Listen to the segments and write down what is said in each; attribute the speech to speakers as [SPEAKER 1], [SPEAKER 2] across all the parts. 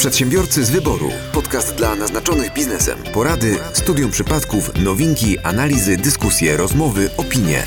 [SPEAKER 1] Przedsiębiorcy z wyboru. Podcast dla naznaczonych biznesem. Porady, studium przypadków, nowinki, analizy, dyskusje, rozmowy, opinie.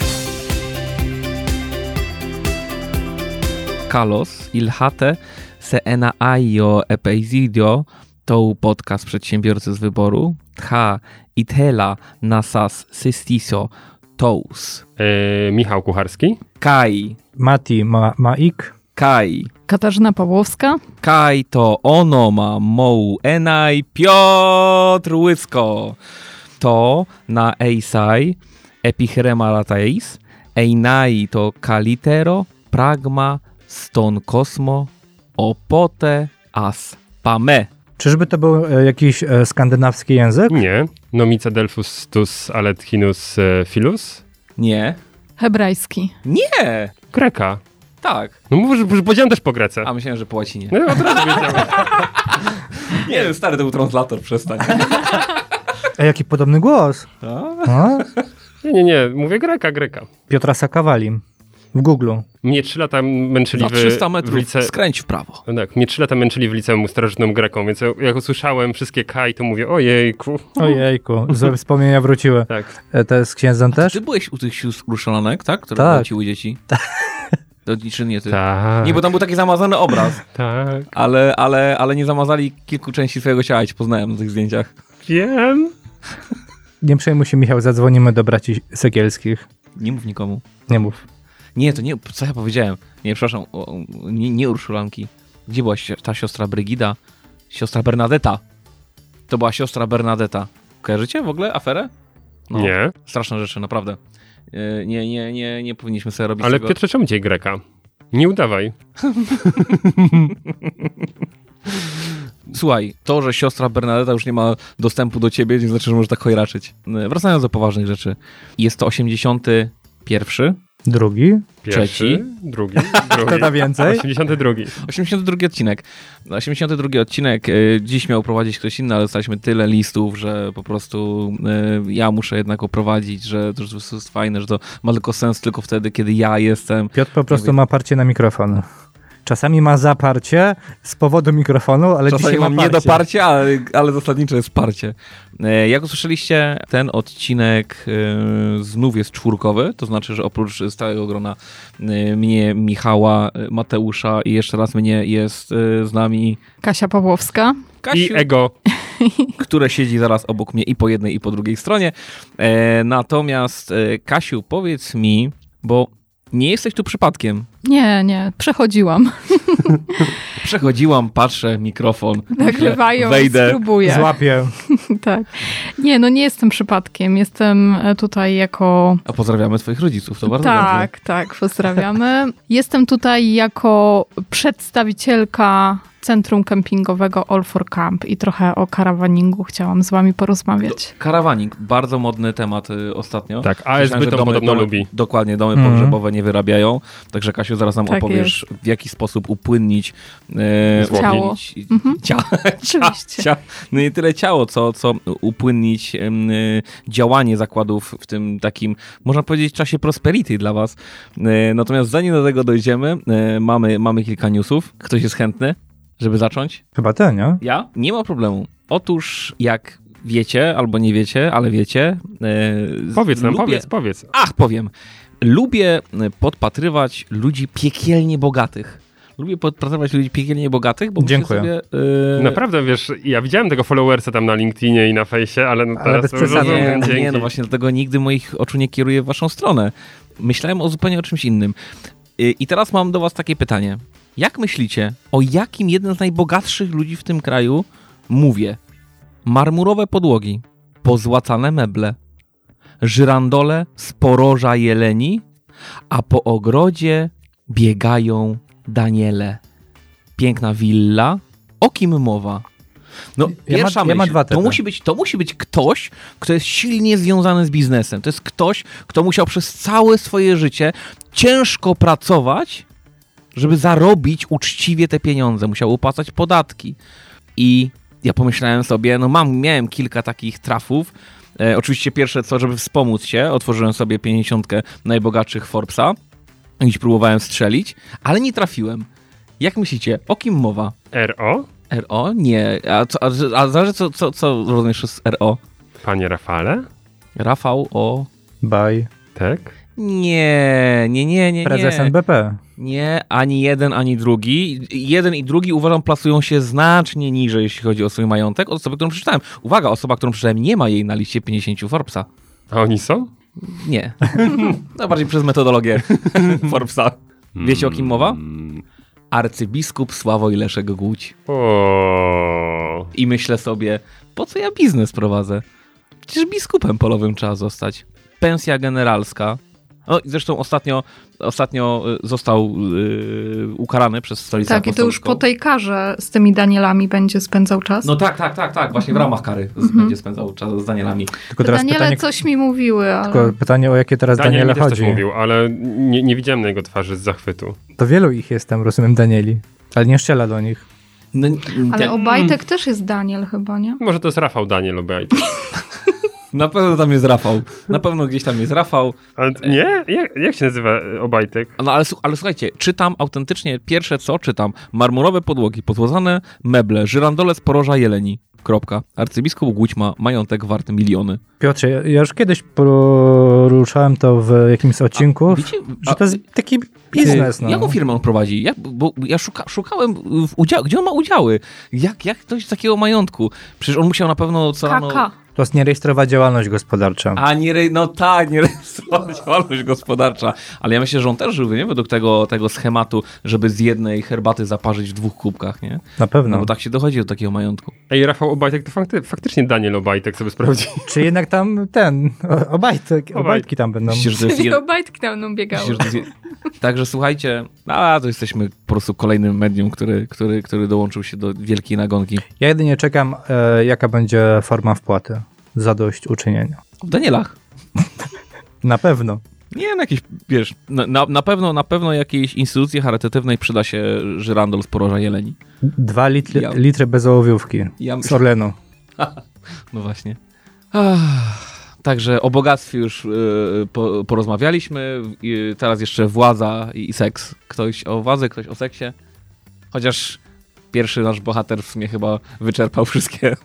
[SPEAKER 2] Kalos ilhate se ena aio episodio to podcast Przedsiębiorcy z wyboru. Tha itela nasas systiso tous.
[SPEAKER 3] Michał Kucharski.
[SPEAKER 2] Kai.
[SPEAKER 4] Mati Maik.
[SPEAKER 2] Kai.
[SPEAKER 5] Katarzyna Pawłowska.
[SPEAKER 2] Kai to onoma mou enaj Piotr Łysko. To na eisai epichrema latais. Einai to kalitero pragma ston kosmo opote as pame.
[SPEAKER 4] Czyżby to był jakiś skandynawski język?
[SPEAKER 3] Nie. Nomice delfus tus alet hinus filus.
[SPEAKER 2] Nie.
[SPEAKER 5] Hebrajski.
[SPEAKER 2] Nie.
[SPEAKER 3] Greka.
[SPEAKER 2] Tak.
[SPEAKER 3] No mówię, że powiedziałem też po grece.
[SPEAKER 2] A myślałem, że po łacinie.
[SPEAKER 3] No od razu wiedziałem.
[SPEAKER 2] Nie, stary to był translator, przestań.
[SPEAKER 4] A jaki podobny głos? A?
[SPEAKER 3] Nie. Mówię Greka.
[SPEAKER 4] Piotra Sakawali. W Google.
[SPEAKER 3] Mnie 3 lata męczyli
[SPEAKER 2] Za 300 metrów skręć w prawo.
[SPEAKER 3] Tak, mnie 3 lata męczyli w liceum starożytną Greką, więc jak usłyszałem wszystkie Kai, to mówię ojejku.
[SPEAKER 4] Ojejku, złe wspomnienia wróciły.
[SPEAKER 3] Tak.
[SPEAKER 4] To jest księdzem też?
[SPEAKER 2] Ty byłeś u tych sióstr Ruszolanek, tak? Które
[SPEAKER 4] tak.
[SPEAKER 2] gwałciły dzieci? To czy nie ty?
[SPEAKER 3] Tak.
[SPEAKER 2] Nie, bo tam był taki zamazany obraz.
[SPEAKER 3] Tak.
[SPEAKER 2] Ale nie zamazali kilku części swojego ciała i cię poznałem na tych zdjęciach.
[SPEAKER 3] Wiem.
[SPEAKER 4] Nie przejmuj się, Michał, zadzwonimy do braci Sekielskich.
[SPEAKER 2] Nie mów nikomu.
[SPEAKER 4] Nie mów.
[SPEAKER 2] Nie, to nie, co ja powiedziałem? Nie, przepraszam, nie Urszulanki. Gdzie była ta siostra Brygida? Siostra Bernadetta. To była siostra Bernadetta. Kojarzycie w ogóle aferę? No,
[SPEAKER 3] Nie.
[SPEAKER 2] Straszne rzeczy, naprawdę. Nie powinniśmy sobie robić
[SPEAKER 3] Ale
[SPEAKER 2] tego.
[SPEAKER 3] Piotrze, czemu dzisiaj Greka? Nie udawaj.
[SPEAKER 2] Słuchaj, to, że siostra Bernadetta już nie ma dostępu do ciebie, nie znaczy, że możesz tak chojraczyć. Wracając do poważnych rzeczy. Jest to 81.
[SPEAKER 4] Drugi.
[SPEAKER 3] Pierwszy, drugi.
[SPEAKER 4] To na więcej.
[SPEAKER 3] 82.
[SPEAKER 2] 82 odcinek. 82 odcinek. Dziś miał prowadzić ktoś inny, ale dostaliśmy tyle listów, że po prostu ja muszę jednak oprowadzić, że to jest fajne, że to ma tylko sens tylko wtedy, kiedy ja jestem.
[SPEAKER 4] Piotr po prostu ma parcie na mikrofon. Czasami ma zaparcie z powodu mikrofonu, ale
[SPEAKER 2] czasami
[SPEAKER 4] dzisiaj
[SPEAKER 2] mam
[SPEAKER 4] ma
[SPEAKER 2] nie
[SPEAKER 4] parcie.
[SPEAKER 2] do parcia, ale zasadniczo jest parcie. Jak usłyszeliście, ten odcinek znów jest czwórkowy, to znaczy, że oprócz stałego grona mnie, Michała, Mateusza i jeszcze raz mnie jest z nami
[SPEAKER 5] Kasia Pawłowska.
[SPEAKER 2] Kasiu,
[SPEAKER 3] I Ego.
[SPEAKER 2] które siedzi zaraz obok mnie i po jednej i po drugiej stronie. Natomiast Kasiu, powiedz mi, bo nie jesteś tu przypadkiem.
[SPEAKER 5] Nie, przechodziłam.
[SPEAKER 2] Przechodziłam, patrzę, mikrofon.
[SPEAKER 5] Nagrywają,
[SPEAKER 2] wejdę,
[SPEAKER 5] spróbuję.
[SPEAKER 4] Złapię.
[SPEAKER 5] Tak. Nie jestem przypadkiem. Jestem tutaj jako...
[SPEAKER 2] A pozdrawiamy twoich rodziców, to bardzo dobrze.
[SPEAKER 5] Tak, pozdrawiamy. Jestem tutaj jako przedstawicielka centrum kempingowego All for Camp i trochę o karawaningu chciałam z wami porozmawiać.
[SPEAKER 2] Karawaning, bardzo modny temat ostatnio.
[SPEAKER 3] Tak, ASB to podobno lubi.
[SPEAKER 2] Dokładnie, domy pogrzebowe nie wyrabiają. Także Kasiu, zaraz nam opowiesz, w jaki sposób upłynnić
[SPEAKER 5] ciało.
[SPEAKER 2] No nie tyle ciało, co upłynnić działanie zakładów w tym takim, można powiedzieć, czasie prosperity dla was. Natomiast zanim do tego dojdziemy, mamy kilka newsów. Ktoś jest chętny, żeby zacząć?
[SPEAKER 4] Chyba ty, nie?
[SPEAKER 2] Ja? Nie ma problemu. Otóż, jak wiecie, albo nie wiecie, ale wiecie...
[SPEAKER 3] Powiedz nam, powiedz.
[SPEAKER 2] Powiem. Lubię podpatrywać ludzi piekielnie bogatych. Bo
[SPEAKER 4] dziękuję.
[SPEAKER 2] Sobie,
[SPEAKER 3] Naprawdę, wiesz, ja widziałem tego followersa tam na LinkedInie i na fejsie, ale teraz
[SPEAKER 4] bez
[SPEAKER 3] to już rozumiem.
[SPEAKER 2] nie, no właśnie dlatego nigdy moich oczu nie kieruję w waszą stronę. Myślałem zupełnie o czymś innym. I teraz mam do was takie pytanie. Jak myślicie, o jakim jeden z najbogatszych ludzi w tym kraju mówię? Marmurowe podłogi, pozłacane meble, żyrandole z poroża jeleni, a po ogrodzie biegają daniele. Piękna willa. O kim mowa? No, pierwsza myśl, to musi być ktoś, kto jest silnie związany z biznesem. To jest ktoś, kto musiał przez całe swoje życie ciężko pracować, żeby zarobić uczciwie te pieniądze. Musiał opłacać podatki. I ja pomyślałem sobie, miałem kilka takich trafów. Oczywiście pierwsze co, żeby wspomóc się, otworzyłem sobie 50 najbogatszych Forbesa i próbowałem strzelić, ale nie trafiłem. Jak myślicie, o kim mowa?
[SPEAKER 3] RO?
[SPEAKER 2] RO? Nie. A zależy co rozumiesz z RO?
[SPEAKER 3] Panie Rafale?
[SPEAKER 2] Rafał o...
[SPEAKER 4] By
[SPEAKER 3] Tak?
[SPEAKER 2] Nie.
[SPEAKER 4] prezes NBP.
[SPEAKER 2] Nie, ani jeden, ani drugi. Jeden i drugi uważam plasują się znacznie niżej, jeśli chodzi o swój majątek, od osoby, którą przeczytałem. Uwaga, osoba, którą przeczytałem, nie ma jej na liście 50 Forbesa.
[SPEAKER 3] A oni są?
[SPEAKER 2] Nie. No bardziej przez metodologię Forbesa. Wiecie, o kim mowa? Arcybiskup Sławoj Leszek Głódź.
[SPEAKER 3] O.
[SPEAKER 2] I myślę sobie, po co ja biznes prowadzę? Przecież biskupem polowym trzeba zostać. Pensja generalska. No i zresztą ostatnio został ukarany przez Stolicę
[SPEAKER 5] Tak, i to już
[SPEAKER 2] Apostolską.
[SPEAKER 5] po tej karze z tymi Danielami będzie spędzał czas.
[SPEAKER 2] No tak. Właśnie w ramach kary będzie spędzał czas z Danielami.
[SPEAKER 4] Tylko teraz
[SPEAKER 5] Daniele
[SPEAKER 4] pytanie,
[SPEAKER 5] coś mi mówiły, ale...
[SPEAKER 4] tylko pytanie, o jakie teraz
[SPEAKER 3] Daniel
[SPEAKER 4] Daniele
[SPEAKER 3] mi też
[SPEAKER 4] chodzi.
[SPEAKER 3] coś mówił, ale nie widziałem na jego twarzy z zachwytu.
[SPEAKER 4] To wielu ich jest tam, rozumiem, Danieli. Ale nie szczela do nich.
[SPEAKER 2] No,
[SPEAKER 5] Ale Obajtek też jest Daniel chyba, nie?
[SPEAKER 3] Może to jest Rafał Daniel Obajtek.
[SPEAKER 2] na pewno tam jest Rafał. Na pewno gdzieś tam jest Rafał.
[SPEAKER 3] Ale nie? Jak się nazywa Obajtek?
[SPEAKER 2] No ale słuchajcie, czytam autentycznie, pierwsze co czytam, marmurowe podłogi, pozłocane meble, żyrandole z poroża jeleni. Kropka. Arcybiskup Głódź ma majątek warty miliony.
[SPEAKER 4] Piotrze, ja już kiedyś poruszałem to w jakimś odcinku,
[SPEAKER 2] Wiecie,
[SPEAKER 4] że to jest taki biznes. No.
[SPEAKER 2] Jaką firmę on prowadzi? Bo ja szukałem gdzie on ma udziały. Jak ktoś z takiego majątku? Przecież on musiał na pewno co rano...
[SPEAKER 5] KK.
[SPEAKER 4] To jest nierejestrowa działalność gospodarcza.
[SPEAKER 2] A nie rejestrowana działalność gospodarcza. Ale ja myślę, że on też żył, nie? Według tego schematu, żeby z jednej herbaty zaparzyć w 2 kubkach, nie?
[SPEAKER 4] Na pewno.
[SPEAKER 2] No bo tak się dochodzi do takiego majątku.
[SPEAKER 3] Ej, Rafał Obajtek to faktycznie Daniel Obajtek sobie sprawdzi.
[SPEAKER 4] Czy jednak tam Obajtki tam będą.
[SPEAKER 2] Myślicie, że to jest
[SPEAKER 5] Czyli Obajtki tam mną biegały.
[SPEAKER 2] Myślicie, że to jest... Także słuchajcie, to jesteśmy po prostu kolejnym medium, który dołączył się do wielkiej nagonki.
[SPEAKER 4] Ja jedynie czekam, jaka będzie forma wpłaty. Zadośćuczynienia.
[SPEAKER 2] W Danielach.
[SPEAKER 4] Na pewno.
[SPEAKER 2] Nie, no jakieś, wiesz, na pewno jakiejś instytucji charytatywnej przyda się żyrandol z poroża jeleni.
[SPEAKER 4] 2 litry bezołowiówki z Orlenu.
[SPEAKER 2] No właśnie. Także o bogactwie już porozmawialiśmy. Teraz jeszcze władza i seks. Ktoś o władzy, ktoś o seksie. Chociaż pierwszy nasz bohater w sumie chyba wyczerpał wszystkie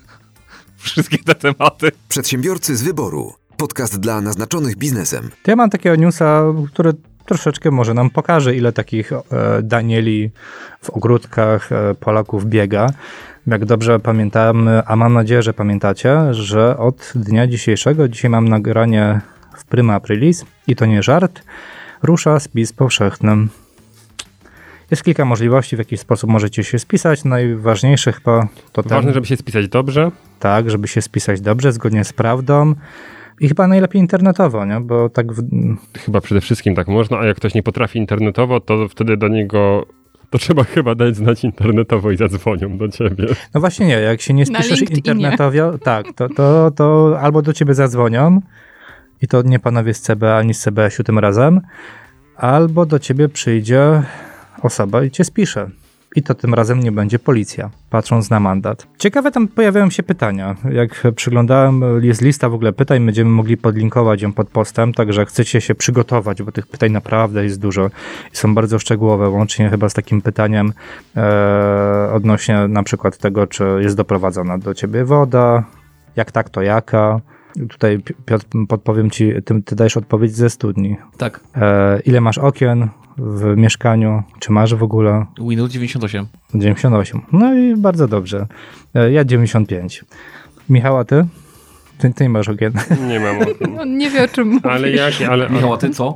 [SPEAKER 2] te tematy.
[SPEAKER 1] Przedsiębiorcy z wyboru. Podcast dla naznaczonych biznesem.
[SPEAKER 4] To ja mam takiego newsa, który troszeczkę może nam pokaże, ile takich Danieli w ogródkach Polaków biega. Jak dobrze pamiętamy, a mam nadzieję, że pamiętacie, że od dnia dzisiejszego, dzisiaj mam nagranie w Prima Aprilis i to nie żart, rusza spis powszechny. Jest kilka możliwości, w jaki sposób możecie się spisać. Najważniejsze chyba to
[SPEAKER 3] Ważne, żeby się spisać dobrze.
[SPEAKER 4] Tak, żeby się spisać dobrze, zgodnie z prawdą. I chyba najlepiej internetowo, nie? Bo tak...
[SPEAKER 3] Chyba przede wszystkim tak można, a jak ktoś nie potrafi internetowo, to wtedy do niego... To trzeba chyba dać znać internetowo i zadzwonią do ciebie.
[SPEAKER 4] No właśnie nie, jak się nie
[SPEAKER 5] Na
[SPEAKER 4] spiszesz
[SPEAKER 5] LinkedInie.
[SPEAKER 4] internetowo, tak, to albo do ciebie zadzwonią i to nie panowie z CB ani z CBS-u tym razem, albo do ciebie przyjdzie osoba i cię spisze. I to tym razem nie będzie policja, patrząc na mandat. Ciekawe, tam pojawiają się pytania. Jak przyglądałem, jest lista w ogóle pytań, będziemy mogli podlinkować ją pod postem, także jak chcecie się przygotować, bo tych pytań naprawdę jest dużo i są bardzo szczegółowe, łącznie chyba z takim pytaniem odnośnie na przykład tego, czy jest doprowadzona do ciebie woda, jak tak, to jaka. Tutaj, Piotr, podpowiem ci, ty dajesz odpowiedź ze studni.
[SPEAKER 2] Tak.
[SPEAKER 4] Ile masz okien w mieszkaniu? Czy masz w ogóle?
[SPEAKER 2] Windows 98.
[SPEAKER 4] 98. No i bardzo dobrze. Ja 95. Michała, ty? Ty nie masz okien.
[SPEAKER 3] Nie mam okien.
[SPEAKER 5] On nie wie, o czym mówi.
[SPEAKER 3] Ale jakie?
[SPEAKER 2] Michał, a ty co?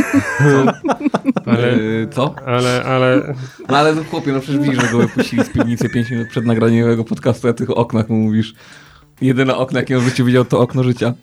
[SPEAKER 2] Co?
[SPEAKER 3] Ale...
[SPEAKER 2] No ale no chłopie, no przecież widzisz, że go wypuścili z piwnicy 5 minut przed nagraniem jego podcastu, a o tych oknach mu mówisz. Jedyne okno, jakie on w życiu widział, to okno życia.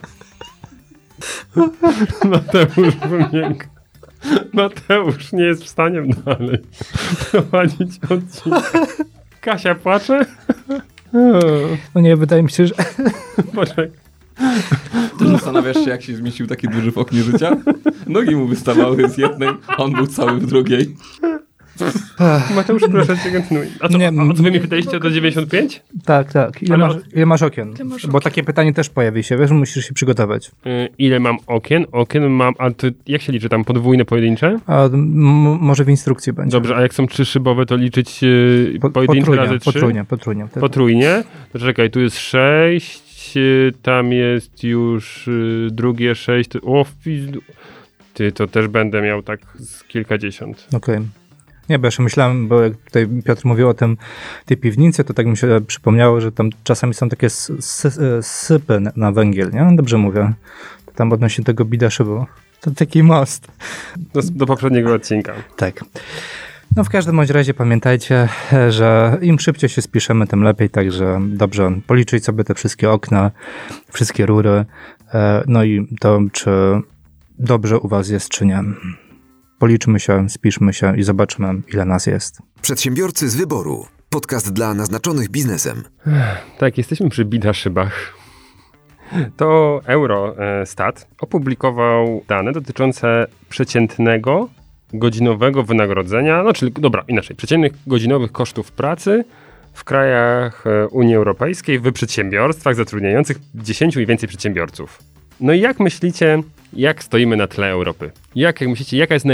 [SPEAKER 3] Mateusz nie jest w stanie dalej prowadzić odcinka. Kasia płacze?
[SPEAKER 4] No nie, wydaje mi się, że...
[SPEAKER 3] Poczekaj.
[SPEAKER 2] Ty zastanawiasz się, jak się zmieścił taki duży w oknie życia? Nogi mu wystawały z jednej, on był cały w drugiej.
[SPEAKER 3] Mateusz, proszę cię, kontynuuj. A co wy mi pytaliście do 95?
[SPEAKER 4] Tak. Ile masz okien?
[SPEAKER 5] masz
[SPEAKER 4] Bo takie pytanie też pojawi się, wiesz, musisz się przygotować.
[SPEAKER 3] Ile mam okien? Okien mam, a to jak się liczy tam? Podwójne, pojedyncze?
[SPEAKER 4] A może w instrukcji będzie.
[SPEAKER 3] Dobrze, a jak są 3 szybowe, to liczyć pojedyncze razy 3?
[SPEAKER 4] Potrójnie.
[SPEAKER 3] Potrójnie? To czekaj, tu jest 6, tam jest już drugie 6. Ty, to też będę miał tak z kilkadziesiąt.
[SPEAKER 4] Okej. Nie, bo jeszcze myślałem, bo jak tutaj Piotr mówił o tej piwnicy, to tak mi się przypomniało, że tam czasami są takie sypy na węgiel, nie? Dobrze mówię. To tam odnośnie tego Bidaszu było. To taki most.
[SPEAKER 3] Do poprzedniego odcinka.
[SPEAKER 4] Tak. No w każdym bądź razie pamiętajcie, że im szybciej się spiszemy, tym lepiej, także dobrze policzyć sobie te wszystkie okna, wszystkie rury, no i to, czy dobrze u was jest, czy nie. Policzmy się, spiszmy się i zobaczmy, ile nas jest.
[SPEAKER 1] Przedsiębiorcy z wyboru. Podcast dla naznaczonych biznesem.
[SPEAKER 3] Tak, jesteśmy przy Bidaszybach. To Eurostat opublikował dane dotyczące przeciętnego godzinowego wynagrodzenia, przeciętnych godzinowych kosztów pracy w krajach Unii Europejskiej w przedsiębiorstwach zatrudniających 10 i więcej przedsiębiorców. No i jak myślicie, jak stoimy na tle Europy? Jak myślicie, jakie są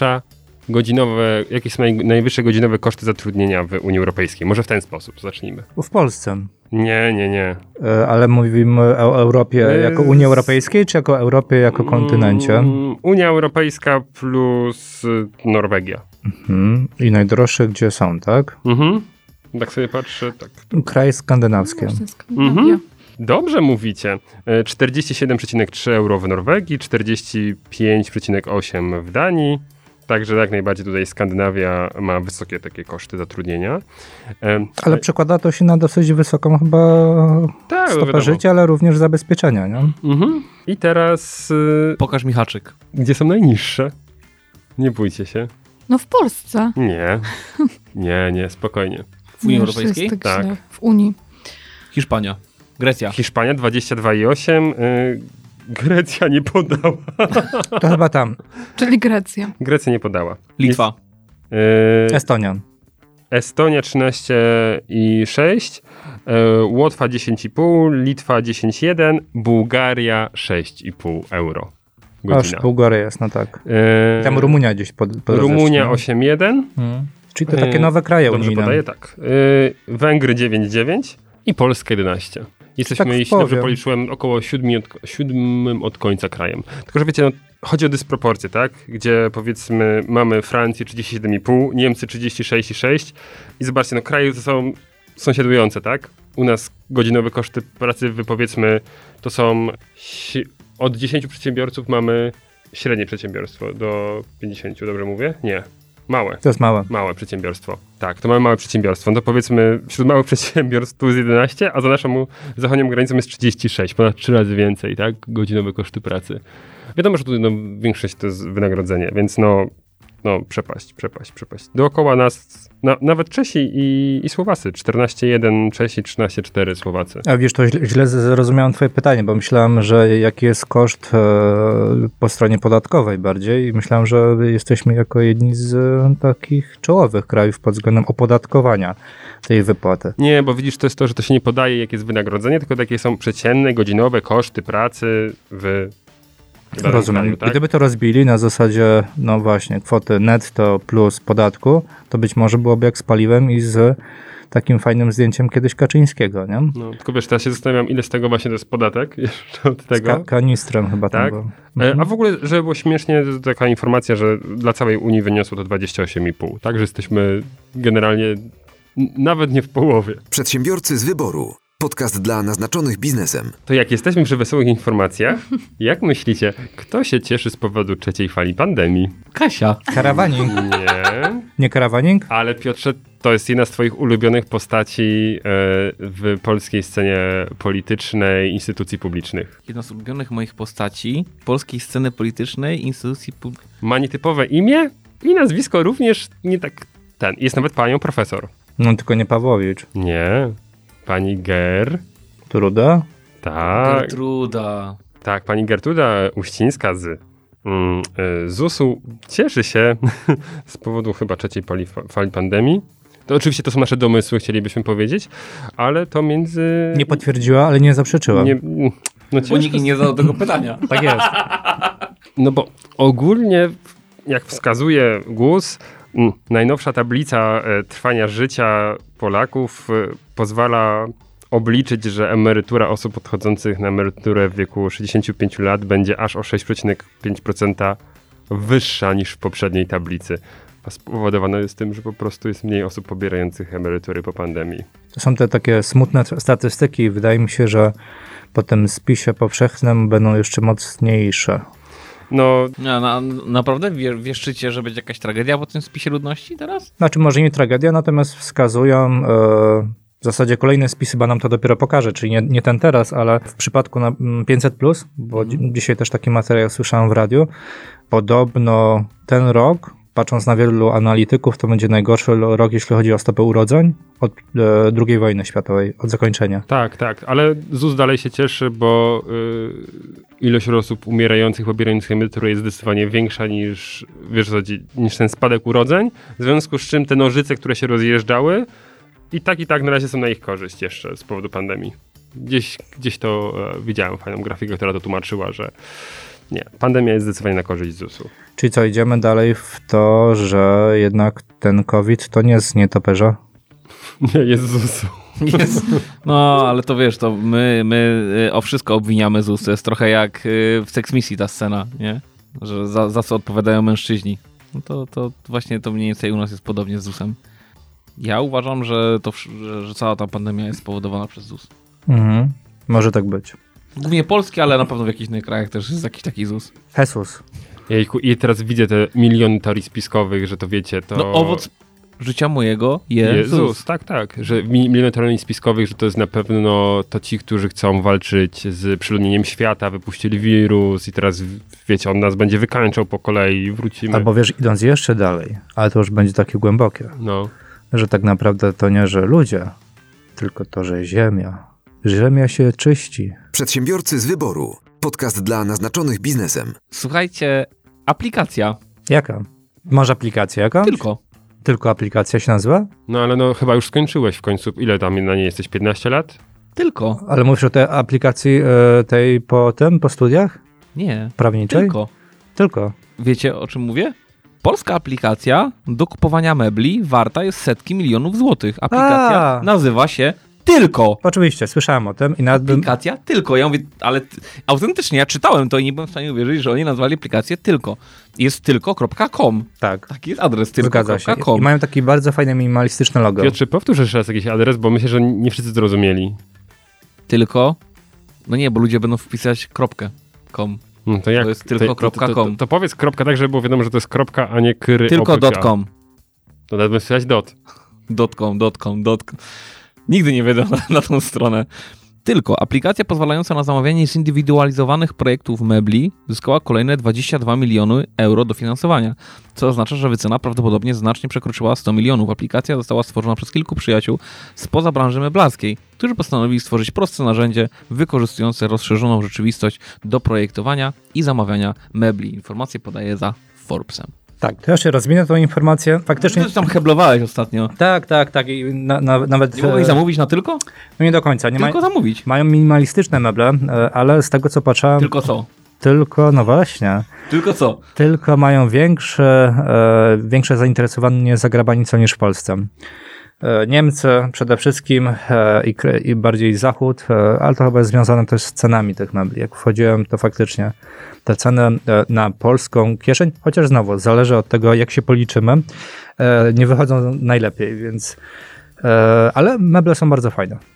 [SPEAKER 3] najwyższe godzinowe koszty zatrudnienia w Unii Europejskiej? Może w ten sposób zacznijmy.
[SPEAKER 4] W Polsce.
[SPEAKER 3] Nie.
[SPEAKER 4] Ale mówimy o Europie jako Unii Europejskiej, czy jako Europie jako kontynencie?
[SPEAKER 3] Unia Europejska plus Norwegia.
[SPEAKER 4] I najdroższe gdzie są, tak?
[SPEAKER 3] Tak sobie patrzę, tak.
[SPEAKER 4] Kraje skandynawskie.
[SPEAKER 5] Skandynawia.
[SPEAKER 3] Dobrze mówicie. 47,3 euro w Norwegii, 45,8 w Danii. Także jak najbardziej tutaj Skandynawia ma wysokie takie koszty zatrudnienia.
[SPEAKER 4] Ale przekłada to się na dosyć wysoką chyba stopę życia, ale również zabezpieczenia, nie?
[SPEAKER 3] I teraz...
[SPEAKER 2] Pokaż mi haczyk.
[SPEAKER 3] Gdzie są najniższe? Nie bójcie się.
[SPEAKER 5] No w Polsce.
[SPEAKER 3] Nie, spokojnie.
[SPEAKER 2] W Unii Europejskiej?
[SPEAKER 3] Tak.
[SPEAKER 5] W Unii.
[SPEAKER 2] Hiszpania. Grecja.
[SPEAKER 3] Hiszpania 22,8. Grecja nie podała.
[SPEAKER 4] To chyba tam.
[SPEAKER 5] Czyli Grecja.
[SPEAKER 3] Grecja nie podała.
[SPEAKER 2] Litwa.
[SPEAKER 4] Estonia.
[SPEAKER 3] Estonia 13,6. Łotwa 10,5. Litwa 10,1. Bułgaria 6,5 euro. Godzina.
[SPEAKER 4] Aż Bułgaria jest, no tak. Tam Rumunia gdzieś po
[SPEAKER 3] Rumunia 8,1.
[SPEAKER 4] Czyli to takie nowe kraje
[SPEAKER 3] Dobrze
[SPEAKER 4] unijne.
[SPEAKER 3] podaję, tak. Węgry 9,9 i Polska 11. Jesteśmy,
[SPEAKER 4] tak
[SPEAKER 3] jeśli dobrze policzyłem, około 7 od końca krajem. Tylko, że wiecie, no, chodzi o dysproporcje, tak? Gdzie powiedzmy mamy Francję 37,5, Niemcy 36,6 i zobaczcie, no kraje to są sąsiadujące, tak? U nas godzinowe koszty pracy, powiedzmy, to są od 10 przedsiębiorców mamy średnie przedsiębiorstwo do 50, dobrze mówię? Nie. Małe.
[SPEAKER 4] To jest małe.
[SPEAKER 3] Małe przedsiębiorstwo. Tak, to mamy małe przedsiębiorstwo. No to powiedzmy, wśród małych przedsiębiorstw tu jest 11, a za naszą zachodnią granicą jest 36, ponad 3 razy więcej, tak? Godzinowe koszty pracy. Wiadomo, że tutaj większość to jest wynagrodzenie, więc przepaść. Dookoła nas nawet Czesi i Słowacy. 14,1 Czesi, 13,4 Słowacy.
[SPEAKER 4] A wiesz, to źle zrozumiałem twoje pytanie, bo myślałem, że jaki jest koszt po stronie podatkowej bardziej i myślałem, że jesteśmy jako jedni z takich czołowych krajów pod względem opodatkowania tej wypłaty.
[SPEAKER 3] Nie, bo widzisz, to jest to, że to się nie podaje, jakie jest wynagrodzenie, tylko jakie są przeciętne, godzinowe koszty pracy w
[SPEAKER 4] Rozumiem.
[SPEAKER 3] kraju, tak?
[SPEAKER 4] Gdyby to rozbili na zasadzie, no właśnie, kwoty netto plus podatku, to być może byłoby jak z paliwem i z takim fajnym zdjęciem kiedyś Kaczyńskiego, nie?
[SPEAKER 3] No, tylko wiesz, teraz się zastanawiam, ile z tego właśnie to jest podatek jeszcze od tego.
[SPEAKER 4] Z kanistrem chyba
[SPEAKER 3] tak?
[SPEAKER 4] tam było.
[SPEAKER 3] A w ogóle, żeby było śmiesznie, to taka informacja, że dla całej Unii wyniosło to 28,5. Tak, że jesteśmy generalnie nawet nie w połowie.
[SPEAKER 1] Przedsiębiorcy z wyboru. Podcast dla naznaczonych biznesem.
[SPEAKER 3] To jak jesteśmy przy wesołych informacjach, jak myślicie, kto się cieszy z powodu trzeciej fali pandemii?
[SPEAKER 2] Kasia.
[SPEAKER 4] Karawaning.
[SPEAKER 3] Nie.
[SPEAKER 4] Nie karawaning?
[SPEAKER 3] Ale Piotrze, to jest jedna z twoich ulubionych postaci w polskiej scenie politycznej, instytucji publicznych.
[SPEAKER 2] Jedna z ulubionych moich postaci polskiej sceny politycznej, instytucji publicznej.
[SPEAKER 3] Ma nietypowe imię i nazwisko również nie tak Jest nawet panią profesor.
[SPEAKER 4] No tylko nie Pawłowicz.
[SPEAKER 3] Nie. Pani
[SPEAKER 4] Truda?
[SPEAKER 3] Tak.
[SPEAKER 2] Gertruda.
[SPEAKER 3] Tak, pani Gertruda Uścińska z ZUS-u cieszy się z powodu chyba trzeciej fali pandemii. To oczywiście to są nasze domysły, chcielibyśmy powiedzieć, ale to między...
[SPEAKER 4] Nie potwierdziła, ale nie zaprzeczyła.
[SPEAKER 2] Bo nikt nie zadał tego pytania.
[SPEAKER 4] Tak jest.
[SPEAKER 3] No bo ogólnie, jak wskazuje GUS, najnowsza tablica trwania życia Polaków pozwala obliczyć, że emerytura osób odchodzących na emeryturę w wieku 65 lat będzie aż o 6,5% wyższa niż w poprzedniej tablicy. A spowodowane jest tym, że po prostu jest mniej osób pobierających emerytury po pandemii.
[SPEAKER 4] To są te takie smutne statystyki. Wydaje mi się, że po tym spisie powszechnym będą jeszcze mocniejsze.
[SPEAKER 3] No,
[SPEAKER 2] naprawdę wieszczycie, że będzie jakaś tragedia po tym spisie ludności teraz?
[SPEAKER 4] Znaczy może nie tragedia, natomiast wskazują w zasadzie kolejne spisy chyba nam to dopiero pokaże, czyli nie ten teraz, ale w przypadku na 500+, bo dzisiaj też taki materiał słyszałem w radiu, podobno ten rok, patrząc na wielu analityków, to będzie najgorszy rok, jeśli chodzi o stopę urodzeń od II wojny światowej, od zakończenia.
[SPEAKER 3] Tak, ale ZUS dalej się cieszy, bo ilość osób umierających, pobierających emeryturę jest zdecydowanie większa niż ten spadek urodzeń, w związku z czym te nożyce, które się rozjeżdżały, i tak na razie są na ich korzyść jeszcze z powodu pandemii. Gdzieś to widziałem fajną grafikę, która to tłumaczyła, że nie, pandemia jest zdecydowanie na korzyść ZUS-u.
[SPEAKER 4] Czyli co, idziemy dalej w to, że jednak ten COVID to nie jest nietoperza?
[SPEAKER 3] Nie, jest ZUS-u.
[SPEAKER 2] Jest. No, ale to wiesz, to my o wszystko obwiniamy ZUS. To jest trochę jak w Sex Misji ta scena, nie? Że za co odpowiadają mężczyźni. No to właśnie to mniej więcej u nas jest podobnie z ZUS-em. Ja uważam, że cała ta pandemia jest spowodowana przez ZUS.
[SPEAKER 4] Mhm. Może tak być.
[SPEAKER 2] Głównie polski, ale na pewno w jakichś innych krajach też jest jakiś taki ZUS.
[SPEAKER 4] Jesus.
[SPEAKER 3] Jejku, i teraz widzę te miliony teorii spiskowych, że to wiecie, to...
[SPEAKER 2] No owoc życia mojego jest ZUS.
[SPEAKER 3] Tak, że miliony teorii spiskowych, że to jest na pewno to ci, którzy chcą walczyć z przeludnieniem świata, wypuścili wirus i teraz wiecie, on nas będzie wykańczał po kolei i wrócimy.
[SPEAKER 4] Albo wiesz, idąc jeszcze dalej, ale to już będzie takie głębokie, że tak naprawdę to nie, że ludzie, tylko to, że Ziemia się czyści.
[SPEAKER 1] Przedsiębiorcy z wyboru. Podcast dla naznaczonych biznesem.
[SPEAKER 2] Słuchajcie, aplikacja.
[SPEAKER 4] Jaka? Masz aplikację jakąś? Tylko aplikacja się nazywa?
[SPEAKER 3] No ale chyba już skończyłeś w końcu. Ile tam na niej jesteś? 15 lat?
[SPEAKER 2] Tylko.
[SPEAKER 4] Ale mówisz o tej aplikacji tej po studiach?
[SPEAKER 2] Nie.
[SPEAKER 4] Prawniczej? Tylko.
[SPEAKER 2] Wiecie, o czym mówię? Polska aplikacja do kupowania mebli warta jest setki milionów złotych. Aplikacja nazywa się Tylko.
[SPEAKER 4] Oczywiście, słyszałem o tym.
[SPEAKER 2] Aplikacja Tylko. Ja mówię, ale autentycznie ja czytałem to i nie byłem w stanie uwierzyć, że oni nazwali aplikację Tylko. Jest tylko.com.
[SPEAKER 4] Tak.
[SPEAKER 2] Taki jest adres tylko.com.
[SPEAKER 4] I mają taki bardzo fajne, minimalistyczne logo.
[SPEAKER 3] Piotrze, powtórz jeszcze raz jakiś adres, bo myślę, że nie wszyscy zrozumieli.
[SPEAKER 2] Tylko? No nie, bo ludzie będą wpisać .com.
[SPEAKER 3] No to jak?
[SPEAKER 2] To jest tylko.com.
[SPEAKER 3] To powiedz kropka tak, żeby było wiadomo, że to jest kropka, a nie kry.
[SPEAKER 2] Tylko.com.
[SPEAKER 3] To nawet bym wpisać
[SPEAKER 2] .com. Nigdy nie wejdę na tą stronę. Tylko aplikacja pozwalająca na zamawianie zindywidualizowanych projektów mebli zyskała kolejne 22 miliony euro dofinansowania, co oznacza, że wycena prawdopodobnie znacznie przekroczyła 100 milionów. Aplikacja została stworzona przez kilku przyjaciół spoza branży meblarskiej, którzy postanowili stworzyć proste narzędzie wykorzystujące rozszerzoną rzeczywistość do projektowania i zamawiania mebli. Informacje podaje za Forbesem.
[SPEAKER 4] Tak, to jeszcze rozwinę tą informację. Faktycznie...
[SPEAKER 2] Ty tam heblowałeś ostatnio.
[SPEAKER 4] Tak. I nawet...
[SPEAKER 2] Nie mogłeś zamówić na Tylko?
[SPEAKER 4] No nie do końca.
[SPEAKER 2] Tylko zamówić.
[SPEAKER 4] Mają minimalistyczne meble, ale z tego co patrzałem...
[SPEAKER 2] Tylko co?
[SPEAKER 4] No właśnie.
[SPEAKER 2] Tylko co?
[SPEAKER 4] Tylko mają większe zainteresowanie zagranicą niż w Polsce. Niemcy przede wszystkim i bardziej Zachód, ale to chyba jest związane też z cenami tych mebli. Jak wchodziłem, to faktycznie te ceny na polską kieszeń, chociaż znowu zależy od tego, jak się policzymy, nie wychodzą najlepiej, więc ale meble są bardzo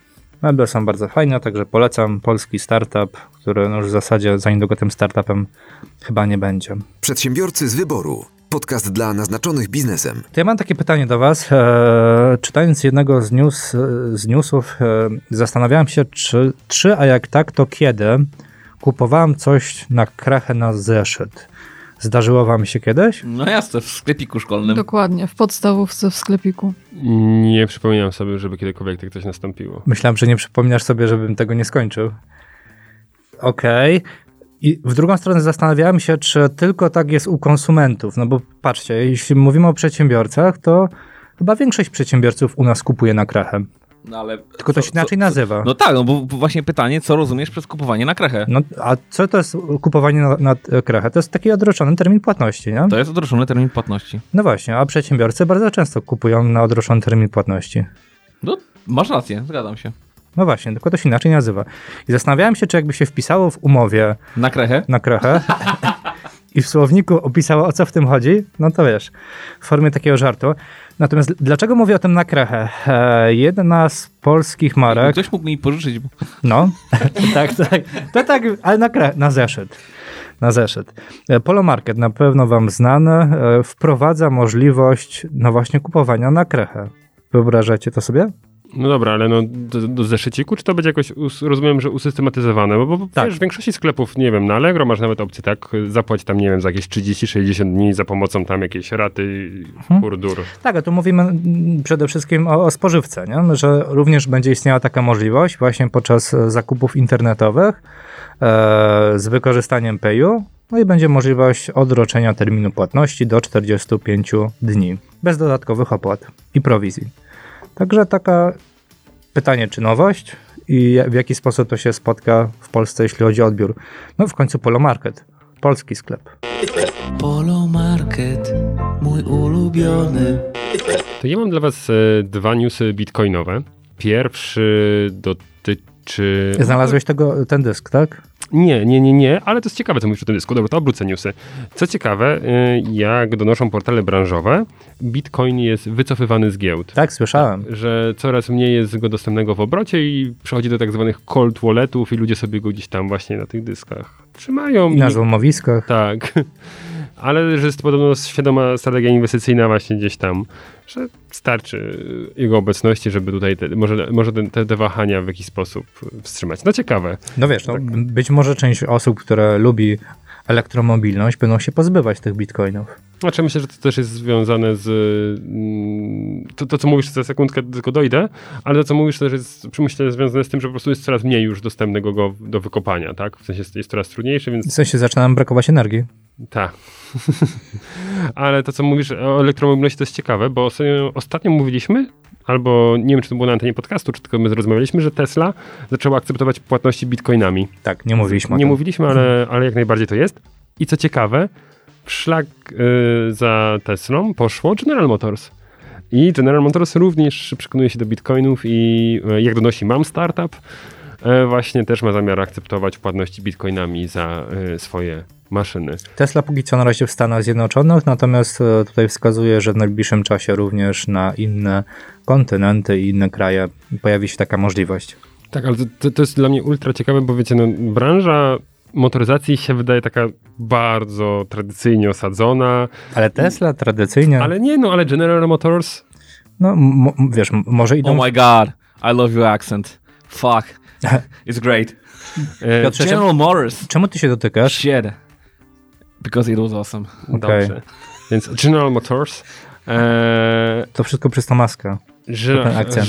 [SPEAKER 4] fajne. Także polecam polski startup, który już w zasadzie za niedługo tym startupem chyba nie będzie.
[SPEAKER 1] Przedsiębiorcy z wyboru. Podcast dla naznaczonych biznesem.
[SPEAKER 4] To ja mam takie pytanie do was. Czytając jednego z newsów, zastanawiałem się, czy, a jak tak, to kiedy kupowałem coś na krachę na zeszyt. Zdarzyło wam się kiedyś?
[SPEAKER 2] No jasne, w sklepiku szkolnym.
[SPEAKER 5] Dokładnie, w podstawówce w sklepiku.
[SPEAKER 3] Nie przypominam sobie, żeby kiedykolwiek tak coś nastąpiło.
[SPEAKER 4] Myślałem, że nie przypominasz sobie, żebym tego nie skończył. Okej. I w drugą stronę zastanawiałem się, czy tylko tak jest u konsumentów. No bo patrzcie, jeśli mówimy o przedsiębiorcach, to chyba większość przedsiębiorców u nas kupuje na krechę.
[SPEAKER 2] No, ale
[SPEAKER 4] Tylko to się inaczej nazywa.
[SPEAKER 2] No tak, no bo właśnie pytanie, co rozumiesz przez kupowanie na krechę?
[SPEAKER 4] No, a co to jest kupowanie na krechę? To jest taki odroczony termin płatności, nie?
[SPEAKER 2] To jest odroczony termin płatności.
[SPEAKER 4] No właśnie, a przedsiębiorcy bardzo często kupują na odroczony termin płatności.
[SPEAKER 2] No, masz rację, zgadzam się.
[SPEAKER 4] No właśnie, tylko to się inaczej nazywa. I zastanawiałem się, czy jakby się wpisało w umowie
[SPEAKER 2] Na krechę?
[SPEAKER 4] na krechę i w słowniku opisało, o co w tym chodzi, no to wiesz, w formie takiego żartu. Natomiast dlaczego mówię o tym na krechę? Jedna z polskich marek...
[SPEAKER 2] Ktoś mógł mi pożyczyć. Bo...
[SPEAKER 4] No, tak. To tak, ale na zeszyt. Na zeszyt. Polo Market, na pewno wam znane, wprowadza możliwość, no właśnie, kupowania na krechę. Wyobrażacie to sobie?
[SPEAKER 3] No dobra, ale no do zeszyciku, czy to będzie jakoś, rozumiem, że usystematyzowane? Bo
[SPEAKER 4] Tak.
[SPEAKER 3] wiesz, w większości sklepów, nie wiem, na Allegro masz nawet opcję, tak, zapłać tam, nie wiem, za jakieś 30-60 dni za pomocą tam jakiejś raty, kurdur.
[SPEAKER 4] Tak, a tu mówimy przede wszystkim o spożywce, nie? Że również będzie istniała taka możliwość właśnie podczas zakupów internetowych z wykorzystaniem Payu. No i będzie możliwość odroczenia terminu płatności do 45 dni, bez dodatkowych opłat i prowizji. Także taka pytanie, czy nowość i w jaki sposób to się spotka w Polsce, jeśli chodzi o odbiór. No w końcu Polo Market, polski sklep.
[SPEAKER 6] Polo Market, mój ulubiony.
[SPEAKER 3] To ja mam dla was dwa newsy bitcoinowe. Pierwszy dotyczy...
[SPEAKER 4] Znalazłeś ten dysk, tak?
[SPEAKER 3] Nie, ale to jest ciekawe, co mówisz o tym dysku. Dobra, to obrócę newsy. Co ciekawe, jak donoszą portale branżowe, Bitcoin jest wycofywany z giełd.
[SPEAKER 4] Tak, słyszałem.
[SPEAKER 3] Że coraz mniej jest go dostępnego w obrocie i przechodzi do tak zwanych cold walletów i ludzie sobie go gdzieś tam właśnie na tych dyskach trzymają.
[SPEAKER 4] I na złomowiskach.
[SPEAKER 3] Tak. Ale że jest podobno świadoma strategia inwestycyjna właśnie gdzieś tam, że starczy jego obecności, żeby tutaj może te wahania w jakiś sposób wstrzymać. No ciekawe.
[SPEAKER 4] No wiesz, tak. Być może część osób, które lubi elektromobilność, będą się pozbywać tych bitcoinów.
[SPEAKER 3] Znaczy myślę, że to też jest związane z... To co mówisz, za sekundkę tylko dojdę, ale to co mówisz też jest myślę związane z tym, że po prostu jest coraz mniej już dostępnego go do wykopania, tak? W sensie jest coraz trudniejszy, więc...
[SPEAKER 4] W sensie zaczyna nam brakować energii.
[SPEAKER 3] Tak. Ale to, co mówisz o elektromobilności, to jest ciekawe, bo ostatnio mówiliśmy, albo nie wiem, czy to było na antenie podcastu, czy tylko my rozmawialiśmy, że Tesla zaczęła akceptować płatności bitcoinami.
[SPEAKER 4] Tak, nie mówiliśmy o
[SPEAKER 3] Nie
[SPEAKER 4] tym.
[SPEAKER 3] mówiliśmy, ale jak najbardziej to jest. I co ciekawe, w szlak za Teslą poszło General Motors. I General Motors również przekonuje się do bitcoinów i jak donosi Mam Startup, właśnie też ma zamiar akceptować płatności bitcoinami za swoje maszyny.
[SPEAKER 4] Tesla póki co na razie w Stanach Zjednoczonych, natomiast tutaj wskazuje, że w najbliższym czasie również na inne kontynenty i inne kraje pojawi się taka możliwość.
[SPEAKER 3] Tak, ale to jest dla mnie ultra ciekawe, bo wiecie, no, branża motoryzacji się wydaje taka bardzo tradycyjnie osadzona.
[SPEAKER 4] Ale Tesla tradycyjnie...
[SPEAKER 3] Ale General Motors...
[SPEAKER 4] No, wiesz, może idą...
[SPEAKER 2] Oh my god, I love your accent. Fuck. It's great.
[SPEAKER 4] Piotrze,
[SPEAKER 2] General Motors.
[SPEAKER 4] Czemu ty się dotykasz?
[SPEAKER 2] Shit. Because it was awesome.
[SPEAKER 4] Okay.
[SPEAKER 3] Dobrze. Więc General Motors...
[SPEAKER 4] To wszystko przez tą maskę. Ten akcent.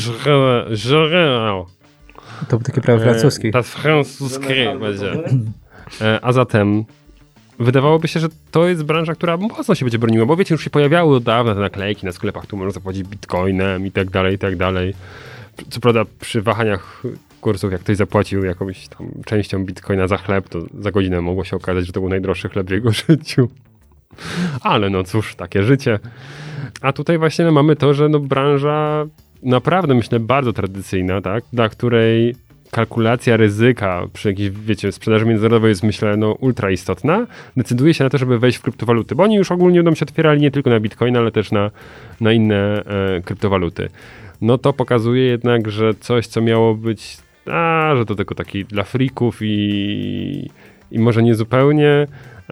[SPEAKER 4] To był taki prawie francuski.
[SPEAKER 3] To francuskie będzie. A zatem wydawałoby się, że to jest branża, która mocno się będzie broniła, bo wiecie, już się pojawiały od dawna te naklejki na sklepach, tu można zapłacić bitcoinem i tak dalej, i tak dalej. Co prawda przy wahaniach kursów, jak ktoś zapłacił jakąś tam częścią bitcoina za chleb, to za godzinę mogło się okazać, że to był najdroższy chleb w jego życiu. Ale no cóż, takie życie. A tutaj właśnie mamy to, że no branża naprawdę, myślę, bardzo tradycyjna, tak, dla której kalkulacja ryzyka przy jakiejś, wiecie, sprzedaży międzynarodowej jest, myślę, no ultra istotna, decyduje się na to, żeby wejść w kryptowaluty, bo oni już ogólnie będą się otwierali nie tylko na bitcoin, ale też na inne kryptowaluty. No to pokazuje jednak, że coś, co miało być, że to tylko taki dla freaków i może nie zupełnie,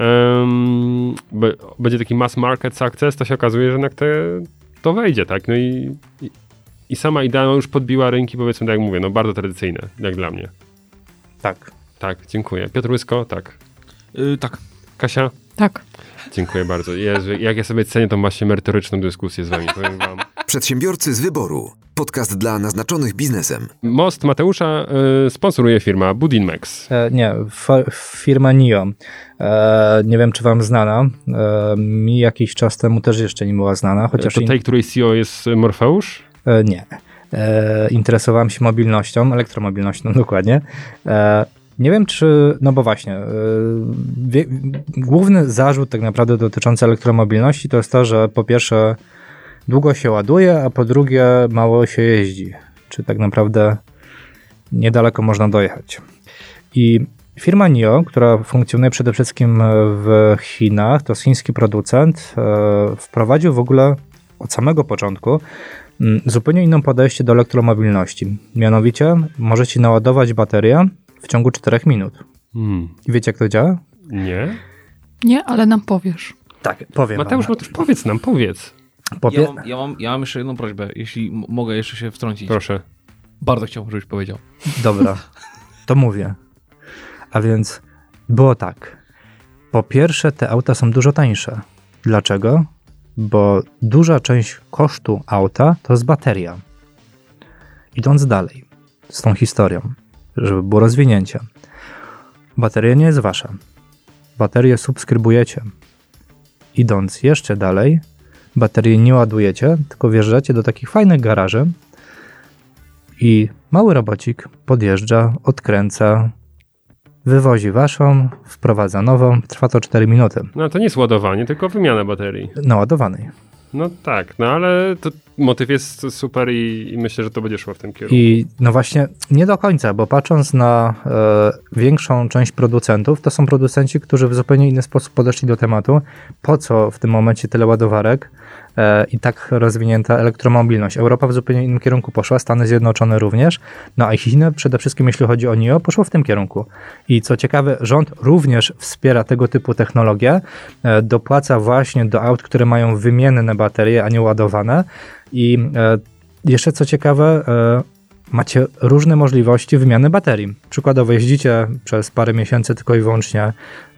[SPEAKER 3] będzie taki mass market success, to się okazuje, że jednak to wejdzie, tak? No i sama idea już podbiła rynki, powiedzmy, tak jak mówię, no bardzo tradycyjne, jak dla mnie.
[SPEAKER 4] Tak.
[SPEAKER 3] Tak, dziękuję. Piotr Łysko, tak.
[SPEAKER 2] Tak.
[SPEAKER 3] Kasia?
[SPEAKER 5] Tak.
[SPEAKER 3] Dziękuję bardzo. Jezu, jak ja sobie cenię tą właśnie merytoryczną dyskusję z wami, powiem wam.
[SPEAKER 1] Przedsiębiorcy z wyboru. Podcast dla naznaczonych biznesem.
[SPEAKER 3] Most Mateusza sponsoruje firma Budinmex.
[SPEAKER 4] Nie, firma NIO. Nie wiem, czy wam znana. Mi jakiś czas temu też jeszcze nie była znana. Chociaż
[SPEAKER 3] To tej, której CEO jest Morfeusz?
[SPEAKER 4] Nie. Interesowałem się mobilnością, elektromobilnością dokładnie. Nie wiem, czy, no bo właśnie, główny zarzut tak naprawdę dotyczący elektromobilności to jest to, że po pierwsze długo się ładuje, a po drugie mało się jeździ. Czy tak naprawdę niedaleko można dojechać. I firma NIO, która funkcjonuje przede wszystkim w Chinach, to jest chiński producent, wprowadził w ogóle od samego początku zupełnie inne podejście do elektromobilności. Mianowicie możecie naładować baterię w ciągu 4 minut. I wiecie, jak to działa?
[SPEAKER 3] Nie.
[SPEAKER 5] Nie, ale nam powiesz.
[SPEAKER 4] Tak, powiem
[SPEAKER 3] Mateusz,
[SPEAKER 4] wam.
[SPEAKER 3] no to powiedz nam, powiedz.
[SPEAKER 2] Ja mam jeszcze jedną prośbę, jeśli mogę jeszcze się wtrącić.
[SPEAKER 3] Proszę.
[SPEAKER 2] Bardzo chciałbym, żebyś powiedział.
[SPEAKER 4] Dobra, to mówię. A więc było tak. Po pierwsze, te auta są dużo tańsze. Dlaczego? Bo duża część kosztu auta to jest bateria. Idąc dalej z tą historią, żeby było rozwinięcie. Bateria nie jest wasza. Baterię subskrybujecie. Idąc jeszcze dalej, baterię nie ładujecie, tylko wjeżdżacie do takich fajnych garaży i mały robocik podjeżdża, odkręca, wywozi waszą, wprowadza nową, trwa to 4 minuty.
[SPEAKER 3] No to nie jest ładowanie, tylko wymiana baterii.
[SPEAKER 4] Naładowanej.
[SPEAKER 3] No tak, no ale to motyw jest super i myślę, że to będzie szło w tym kierunku.
[SPEAKER 4] I no właśnie nie do końca, bo patrząc na większą część producentów, to są producenci, którzy w zupełnie inny sposób podeszli do tematu. Po co w tym momencie tyle ładowarek i tak rozwinięta elektromobilność? Europa w zupełnie innym kierunku poszła, Stany Zjednoczone również, no a Chiny przede wszystkim, jeśli chodzi o NIO, poszło w tym kierunku. I co ciekawe, rząd również wspiera tego typu technologie, dopłaca właśnie do aut, które mają wymienne baterie, a nie ładowane. I jeszcze co ciekawe, macie różne możliwości wymiany baterii. Przykładowo jeździcie przez parę miesięcy tylko i wyłącznie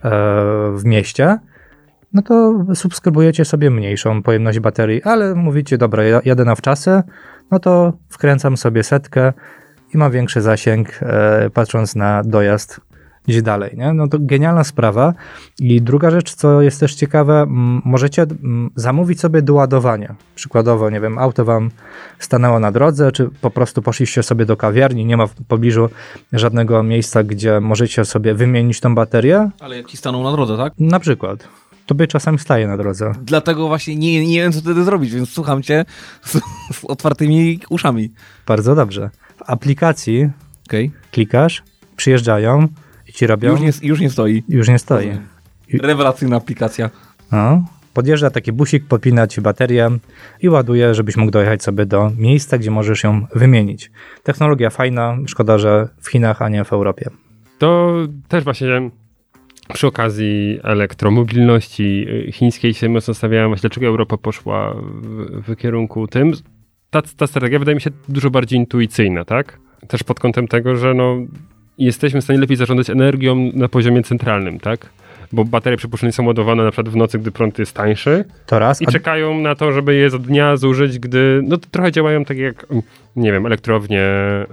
[SPEAKER 4] w mieście, no to subskrybujecie sobie mniejszą pojemność baterii, ale mówicie, dobra, jadę na wczasy, no to wkręcam sobie 100 i mam większy zasięg, patrząc na dojazd gdzieś dalej, nie? No to genialna sprawa. I druga rzecz, co jest też ciekawe, możecie zamówić sobie doładowanie. Przykładowo, nie wiem, auto wam stanęło na drodze, czy po prostu poszliście sobie do kawiarni, nie ma w pobliżu żadnego miejsca, gdzie możecie sobie wymienić tą baterię.
[SPEAKER 2] Ale jak ci staną na drodze, tak?
[SPEAKER 4] Na przykład. Tobie czasami staje na drodze.
[SPEAKER 2] Dlatego właśnie nie wiem, co wtedy zrobić, więc słucham cię z otwartymi uszami.
[SPEAKER 4] Bardzo dobrze. W aplikacji klikasz, przyjeżdżają i ci robią...
[SPEAKER 2] Już nie stoi.
[SPEAKER 4] Już nie stoi.
[SPEAKER 2] Rewelacyjna aplikacja.
[SPEAKER 4] No. Podjeżdża taki busik, podpina ci baterię i ładuje, żebyś mógł dojechać sobie do miejsca, gdzie możesz ją wymienić. Technologia fajna, szkoda, że w Chinach, a nie w Europie.
[SPEAKER 3] To też właśnie przy okazji elektromobilności chińskiej się mocno stawiałem, dlaczego Europa poszła w kierunku tym. Ta strategia wydaje mi się dużo bardziej intuicyjna, tak? Też pod kątem tego, że no, jesteśmy w stanie lepiej zarządzać energią na poziomie centralnym, tak? Bo baterie przypuszczalnie są ładowane na przykład w nocy, gdy prąd jest tańszy. To raz. I czekają na to, żeby je za dnia zużyć, gdy... No to trochę działają tak jak, nie wiem, elektrownie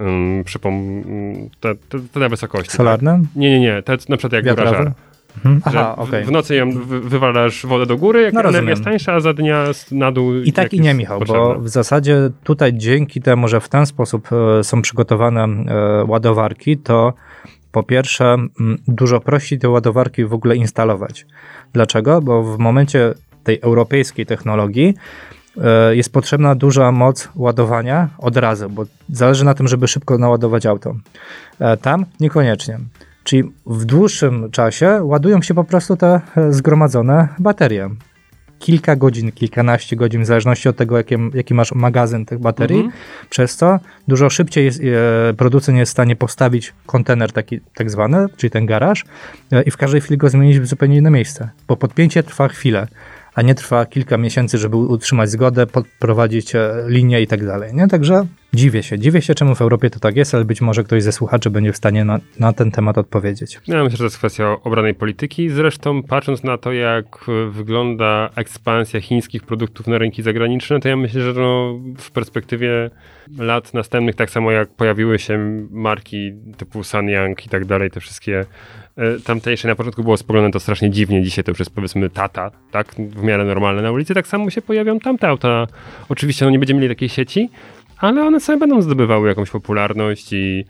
[SPEAKER 3] te na wysokości.
[SPEAKER 4] Solarne?
[SPEAKER 3] Tak? Nie. Te na przykład jak
[SPEAKER 4] wiatrowe? Aha, okej.
[SPEAKER 3] W nocy ją wywalasz wodę do góry, jak energia jest tańsza, a za dnia na dół...
[SPEAKER 4] I tak i nie, Michał, bo w zasadzie tutaj dzięki temu, że w ten sposób są przygotowane ładowarki, to po pierwsze dużo prościej te ładowarki w ogóle instalować. Dlaczego? Bo w momencie tej europejskiej technologii jest potrzebna duża moc ładowania od razu, bo zależy na tym, żeby szybko naładować auto. Tam niekoniecznie. Czyli w dłuższym czasie ładują się po prostu te zgromadzone baterie. Kilka godzin, kilkanaście godzin, w zależności od tego, jaki masz magazyn tych baterii. Przez co dużo szybciej producent jest w stanie postawić kontener taki tak zwany, czyli ten garaż i w każdej chwili go zmienić w zupełnie inne miejsce. Bo podpięcie trwa chwilę, a nie trwa kilka miesięcy, żeby utrzymać zgodę, podprowadzić linię i tak dalej. Nie? Także Dziwię się, czemu w Europie to tak jest, ale być może ktoś ze słuchaczy będzie w stanie na ten temat odpowiedzieć.
[SPEAKER 3] Ja myślę, że to jest kwestia obranej polityki. Zresztą patrząc na to, jak wygląda ekspansja chińskich produktów na rynki zagraniczne, to ja myślę, że w perspektywie lat następnych, tak samo jak pojawiły się marki typu Sanyang i tak dalej, te wszystkie tamtejsze, na początku było spoglądane to strasznie dziwnie, dzisiaj to już jest powiedzmy Tata, tak, w miarę normalne na ulicy, tak samo się pojawią tamte auta. Oczywiście nie będziemy mieli takiej sieci, ale one same będą zdobywały jakąś popularność i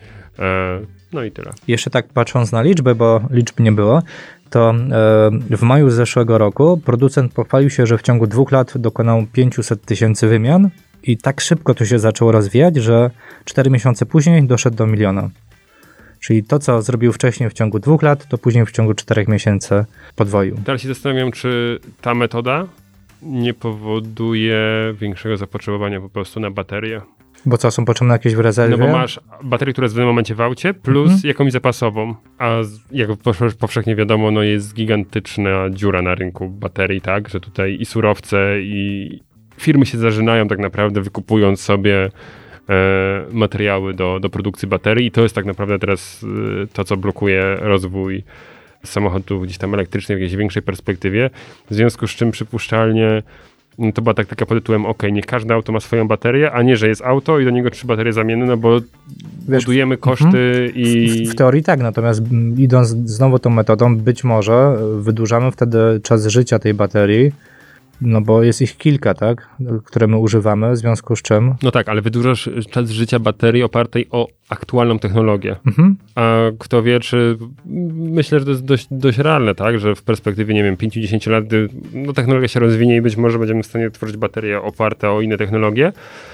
[SPEAKER 3] no i tyle.
[SPEAKER 4] Jeszcze tak patrząc na liczby, bo liczb nie było, to w maju zeszłego roku producent pochwalił się, że w ciągu 2 lat dokonał 500 000 wymian i tak szybko to się zaczęło rozwijać, że 4 miesiące później doszedł do 1 000 000. Czyli to, co zrobił wcześniej w ciągu 2 lat, to później w ciągu 4 miesięcy podwoił.
[SPEAKER 3] Teraz się zastanawiam, czy ta metoda nie powoduje większego zapotrzebowania po prostu na baterie.
[SPEAKER 4] Bo co, są potrzebne jakieś w rezerwie?
[SPEAKER 3] No bo masz baterię, która jest w danym momencie w aucie, plus jakąś zapasową. A jak powszechnie wiadomo, no jest gigantyczna dziura na rynku baterii, tak? Że tutaj i surowce, i firmy się zażynają tak naprawdę, wykupując sobie materiały do produkcji baterii i to jest tak naprawdę teraz to, co blokuje rozwój samochodów gdzieś tam elektrycznych w jakiejś większej perspektywie. W związku z czym przypuszczalnie to była taktyka pod tytułem niech każde auto ma swoją baterię, a nie, że jest auto i do niego 3 baterie zamienne, no bo budujemy koszty i...
[SPEAKER 4] W teorii tak, natomiast idąc znowu tą metodą, być może wydłużamy wtedy czas życia tej baterii, no bo jest ich kilka, tak, które my używamy, w związku z czym...
[SPEAKER 3] No tak, ale wydłużasz czas życia baterii opartej o aktualną technologię. A kto wie, czy... Myślę, że to jest dość realne, tak, że w perspektywie, nie wiem, 5-10 lat, gdy technologia się rozwinie i być może będziemy w stanie tworzyć baterie oparte o inne technologie,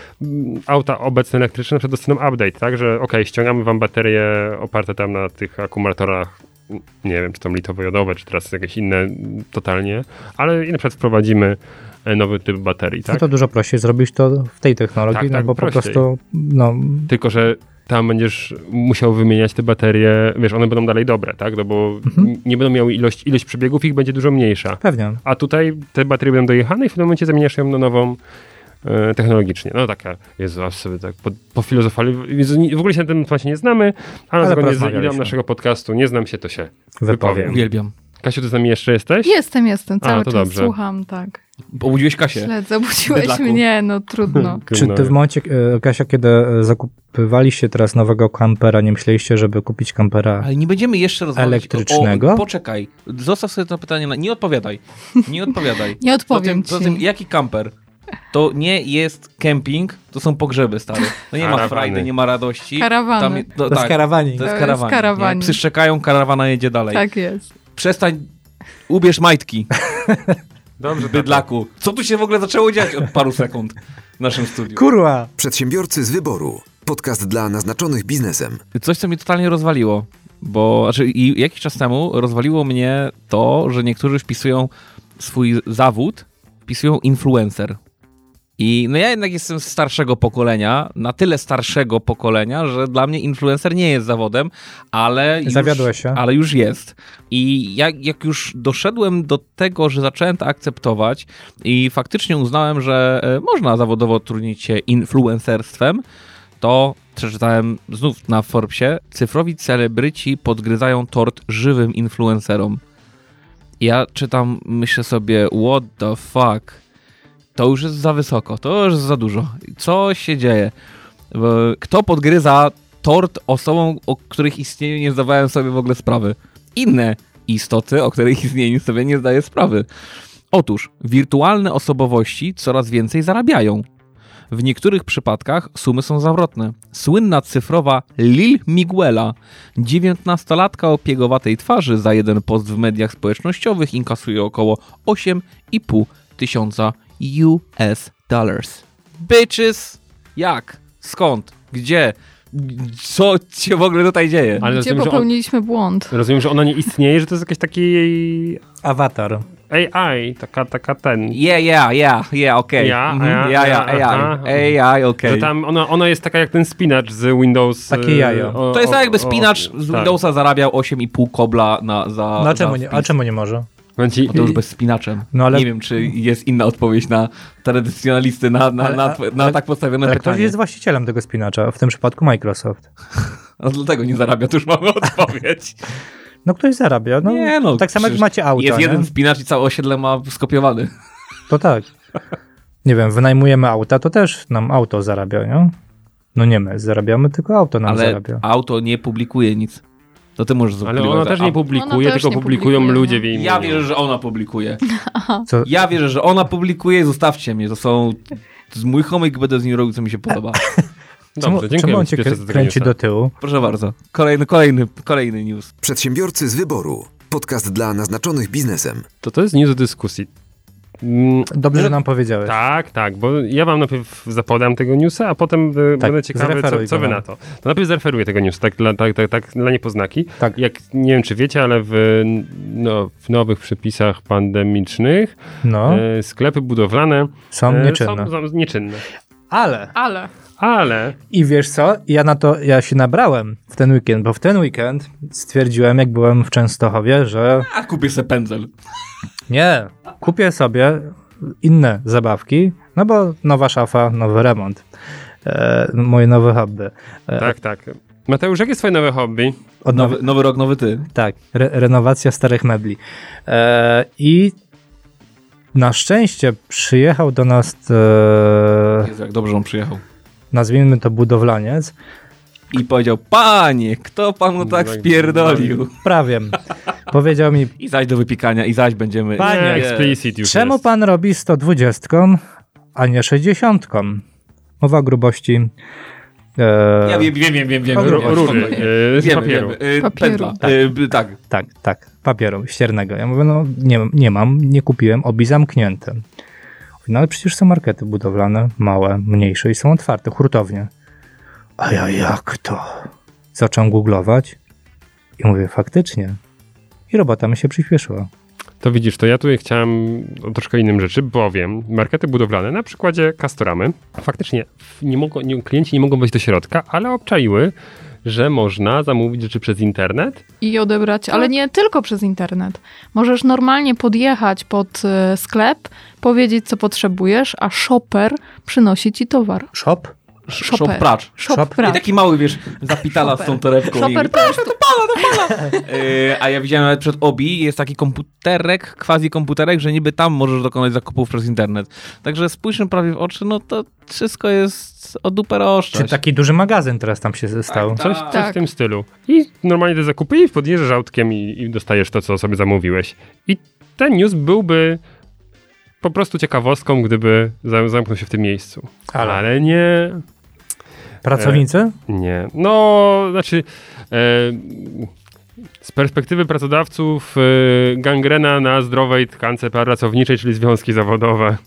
[SPEAKER 3] auta obecne elektryczne na przykład dostaną update, tak, że ściągamy wam baterie oparte tam na tych akumulatorach, nie wiem, czy tam litowo-jodowe, czy teraz jakieś inne totalnie, ale i na przykład wprowadzimy nowy typ baterii, tak?
[SPEAKER 4] No to dużo prościej zrobić to w tej technologii,
[SPEAKER 3] tak,
[SPEAKER 4] bo
[SPEAKER 3] prościej.
[SPEAKER 4] po prostu...
[SPEAKER 3] Tylko, że tam będziesz musiał wymieniać te baterie, wiesz, one będą dalej dobre, tak? No bo nie będą miały ilość przebiegów, ich będzie dużo mniejsza.
[SPEAKER 4] Pewnie.
[SPEAKER 3] A tutaj te baterie będą dojechane i w tym momencie zamieniasz ją na nową technologicznie. No taka, Jezu, aż sobie tak pofilozofali. W ogóle się na tym temacie nie znamy, ale zgodnie z ideą naszego podcastu nie znam się, to się wypowiem.
[SPEAKER 2] Uwielbiam.
[SPEAKER 3] Kasiu, ty z nami jeszcze jesteś?
[SPEAKER 5] Jestem. Cały czas
[SPEAKER 3] dobrze.
[SPEAKER 5] słucham, tak.
[SPEAKER 2] Obudziłeś Kasię.
[SPEAKER 5] Śledzę, obudziłeś
[SPEAKER 2] Bydlaku.
[SPEAKER 5] mnie, no trudno.
[SPEAKER 4] Czy ty w momencie, Kasia, kiedy zakupywaliście teraz nowego kampera, nie myśleliście, żeby kupić kampera
[SPEAKER 2] Ale nie będziemy jeszcze rozmawiać
[SPEAKER 4] elektrycznego?
[SPEAKER 2] Poczekaj, zostaw sobie to pytanie, nie odpowiadaj. Nie odpowiadaj.
[SPEAKER 5] Nie odpowiem
[SPEAKER 2] Poza tym, jaki kamper? To nie jest kemping, to są pogrzeby, stary. No nie ma frajdy, nie ma radości.
[SPEAKER 5] Karawany.
[SPEAKER 4] To jest karawanik.
[SPEAKER 2] To jest
[SPEAKER 5] To jest karawanik.
[SPEAKER 2] Psy szczekają, karawana jedzie dalej.
[SPEAKER 5] Tak jest.
[SPEAKER 2] Przestań, ubierz majtki,
[SPEAKER 3] Dobrze,
[SPEAKER 2] bydlaku. Co tu się w ogóle zaczęło dziać od paru sekund w naszym studiu?
[SPEAKER 4] Kurwa!
[SPEAKER 1] Przedsiębiorcy z wyboru. Podcast dla naznaczonych biznesem.
[SPEAKER 2] Coś, co mnie totalnie rozwaliło, bo i jakiś czas temu rozwaliło mnie to, że niektórzy wpisują swój zawód, wpisują influencer. I no ja jednak jestem z starszego pokolenia, na tyle starszego pokolenia, że dla mnie influencer nie jest zawodem, ale już,
[SPEAKER 4] Zawiodłeś się.
[SPEAKER 2] ale już jest. I jak już doszedłem do tego, że zacząłem to akceptować i faktycznie uznałem, że można zawodowo trudnić się influencerstwem, to przeczytałem znów na Forbesie, cyfrowi celebryci podgryzają tort żywym influencerom. Ja czytam, myślę sobie, what the fuck? To już jest za wysoko, to już jest za dużo. Co się dzieje? Kto podgryza tort osobom, o których istnieniu nie zdawałem sobie w ogóle sprawy? Inne istoty, o których istnieniu sobie nie zdaję sprawy. Otóż wirtualne osobowości coraz więcej zarabiają. W niektórych przypadkach sumy są zawrotne. Słynna cyfrowa Lil Miguela, 19-latka o piegowatej twarzy, za jeden post w mediach społecznościowych inkasuje około 8,5 tysiąca US dollars. Bitches! Jak? Skąd? Gdzie? Co się w ogóle tutaj dzieje?
[SPEAKER 3] Ale
[SPEAKER 5] Gdzie popełniliśmy błąd?
[SPEAKER 3] Rozumiem, że ona nie istnieje, że to jest jakiś taki
[SPEAKER 4] Awatar.
[SPEAKER 3] AI, taka ten...
[SPEAKER 2] Yeah, okej. AI, okej.
[SPEAKER 3] Że tam ona jest taka jak ten spinacz z Windows.
[SPEAKER 4] Takie jajo.
[SPEAKER 2] To jest tak jakby spinacz z
[SPEAKER 3] tak.
[SPEAKER 2] Windowsa zarabiał 8,5 kobla za...
[SPEAKER 4] No a czemu nie może?
[SPEAKER 2] No to już bez spinaczem.
[SPEAKER 4] No, ale...
[SPEAKER 2] Nie wiem, czy jest inna odpowiedź na tradycjonalisty, na tak postawione
[SPEAKER 4] ale
[SPEAKER 2] pytanie.
[SPEAKER 4] Ktoś jest właścicielem tego spinacza, w tym przypadku Microsoft.
[SPEAKER 2] No dlatego nie zarabia, to już mamy odpowiedź.
[SPEAKER 4] No ktoś zarabia. No,
[SPEAKER 2] Nie, no,
[SPEAKER 4] tak samo jak macie auto.
[SPEAKER 2] Jest
[SPEAKER 4] nie?
[SPEAKER 2] jeden spinacz i całe osiedle ma skopiowany.
[SPEAKER 4] To tak. Nie wiem, wynajmujemy auta, to też nam auto zarabia, nie? No nie my zarabiamy, tylko auto nam zarabia.
[SPEAKER 2] Auto nie publikuje nic. To ty możesz
[SPEAKER 3] Ale
[SPEAKER 2] publikować.
[SPEAKER 3] ona też nie publikuje,
[SPEAKER 5] też
[SPEAKER 3] tylko
[SPEAKER 5] nie
[SPEAKER 3] publikują
[SPEAKER 5] publikuje,
[SPEAKER 3] ludzie
[SPEAKER 5] no.
[SPEAKER 3] w jej imieniu.
[SPEAKER 2] Ja wierzę, że ona publikuje.
[SPEAKER 4] Co?
[SPEAKER 2] Ja wierzę, że ona publikuje, zostawcie mnie. To jest mój chomik, będę z nim robił, co mi się podoba.
[SPEAKER 3] Dobrze,
[SPEAKER 4] Czemu
[SPEAKER 3] dziękuję
[SPEAKER 4] on
[SPEAKER 3] ci
[SPEAKER 4] cię
[SPEAKER 3] pierwsze za tego
[SPEAKER 4] kręci
[SPEAKER 3] newsa.
[SPEAKER 4] do tyłu?
[SPEAKER 2] Proszę bardzo. Kolejny news.
[SPEAKER 1] Przedsiębiorcy z wyboru. Podcast dla naznaczonych biznesem.
[SPEAKER 3] To jest news do dyskusji.
[SPEAKER 4] Dobrze, że nam powiedziałeś.
[SPEAKER 3] Tak, bo ja wam najpierw zapodam tego newsa, a potem będę ciekawy, co wy na to. To najpierw zareferuję tego newsa, tak dla niepoznaki.
[SPEAKER 4] Tak.
[SPEAKER 3] Jak, nie wiem, czy wiecie, ale w nowych przepisach pandemicznych sklepy budowlane
[SPEAKER 4] Są nieczynne.
[SPEAKER 3] Są nieczynne.
[SPEAKER 5] Ale.
[SPEAKER 3] I
[SPEAKER 4] wiesz co? Ja się nabrałem w ten weekend, bo w ten weekend stwierdziłem, jak byłem w Częstochowie, że
[SPEAKER 2] A kupię sobie pędzel.
[SPEAKER 4] nie, kupię sobie inne zabawki, no bo nowa szafa, nowy remont. Moje nowe hobby.
[SPEAKER 3] Tak. Mateusz, jakie jest twoje nowe hobby?
[SPEAKER 2] Nowy rok, nowy ty.
[SPEAKER 4] Tak, renowacja starych mebli. I na szczęście przyjechał do nas,
[SPEAKER 2] Jezu, jak dobrze on przyjechał.
[SPEAKER 4] nazwijmy to budowlaniec.
[SPEAKER 2] I powiedział, panie, kto panu tak wpierdolił?
[SPEAKER 4] Prawie. Powiedział mi,
[SPEAKER 2] I zaś do wypikania, i zaś będziemy...
[SPEAKER 4] Panie,
[SPEAKER 3] Nie, explicit już
[SPEAKER 4] czemu
[SPEAKER 3] jest.
[SPEAKER 4] pan robi 120, a nie 60? Mowa o grubości.
[SPEAKER 2] Ja wiem.
[SPEAKER 3] Rury z papieru.
[SPEAKER 2] Pędzla. Tak.
[SPEAKER 4] Papieru ściernego. Ja mówię, no nie mam, nie kupiłem, obi zamknięte. Mówi, no ale przecież są markety budowlane, małe, mniejsze i są otwarte, hurtownie. A ja jak to? Zacząłem googlować i mówię, faktycznie. I robota mi się przyspieszyła.
[SPEAKER 3] To widzisz, to ja tutaj chciałem o troszkę innym rzeczy, bowiem markety budowlane na przykładzie Castoramy faktycznie klienci nie mogą wejść do środka, ale obczaiły, że można zamówić rzeczy przez internet.
[SPEAKER 5] I odebrać, ale nie tylko przez internet. Możesz normalnie podjechać pod sklep, powiedzieć, co potrzebujesz, a shopper przynosi ci towar.
[SPEAKER 4] Shop?
[SPEAKER 2] Shop pracz.
[SPEAKER 5] Shop
[SPEAKER 2] I
[SPEAKER 5] pracz.
[SPEAKER 2] taki mały, wiesz, zapitala z tą torebką.
[SPEAKER 5] Shopper to jest...
[SPEAKER 2] A ja widziałem nawet przed Obi, jest taki komputerek, quasi-komputerek, że niby tam możesz dokonać zakupów przez internet. Także spójrzmy prawie w oczy, no to wszystko jest o dupę roszczać.
[SPEAKER 4] Czy taki duży magazyn teraz tam się stał?
[SPEAKER 3] Coś
[SPEAKER 5] Tak.
[SPEAKER 3] w tym stylu. I normalnie te zakupy i podjeżdżasz autkiem i dostajesz to, co sobie zamówiłeś. I ten news byłby po prostu ciekawostką, gdyby zamknął się w tym miejscu. Ale nie...
[SPEAKER 4] Pracownicy?
[SPEAKER 3] Nie. No, znaczy z perspektywy pracodawców gangrena na zdrowej tkance pracowniczej, czyli związki zawodowe.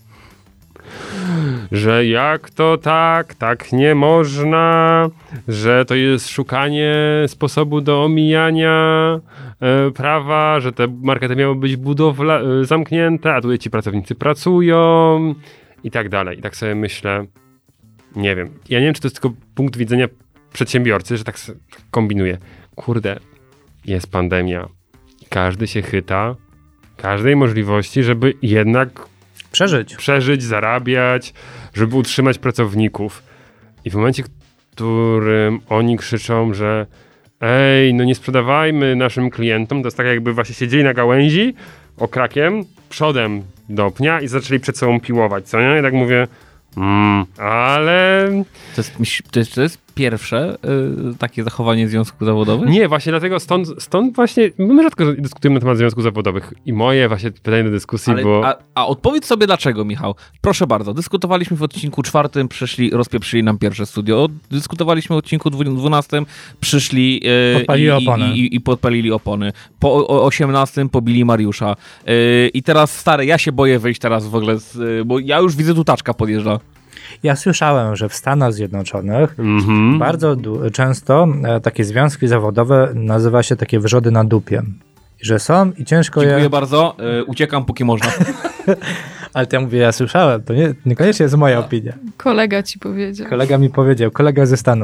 [SPEAKER 3] Że jak to tak nie można, że to jest szukanie sposobu do omijania prawa, że te markety miały być zamknięte, a tutaj ci pracownicy pracują i tak dalej. I tak sobie myślę, nie wiem. Ja nie wiem, czy to jest tylko punkt widzenia przedsiębiorcy, że tak kombinuje. Kurde, jest pandemia. Każdy się chyta każdej możliwości, żeby jednak przeżyć, zarabiać, żeby utrzymać pracowników. I w momencie, w którym oni krzyczą, że ej, no nie sprzedawajmy naszym klientom, to jest tak jakby właśnie siedzieli na gałęzi okrakiem, przodem do pnia i zaczęli przed sobą piłować, co nie? I tak mówię, ale...
[SPEAKER 2] To jest pierwsze takie zachowanie związków zawodowych?
[SPEAKER 3] Nie, właśnie dlatego stąd właśnie, my rzadko dyskutujemy na temat związków zawodowych i moje właśnie pytanie do dyskusji, bo...
[SPEAKER 2] A odpowiedz sobie dlaczego, Michał. Proszę bardzo, dyskutowaliśmy w odcinku 4, rozpieprzyli nam pierwsze studio, dyskutowaliśmy w odcinku 12, przyszli
[SPEAKER 4] podpalili opony.
[SPEAKER 2] I podpalili opony. Po 18 pobili Mariusza. I teraz, stary, ja się boję wyjść teraz w ogóle, bo ja już widzę, tu taczka podjeżdża.
[SPEAKER 4] Ja słyszałem, że w Stanach Zjednoczonych bardzo często takie związki zawodowe nazywa się takie wrzody na dupie. Że są i ciężko
[SPEAKER 2] Dziękuję bardzo, uciekam póki można.
[SPEAKER 4] Ale to ja mówię, ja słyszałem, to niekoniecznie jest moja opinia.
[SPEAKER 5] Kolega ci powiedział.
[SPEAKER 4] Kolega mi powiedział, kolega ze Stanów.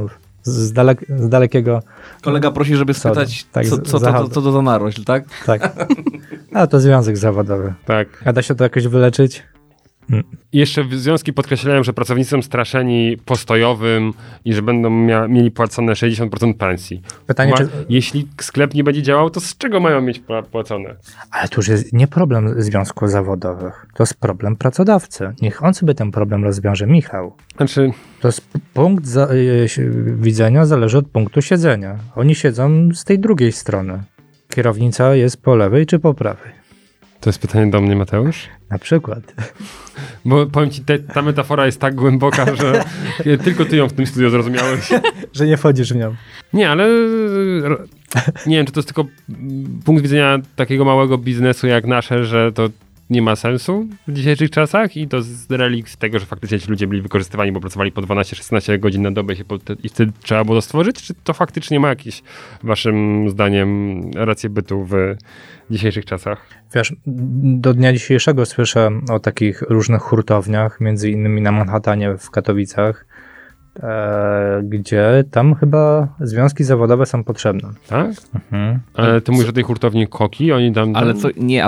[SPEAKER 4] z dalekiego...
[SPEAKER 2] Kolega prosi, żeby spytać,
[SPEAKER 4] tak,
[SPEAKER 2] co to za narośl, tak?
[SPEAKER 4] Tak. A to związek zawodowy.
[SPEAKER 3] Tak.
[SPEAKER 4] A da się to jakoś wyleczyć?
[SPEAKER 3] I jeszcze związki podkreślają, że pracownicy są straszeni postojowym i że będą mieli płacone 60% pensji.
[SPEAKER 4] Pytanie, czy...
[SPEAKER 3] Jeśli sklep nie będzie działał, to z czego mają mieć płacone?
[SPEAKER 4] Ale to już jest nie problem związków zawodowych. To jest problem pracodawcy. Niech on sobie ten problem rozwiąże, Michał.
[SPEAKER 3] Znaczy...
[SPEAKER 4] To jest punkt widzenia zależy od punktu siedzenia. Oni siedzą z tej drugiej strony. Kierownica jest po lewej czy po prawej?
[SPEAKER 3] To jest pytanie do mnie, Mateusz?
[SPEAKER 4] Na przykład.
[SPEAKER 3] Bo powiem ci, ta metafora jest tak głęboka, że tylko ty ją w tym studiu zrozumiałeś.
[SPEAKER 4] Że nie wchodzisz w nią.
[SPEAKER 3] Nie, ale nie wiem, czy to jest tylko punkt widzenia takiego małego biznesu jak nasze, że to nie ma sensu w dzisiejszych czasach i to z relikt z tego, że faktycznie ci ludzie byli wykorzystywani, bo pracowali po 12-16 godzin na dobę i wtedy trzeba było to stworzyć, czy to faktycznie ma jakieś, waszym zdaniem, rację bytu w dzisiejszych czasach?
[SPEAKER 4] Wiesz, do dnia dzisiejszego słyszę o takich różnych hurtowniach, między innymi na Manhattanie w Katowicach, gdzie tam chyba związki zawodowe są potrzebne.
[SPEAKER 3] Tak? Ale ty mówisz o tej hurtowni Koki? Oni tam...
[SPEAKER 2] Ale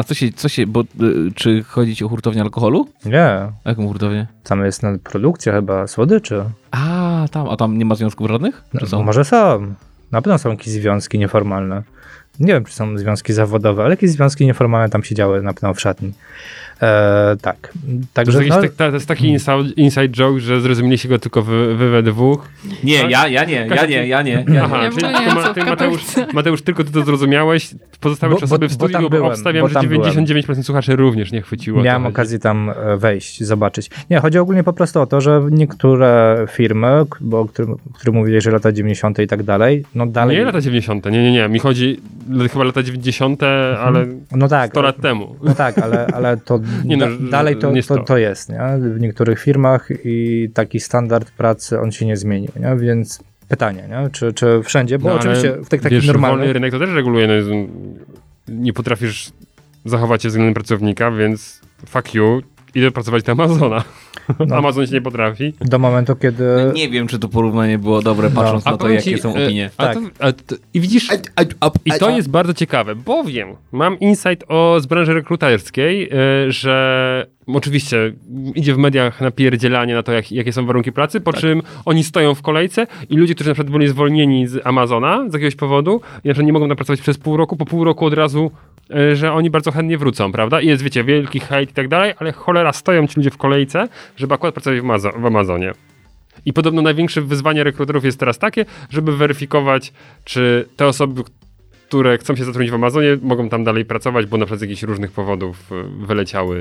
[SPEAKER 2] czy chodzi ci o hurtownię alkoholu?
[SPEAKER 4] Nie.
[SPEAKER 2] Jaką hurtownię?
[SPEAKER 4] Tam jest produkcja chyba słodyczy.
[SPEAKER 2] A tam nie ma związków żadnych? Czy są?
[SPEAKER 4] Może są. Na pewno są jakieś związki nieformalne. Nie wiem, czy są związki zawodowe, ale jakieś związki nieformalne tam się działy na pewno w szatni. Tak. Także,
[SPEAKER 3] to jest taki inside joke, że zrozumieliście go tylko wy we dwóch.
[SPEAKER 2] Nie,
[SPEAKER 3] tak?
[SPEAKER 2] ja nie.
[SPEAKER 3] Aha, czyli Mateusz, tylko ty to zrozumiałe, pozostałe osoby w studiu, bo obstawiam, że 99% słuchaczy również nie chwyciło.
[SPEAKER 4] Miałem okazję tam wejść, zobaczyć. Nie, chodzi ogólnie po prostu o to, że niektóre firmy, o których mówili, że lata 90. i tak dalej, no dalej...
[SPEAKER 3] Nie lata 90. Nie. Mi chodzi chyba lata 90., ale
[SPEAKER 4] no tak,
[SPEAKER 3] 100 lat temu.
[SPEAKER 4] No tak, ale to dalej to jest, nie? W niektórych firmach i taki standard pracy, on się nie zmienił, nie? Więc pytanie, nie? Czy wszędzie, bo oczywiście w tych takich normalnych...
[SPEAKER 3] wolny rynek to też reguluje, nie potrafisz zachować się względem pracownika, więc fuck you, idę pracować do Amazona. No. Amazon się nie potrafi.
[SPEAKER 4] Do momentu, kiedy...
[SPEAKER 2] Nie wiem, czy to porównanie było dobre, patrząc na to, jakie są opinie.
[SPEAKER 3] Tak. I widzisz, to jest bardzo ciekawe, bowiem mam insight z branży rekruterskiej, że oczywiście idzie w mediach napierdzielanie na to, jakie są warunki pracy, po czym oni stoją w kolejce i ludzie, którzy na przykład byli zwolnieni z Amazona z jakiegoś powodu, i na przykład nie mogą pracować przez pół roku, po pół roku od razu, że oni bardzo chętnie wrócą, prawda? I jest, wiecie, wielki hejt i tak dalej, ale cholera, stoją ci ludzie w kolejce, żeby akurat pracować w Amazonie. I podobno największe wyzwanie rekruterów jest teraz takie, żeby weryfikować, czy te osoby, które chcą się zatrudnić w Amazonie, mogą tam dalej pracować, bo na przykład z jakichś różnych powodów wyleciały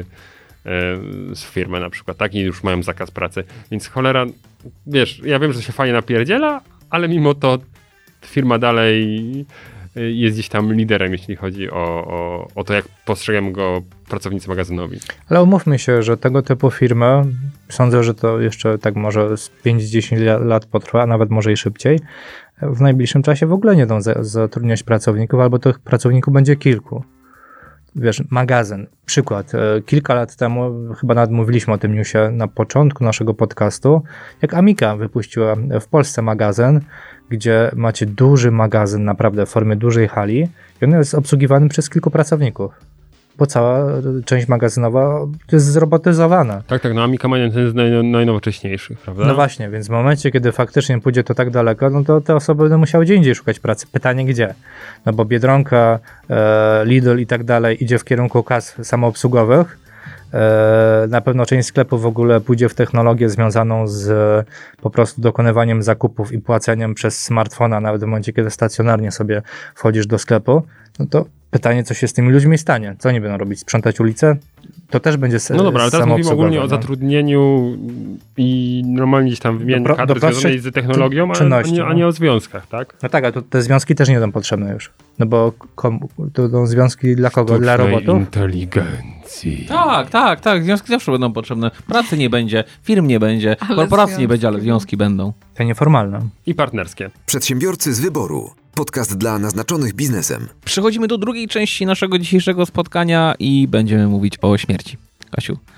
[SPEAKER 3] z firmy na przykład, tak? I już mają zakaz pracy. Więc cholera, wiesz, ja wiem, że to się fajnie napierdziela, ale mimo to firma dalej jest gdzieś tam liderem, jeśli chodzi o to, jak postrzegają go pracownicy magazynowi.
[SPEAKER 4] Ale umówmy się, że tego typu firmy, sądzę, że to jeszcze tak może z 5-10 lat potrwa, a nawet może i szybciej, w najbliższym czasie w ogóle nie będą zatrudniać pracowników, albo tych pracowników będzie kilku. Wiesz, magazyn, przykład. Kilka lat temu, chyba nawet mówiliśmy o tym newsie na początku naszego podcastu, jak Amica wypuściła w Polsce magazyn, gdzie macie duży magazyn, naprawdę w formie dużej hali i on jest obsługiwany przez kilku pracowników, bo cała część magazynowa jest zrobotyzowana.
[SPEAKER 3] Tak, no Amica ma jeden z najnowocześniejszych, prawda?
[SPEAKER 4] No właśnie, więc w momencie, kiedy faktycznie pójdzie to tak daleko, no to te osoby będą musiały gdzie indziej szukać pracy. Pytanie gdzie? No bo Biedronka, Lidl i tak dalej idzie w kierunku kas samoobsługowych. Na pewno część sklepów w ogóle pójdzie w technologię związaną z po prostu dokonywaniem zakupów i płaceniem przez smartfona, nawet w momencie, kiedy stacjonarnie sobie wchodzisz do sklepu, no to pytanie, co się z tymi ludźmi stanie? Co oni będą robić? Sprzątać ulicę? To też będzie
[SPEAKER 3] No dobra, ale teraz mówimy ogólnie o zatrudnieniu i normalnie gdzieś tam wymianie kadry związanej z technologią, a nie o związkach, tak?
[SPEAKER 4] No tak, a to te związki też nie będą potrzebne już. No bo to będą związki dla kogo? Dla robotów?
[SPEAKER 3] Inteligencji.
[SPEAKER 2] Tak. Związki zawsze będą potrzebne. Pracy nie będzie, firm nie będzie, korporacji nie będzie, ale związki będą.
[SPEAKER 4] Te nieformalne.
[SPEAKER 3] I partnerskie.
[SPEAKER 1] Przedsiębiorcy z wyboru. Podcast dla naznaczonych biznesem.
[SPEAKER 2] Przechodzimy do drugiej części naszego dzisiejszego spotkania i będziemy mówić o śmierci. Kasiu,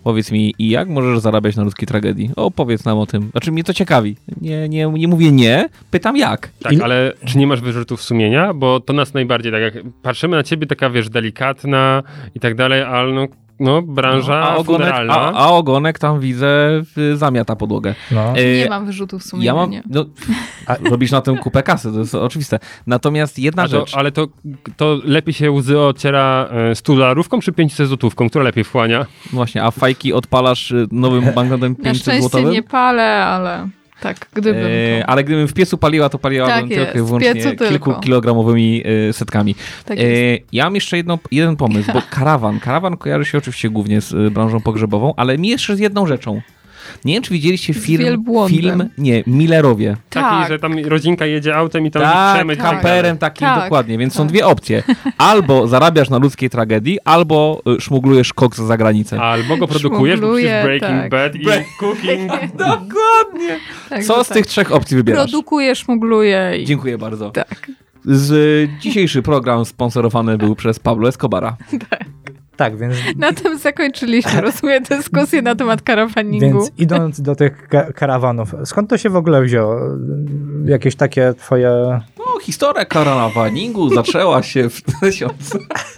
[SPEAKER 2] Powiedz mi, i jak możesz zarabiać na ludzkiej tragedii? Opowiedz nam o tym. Znaczy, mnie to ciekawi. Nie mówię nie, pytam jak.
[SPEAKER 3] Tak, ale czy nie masz wyrzutów sumienia? Bo to nas najbardziej, tak jak patrzymy na ciebie, taka wiesz, delikatna i tak dalej, ale no branża funeralna.
[SPEAKER 2] A ogonek tam widzę, zamiata podłogę.
[SPEAKER 4] No.
[SPEAKER 5] Nie mam wyrzutów sumienia,
[SPEAKER 2] Ja mam,
[SPEAKER 5] nie.
[SPEAKER 2] no, robisz na tym kupę kasy, to jest oczywiste. Natomiast jedna rzecz.
[SPEAKER 3] Ale to lepiej się łzy ociera $100 czy 500 złotówką? Która lepiej wchłania?
[SPEAKER 2] Właśnie, a fajki odpalasz nowym banknotem
[SPEAKER 5] Na
[SPEAKER 2] 500
[SPEAKER 5] szczęście
[SPEAKER 2] złotowym?
[SPEAKER 5] nie palę, ale tak, gdybym to...
[SPEAKER 2] Ale gdybym w piecu paliła, to paliłabym
[SPEAKER 5] Tak
[SPEAKER 2] tylko
[SPEAKER 5] jest,
[SPEAKER 2] i
[SPEAKER 5] w
[SPEAKER 2] wyłącznie
[SPEAKER 5] piecu tylko.
[SPEAKER 2] kilkukilogramowymi setkami.
[SPEAKER 5] Tak jest.
[SPEAKER 2] Ja mam jeszcze jeden pomysł, bo karawan kojarzy się oczywiście głównie z branżą pogrzebową, ale mi jeszcze z jedną rzeczą. Nie wiem, czy widzieliście film Millerowie.
[SPEAKER 5] Tak.
[SPEAKER 3] Taki, że tam rodzinka jedzie autem i tam
[SPEAKER 2] Tak,
[SPEAKER 3] przemyć.
[SPEAKER 2] kamperem takim,
[SPEAKER 5] Tak,
[SPEAKER 2] dokładnie. Więc są
[SPEAKER 5] tak.
[SPEAKER 2] dwie opcje. Albo zarabiasz na ludzkiej tragedii, albo szmuglujesz koks za granicę.
[SPEAKER 3] Albo go produkujesz, bo przecież
[SPEAKER 5] Szmugluje,
[SPEAKER 3] Breaking
[SPEAKER 5] tak.
[SPEAKER 3] Bad i Cooking.
[SPEAKER 2] Dokładnie.
[SPEAKER 5] Tak,
[SPEAKER 2] Co
[SPEAKER 5] że
[SPEAKER 2] z tych trzech opcji wybierasz?
[SPEAKER 5] Produkuje, szmugluje i...
[SPEAKER 2] Dziękuję bardzo.
[SPEAKER 5] Tak.
[SPEAKER 2] Dzisiejszy program sponsorowany był przez Pablo Escobara.
[SPEAKER 4] Tak, więc
[SPEAKER 5] Na tym zakończyliśmy, rozumiem, dyskusję na temat karawaningu.
[SPEAKER 4] Więc idąc do tych karawanów, skąd to się w ogóle wzięło? Jakieś takie twoje...
[SPEAKER 2] No, historia karawaningu zaczęła się w 1000.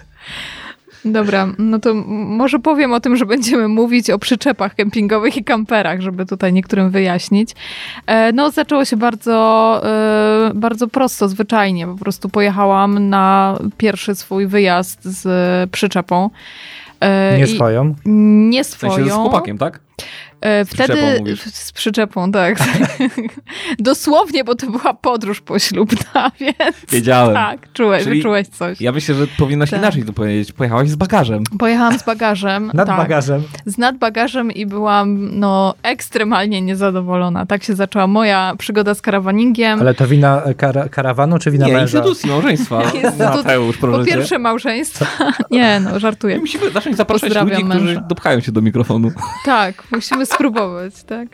[SPEAKER 5] Dobra, no to może powiem o tym, że będziemy mówić o przyczepach kempingowych i kamperach, żeby tutaj niektórym wyjaśnić. No, zaczęło się bardzo prosto, zwyczajnie. Po prostu pojechałam na pierwszy swój wyjazd z przyczepą.
[SPEAKER 4] Nie swoją?
[SPEAKER 5] Nie
[SPEAKER 2] W sensie
[SPEAKER 5] swoją.
[SPEAKER 2] z chłopakiem, tak?
[SPEAKER 5] Wtedy
[SPEAKER 2] przyczepą mówisz.
[SPEAKER 5] z przyczepą, tak. Dosłownie, bo to była podróż poślubna, więc
[SPEAKER 2] Wiedziałem.
[SPEAKER 5] tak,
[SPEAKER 2] Czyli
[SPEAKER 5] wyczułeś coś.
[SPEAKER 2] Ja myślę, że powinnaś
[SPEAKER 5] Tak.
[SPEAKER 2] inaczej to powiedzieć. Pojechałaś z bagażem.
[SPEAKER 5] Pojechałam z bagażem.
[SPEAKER 4] Nad
[SPEAKER 5] tak,
[SPEAKER 4] bagażem.
[SPEAKER 5] z nadbagażem i byłam ekstremalnie niezadowolona. Tak się zaczęła moja przygoda z karawaningiem.
[SPEAKER 4] Ale to wina karawanu, czy wina
[SPEAKER 2] Nie,
[SPEAKER 4] męża?
[SPEAKER 2] instytucji małżeństwa.
[SPEAKER 5] Instytut-
[SPEAKER 2] proszę
[SPEAKER 5] Po
[SPEAKER 2] cię.
[SPEAKER 5] pierwsze małżeństwa. Nie, no, żartuję.
[SPEAKER 2] Musimy zacząć zapraszać
[SPEAKER 5] Pozdrawiam
[SPEAKER 2] ludzi, którzy
[SPEAKER 5] męża.
[SPEAKER 2] dopchają się do mikrofonu.
[SPEAKER 5] Tak, musimy spróbować, tak.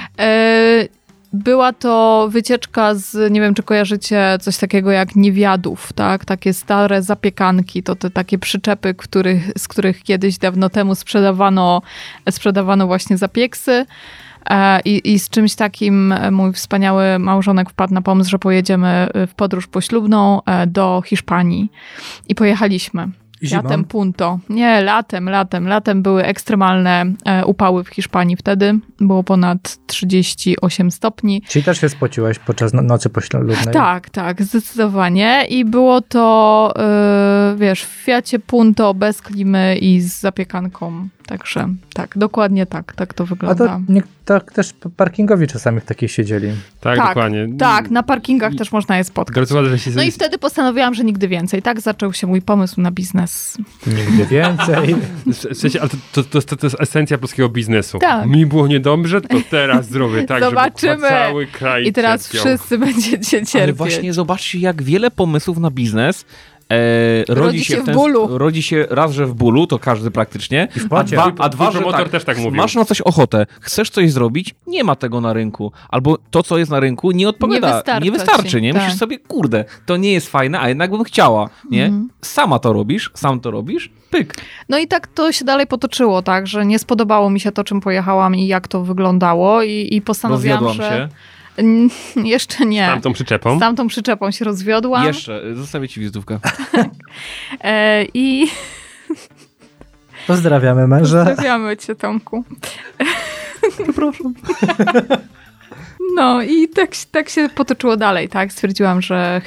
[SPEAKER 5] Była to wycieczka z, nie wiem, czy kojarzycie coś takiego jak niewiadów, tak? Takie stare zapiekanki, to te takie przyczepy, z których kiedyś dawno temu sprzedawano właśnie zapieksy. I z czymś takim mój wspaniały małżonek wpadł na pomysł, że pojedziemy w podróż poślubną do Hiszpanii. I pojechaliśmy.
[SPEAKER 4] Zimą?
[SPEAKER 5] Latem punto. Nie, latem. Latem były ekstremalne upały w Hiszpanii wtedy. Było ponad 38 stopni.
[SPEAKER 4] Czyli też się spociłeś podczas nocy poślubnej?
[SPEAKER 5] Tak, zdecydowanie. I było to, w Fiacie Punto, bez klimy i z zapiekanką. Także tak, dokładnie tak to
[SPEAKER 4] A
[SPEAKER 5] wygląda.
[SPEAKER 4] to tak też parkingowi czasami w takiej siedzieli.
[SPEAKER 3] Tak, dokładnie.
[SPEAKER 5] Tak, na parkingach też można je spotkać.
[SPEAKER 3] Gratuluję, że się
[SPEAKER 5] No i wtedy postanowiłam, że nigdy więcej. Tak zaczął się mój pomysł na biznes.
[SPEAKER 4] Nigdy więcej.
[SPEAKER 3] W sensie, ale to jest esencja polskiego biznesu.
[SPEAKER 5] Tak.
[SPEAKER 3] Mi było niedobrze, to teraz zrobię tak,
[SPEAKER 5] Zobaczymy.
[SPEAKER 3] żeby cały kraj
[SPEAKER 5] I teraz
[SPEAKER 3] cierpiał.
[SPEAKER 5] wszyscy będziecie cierpieć.
[SPEAKER 2] Ale właśnie zobaczcie, jak wiele pomysłów na biznes
[SPEAKER 5] Rodzi się w bólu.
[SPEAKER 2] Rodzi się raz, że w bólu, to każdy praktycznie.
[SPEAKER 4] w pocie.
[SPEAKER 2] A dwa, że
[SPEAKER 3] promotor
[SPEAKER 2] tak,
[SPEAKER 3] też tak mówił.
[SPEAKER 2] masz na coś ochotę, chcesz coś zrobić, nie ma tego na rynku. Albo to, co jest na rynku, nie odpowiada.
[SPEAKER 5] Nie wystarcza ci,
[SPEAKER 2] nie?
[SPEAKER 5] tak.
[SPEAKER 2] Myślisz sobie, kurde, to nie jest fajne, a jednak bym chciała, nie?
[SPEAKER 5] Mhm.
[SPEAKER 2] Sam to robisz, pyk.
[SPEAKER 5] No i tak to się dalej potoczyło, tak, że nie spodobało mi się to, czym pojechałam i jak to wyglądało i postanowiłam,
[SPEAKER 2] Rozwiodłam
[SPEAKER 5] że...
[SPEAKER 2] się.
[SPEAKER 5] Jeszcze nie.
[SPEAKER 3] Z tamtą przyczepą.
[SPEAKER 5] Z tamtą przyczepą się rozwiodłam.
[SPEAKER 2] Jeszcze, zostawię ci wizytówkę.
[SPEAKER 5] I
[SPEAKER 4] Pozdrawiamy męża.
[SPEAKER 5] pozdrawiamy cię, Tomku. Przepraszam. No i tak się potoczyło dalej, tak? Stwierdziłam, że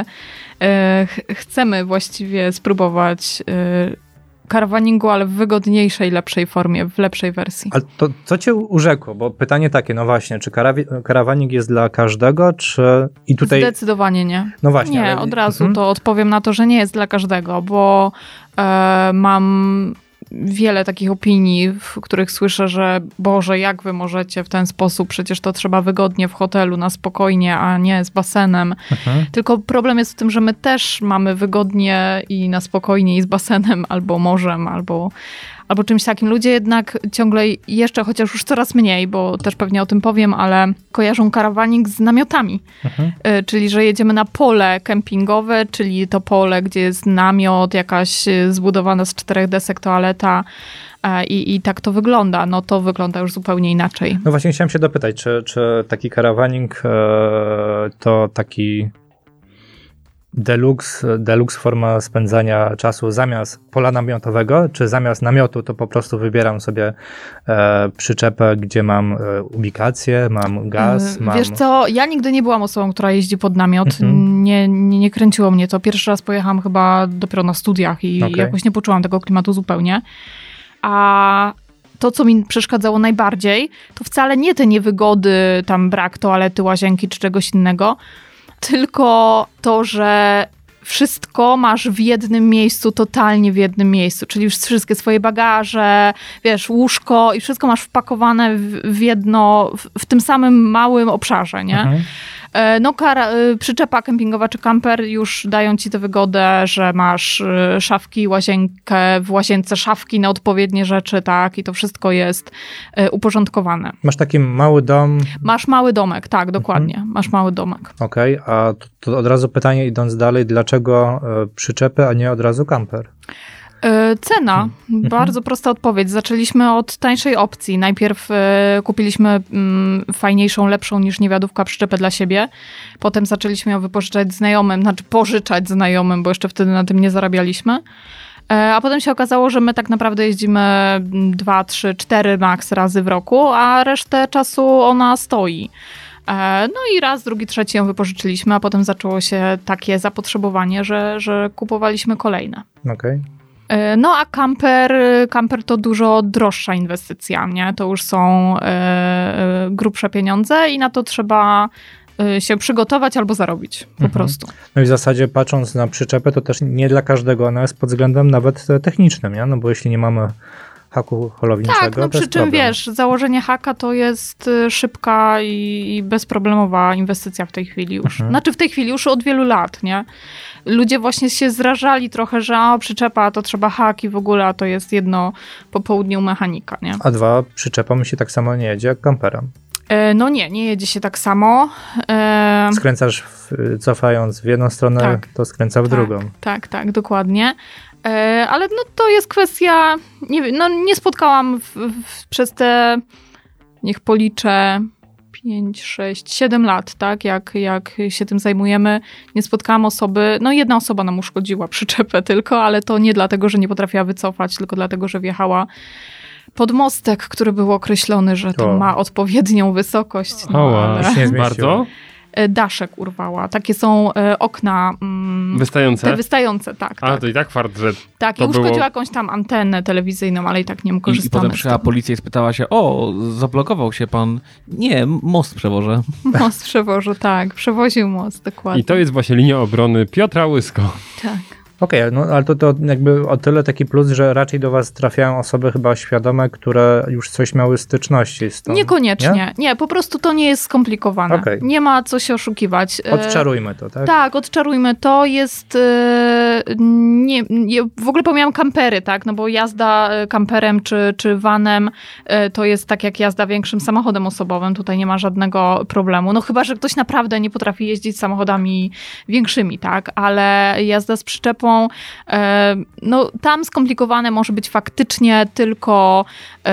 [SPEAKER 5] chcemy właściwie spróbować karawaningu, ale w wygodniejszej, lepszej formie, w lepszej wersji.
[SPEAKER 4] Ale to co cię urzekło? Bo pytanie takie, no właśnie, czy karawaning jest dla każdego, czy... I tutaj...
[SPEAKER 5] Zdecydowanie nie.
[SPEAKER 4] No właśnie.
[SPEAKER 5] Nie,
[SPEAKER 4] ale-
[SPEAKER 5] od razu
[SPEAKER 4] Mhm.
[SPEAKER 5] to odpowiem na to, że nie jest dla każdego, bo mam wiele takich opinii, w których słyszę, że Boże, jak wy możecie w ten sposób, przecież to trzeba wygodnie w hotelu, na spokojnie, a nie z basenem.
[SPEAKER 4] Mhm.
[SPEAKER 5] Tylko problem jest w tym, że my też mamy wygodnie i na spokojnie i z basenem, albo morzem, albo czymś takim. Ludzie jednak ciągle jeszcze, chociaż już coraz mniej, bo też pewnie o tym powiem, ale kojarzą karawaning z namiotami. Czyli, że jedziemy na pole kempingowe, czyli to pole, gdzie jest namiot, jakaś zbudowana z 4 desek toaleta i tak to wygląda. No to wygląda już zupełnie inaczej.
[SPEAKER 4] No właśnie chciałem się dopytać, czy taki karawaning to taki deluxe forma spędzania czasu zamiast pola namiotowego, czy zamiast namiotu to po prostu wybieram sobie przyczepę, gdzie mam ubikację, mam gaz, mam...
[SPEAKER 5] Wiesz co, ja nigdy nie byłam osobą, która jeździ pod namiot. Nie kręciło mnie to. Pierwszy raz pojechałam chyba dopiero na studiach i jakoś nie poczułam tego klimatu zupełnie. A to, co mi przeszkadzało najbardziej, to wcale nie te niewygody, tam brak toalety, łazienki czy czegoś innego, tylko to, że wszystko masz w jednym miejscu, totalnie w jednym miejscu, czyli już wszystkie swoje bagaże, wiesz, łóżko i wszystko masz wpakowane w jedno, w tym samym małym obszarze, nie? No przyczepa kempingowa czy kamper już dają ci tę wygodę, że masz szafki, łazienkę, w łazience szafki na odpowiednie rzeczy, tak? I to wszystko jest uporządkowane.
[SPEAKER 4] Masz taki mały dom?
[SPEAKER 5] Masz mały domek, tak, dokładnie. Masz mały domek.
[SPEAKER 4] Okej, a to od razu pytanie idąc dalej, dlaczego przyczepy, a nie od razu kamper?
[SPEAKER 5] Cena. Bardzo prosta odpowiedź. Zaczęliśmy od tańszej opcji. Najpierw kupiliśmy fajniejszą, lepszą niż niewiadówka przyczepę dla siebie. Potem zaczęliśmy ją wypożyczać znajomym, znaczy pożyczać znajomym, bo jeszcze wtedy na tym nie zarabialiśmy. A potem się okazało, że my tak naprawdę jeździmy 2, 3, 4 max razy w roku, a resztę czasu ona stoi. No i raz, drugi, trzeci ją wypożyczyliśmy, a potem zaczęło się takie zapotrzebowanie, że kupowaliśmy kolejne.
[SPEAKER 4] Okej.
[SPEAKER 5] No a kamper to dużo droższa inwestycja, nie? To już są grubsze pieniądze i na to trzeba się przygotować albo zarobić po prostu.
[SPEAKER 4] No i w zasadzie patrząc na przyczepę, to też nie dla każdego ona jest pod względem nawet technicznym, nie? No bo jeśli nie mamy haku holowniczego,
[SPEAKER 5] tak, no
[SPEAKER 4] to
[SPEAKER 5] przy czym
[SPEAKER 4] problem.
[SPEAKER 5] Wiesz, założenie haka to jest szybka i bezproblemowa inwestycja w tej chwili już. Znaczy w tej chwili już od wielu lat, nie? Ludzie właśnie się zrażali trochę, że przyczepa to trzeba hak i w ogóle, a to jest jedno po południu mechanika, nie?
[SPEAKER 4] A dwa, przyczepą się tak samo nie jedzie jak kamperem.
[SPEAKER 5] No nie jedzie się tak samo.
[SPEAKER 4] Skręcasz cofając w jedną stronę,
[SPEAKER 5] tak,
[SPEAKER 4] to skręca w drugą.
[SPEAKER 5] Tak, dokładnie. Ale no to jest kwestia, nie spotkałam przez te, niech policzę, 5, 6, 7 lat, tak, jak się tym zajmujemy, nie spotkałam osoby, no jedna osoba nam uszkodziła przyczepę tylko, ale to nie dlatego, że nie potrafiła wycofać, tylko dlatego, że wjechała pod mostek, który był określony, że to ma odpowiednią wysokość.
[SPEAKER 4] Ale
[SPEAKER 3] Bardzo?
[SPEAKER 5] Daszek urwała. Takie są okna
[SPEAKER 3] wystające?
[SPEAKER 5] Te wystające, tak.
[SPEAKER 3] A, to i tak fakt, że
[SPEAKER 5] tak, i uszkodziła jakąś tam antenę telewizyjną, ale i tak nie korzystamy.
[SPEAKER 2] I potem przyjechała policja i spytała się, zablokował się pan. Nie, most przewożę.
[SPEAKER 5] Most przewożę, tak. Przewoził most, dokładnie.
[SPEAKER 3] I to jest właśnie linia obrony Piotra Łysko.
[SPEAKER 5] Tak.
[SPEAKER 4] Okej, no ale to jakby o tyle taki plus, że raczej do was trafiają osoby chyba świadome, które już coś miały styczności z tą.
[SPEAKER 5] Niekoniecznie. Nie, po prostu to nie jest skomplikowane.
[SPEAKER 4] Okay.
[SPEAKER 5] Nie ma co się oszukiwać.
[SPEAKER 4] Odczarujmy to, tak?
[SPEAKER 5] Tak, odczarujmy to. Jest... w ogóle pomijam kampery, tak? No bo jazda kamperem czy vanem to jest tak jak jazda większym samochodem osobowym. Tutaj nie ma żadnego problemu. No chyba, że ktoś naprawdę nie potrafi jeździć samochodami większymi, tak? Ale jazda z przyczepą, no tam skomplikowane może być faktycznie tylko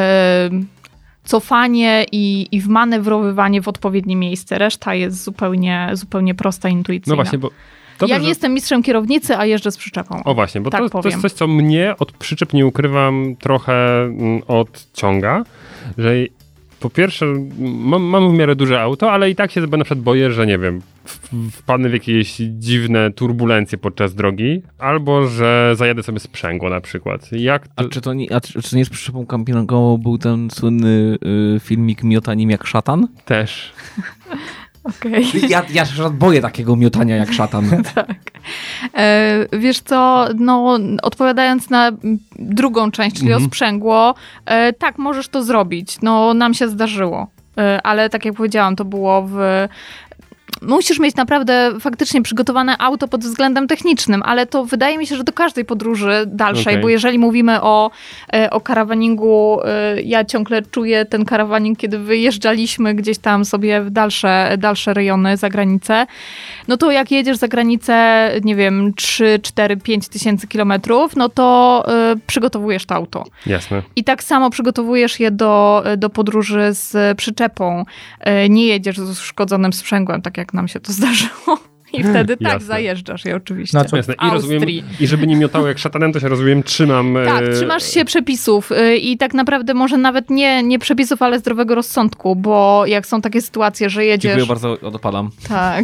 [SPEAKER 5] cofanie i wmanewrowywanie w odpowiednie miejsce. Reszta jest zupełnie prosta, intuicyjna.
[SPEAKER 3] No właśnie, bo dobrze,
[SPEAKER 5] ja nie jestem mistrzem kierownicy, a jeżdżę z przyczepą.
[SPEAKER 3] O właśnie, bo
[SPEAKER 5] tak
[SPEAKER 3] to jest coś, co mnie od przyczep, nie ukrywam, trochę odciąga, że po pierwsze mam w miarę duże auto, ale i tak się na przykład boję, że nie wiem, wpadnę w jakieś dziwne turbulencje podczas drogi, albo że zajadę sobie sprzęgło na przykład.
[SPEAKER 2] A czy to nie jest przyczepą kampingową był ten słynny filmik Miotaniem jak szatan?
[SPEAKER 3] Też.
[SPEAKER 5] Okay.
[SPEAKER 2] Ja się boję takiego miotania jak szatan.
[SPEAKER 5] Tak. Wiesz co, no odpowiadając na drugą część, czyli o sprzęgło, tak, możesz to zrobić. No nam się zdarzyło. Ale tak jak powiedziałam, to było musisz mieć naprawdę faktycznie przygotowane auto pod względem technicznym, ale to wydaje mi się, że do każdej podróży dalszej, bo jeżeli mówimy o karawaningu, ja ciągle czuję ten karawaning, kiedy wyjeżdżaliśmy gdzieś tam sobie w dalsze rejony za granicę, no to jak jedziesz za granicę, nie wiem, 3, 4, 5 tysięcy kilometrów, no to przygotowujesz to auto.
[SPEAKER 3] Jasne.
[SPEAKER 5] I tak samo przygotowujesz je do podróży z przyczepą. Nie jedziesz z uszkodzonym sprzęgłem, tak jak nam się to zdarzyło. I wtedy tak,
[SPEAKER 3] Jasne.
[SPEAKER 5] zajeżdżasz je oczywiście.
[SPEAKER 4] No co?
[SPEAKER 3] Jasne. I rozumiem, i żeby nie miotało jak szatanem, to się rozumiem, trzymam...
[SPEAKER 5] Tak, trzymasz się przepisów i tak naprawdę może nawet nie przepisów, ale zdrowego rozsądku, bo jak są takie sytuacje, że jedziesz...
[SPEAKER 2] Dziękuję bardzo, odpalam.
[SPEAKER 5] Tak.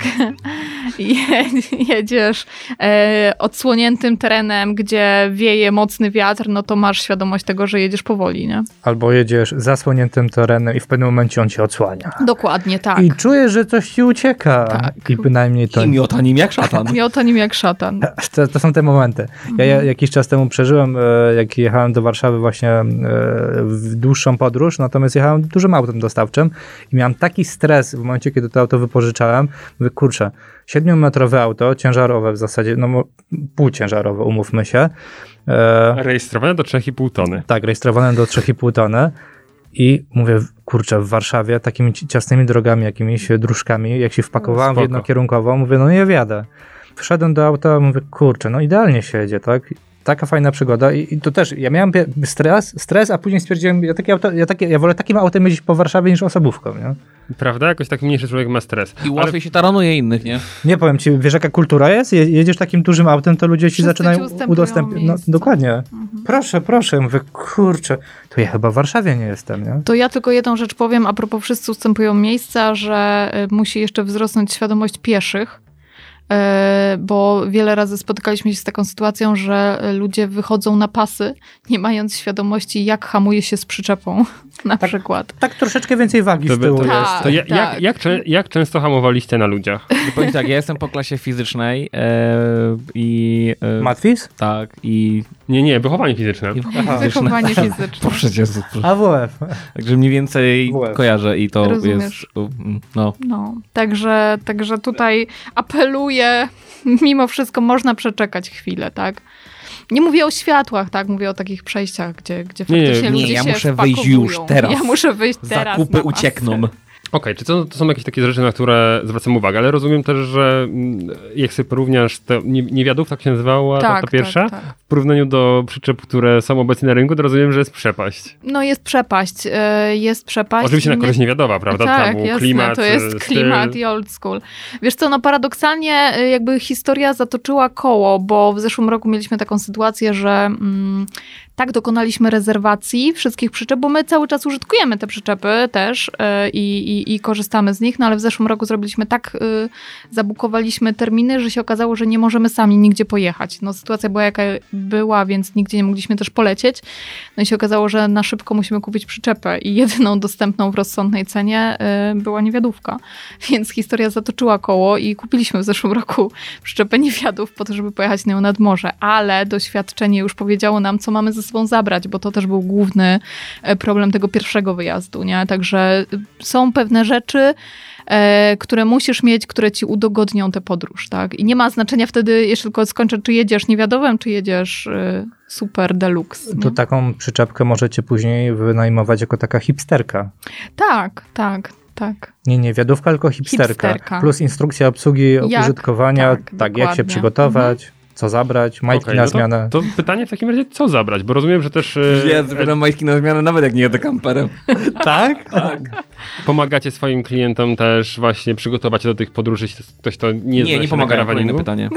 [SPEAKER 5] Jedziesz odsłoniętym terenem, gdzie wieje mocny wiatr, no to masz świadomość tego, że jedziesz powoli, nie?
[SPEAKER 4] Albo jedziesz zasłoniętym terenem i w pewnym momencie on cię odsłania.
[SPEAKER 5] Dokładnie, tak.
[SPEAKER 4] I czujesz, że coś ci ucieka.
[SPEAKER 5] Tak.
[SPEAKER 4] I bynajmniej to...
[SPEAKER 2] I miota nim jak szatan.
[SPEAKER 5] Miota nim jak szatan.
[SPEAKER 4] To są te momenty. Ja jakiś czas temu przeżyłem, jak jechałem do Warszawy właśnie w dłuższą podróż, natomiast jechałem dużym autem dostawczym i miałem taki stres w momencie, kiedy to auto wypożyczałem. Mówię, kurczę, 7-metrowe auto, ciężarowe w zasadzie, no półciężarowe, umówmy się.
[SPEAKER 3] Rejestrowane do 3,5 tony.
[SPEAKER 4] Tak, rejestrowane do 3,5 tony. I mówię, kurczę, w Warszawie takimi ciasnymi drogami, jakimiś dróżkami, jak się wpakowałem w jednokierunkową, mówię, no nie wjadę. Wszedłem do auta, mówię, kurczę, no idealnie się jedzie, tak? Taka fajna przygoda i to też, ja miałem stres, a później stwierdziłem, ja wolę takim autem jeździć po Warszawie niż osobówką, nie?
[SPEAKER 3] Prawda? Jakoś tak mniejszy człowiek ma stres.
[SPEAKER 2] I łatwiej się taranuje innych, nie?
[SPEAKER 4] Nie powiem ci, wiesz jaka kultura jest? Jedziesz takim dużym autem, to ludzie ci
[SPEAKER 5] Wszyscy
[SPEAKER 4] zaczynają
[SPEAKER 5] ci
[SPEAKER 4] udostępniać. No,
[SPEAKER 5] miejsce.
[SPEAKER 4] dokładnie. Proszę. Mówię, kurczę, to ja chyba w Warszawie nie jestem, nie?
[SPEAKER 5] To ja tylko jedną rzecz powiem, a propos wszyscy ustępują miejsca, że musi jeszcze wzrosnąć świadomość pieszych, bo wiele razy spotykaliśmy się z taką sytuacją, że ludzie wychodzą na pasy, nie mając świadomości, jak hamuje się z przyczepą, na przykład.
[SPEAKER 4] Tak troszeczkę więcej wagi z tyłu
[SPEAKER 5] tak.
[SPEAKER 4] jest.
[SPEAKER 3] To jak często hamowaliście na ludziach?
[SPEAKER 2] Powiem tak, ja jestem po klasie fizycznej i...
[SPEAKER 4] Matwis?
[SPEAKER 2] Tak, i...
[SPEAKER 3] Nie, wychowanie fizyczne.
[SPEAKER 5] Wychowanie fizyczne.
[SPEAKER 2] Proszę cię.
[SPEAKER 4] AWF.
[SPEAKER 2] Także mniej więcej
[SPEAKER 4] WF.
[SPEAKER 2] kojarzę i to
[SPEAKER 5] Rozumiesz.
[SPEAKER 2] jest... No.
[SPEAKER 5] No, także tutaj apeluję, mimo wszystko można przeczekać chwilę, tak? Nie mówię o światłach, tak? Mówię o takich przejściach, gdzie faktycznie ludzie
[SPEAKER 2] ja
[SPEAKER 5] się
[SPEAKER 2] muszę wyjść już
[SPEAKER 5] wpakowują.
[SPEAKER 2] teraz.
[SPEAKER 5] Ja muszę wyjść teraz.
[SPEAKER 2] Zakupy
[SPEAKER 5] na pasy.
[SPEAKER 2] uciekną.
[SPEAKER 3] Okej, czy to są jakieś takie rzeczy, na które zwracam uwagę, ale rozumiem też, że jak sobie porówniasz te niewiadów, tak się nazywała ta pierwsza,
[SPEAKER 5] Tak.
[SPEAKER 3] w porównaniu do przyczep, które są obecnie na rynku, to rozumiem, że jest przepaść.
[SPEAKER 5] No jest przepaść.
[SPEAKER 3] Oczywiście na korzyść niewiadowa, prawda?
[SPEAKER 5] Tak,
[SPEAKER 3] Tam był
[SPEAKER 5] jasne,
[SPEAKER 3] klimat,
[SPEAKER 5] to jest
[SPEAKER 3] styl.
[SPEAKER 5] klimat i old school. Wiesz co, no paradoksalnie jakby historia zatoczyła koło, bo w zeszłym roku mieliśmy taką sytuację, że tak dokonaliśmy rezerwacji wszystkich przyczep, bo my cały czas użytkujemy te przyczepy też i korzystamy z nich, no ale w zeszłym roku zrobiliśmy tak, zabukowaliśmy terminy, że się okazało, że nie możemy sami nigdzie pojechać. No sytuacja była jaka była, więc nigdzie nie mogliśmy też polecieć. No i się okazało, że na szybko musimy kupić przyczepę i jedyną dostępną w rozsądnej cenie była niewiadówka. Więc historia zatoczyła koło i kupiliśmy w zeszłym roku przyczepę niewiadów po to, żeby pojechać nią nad morze, ale doświadczenie już powiedziało nam, co mamy ze sobą zabrać, bo to też był główny problem tego pierwszego wyjazdu, nie? Także są pewne rzeczy, które musisz mieć, które ci udogodnią tę podróż, tak? I nie ma znaczenia wtedy, jeszcze tylko skończę, czy jedziesz niewiadowem, czy jedziesz super deluxe.
[SPEAKER 4] To
[SPEAKER 5] nie?
[SPEAKER 4] taką przyczepkę możecie później wynajmować jako taka hipsterka.
[SPEAKER 5] Tak.
[SPEAKER 4] Nie wiadówka, tylko hipsterka. Plus instrukcja obsługi, użytkowania, tak jak się przygotować, co zabrać, majtki na zmianę.
[SPEAKER 3] To pytanie w takim razie, co zabrać? Bo rozumiem, że też...
[SPEAKER 2] Ja zbieram majtki na zmianę, nawet jak nie jadę kamperem.
[SPEAKER 4] Tak?
[SPEAKER 2] Tak.
[SPEAKER 3] Pomagacie swoim klientom też właśnie przygotować się do tych podróży, jeśli ktoś to
[SPEAKER 2] Nie pomagają, kolejne pytanie.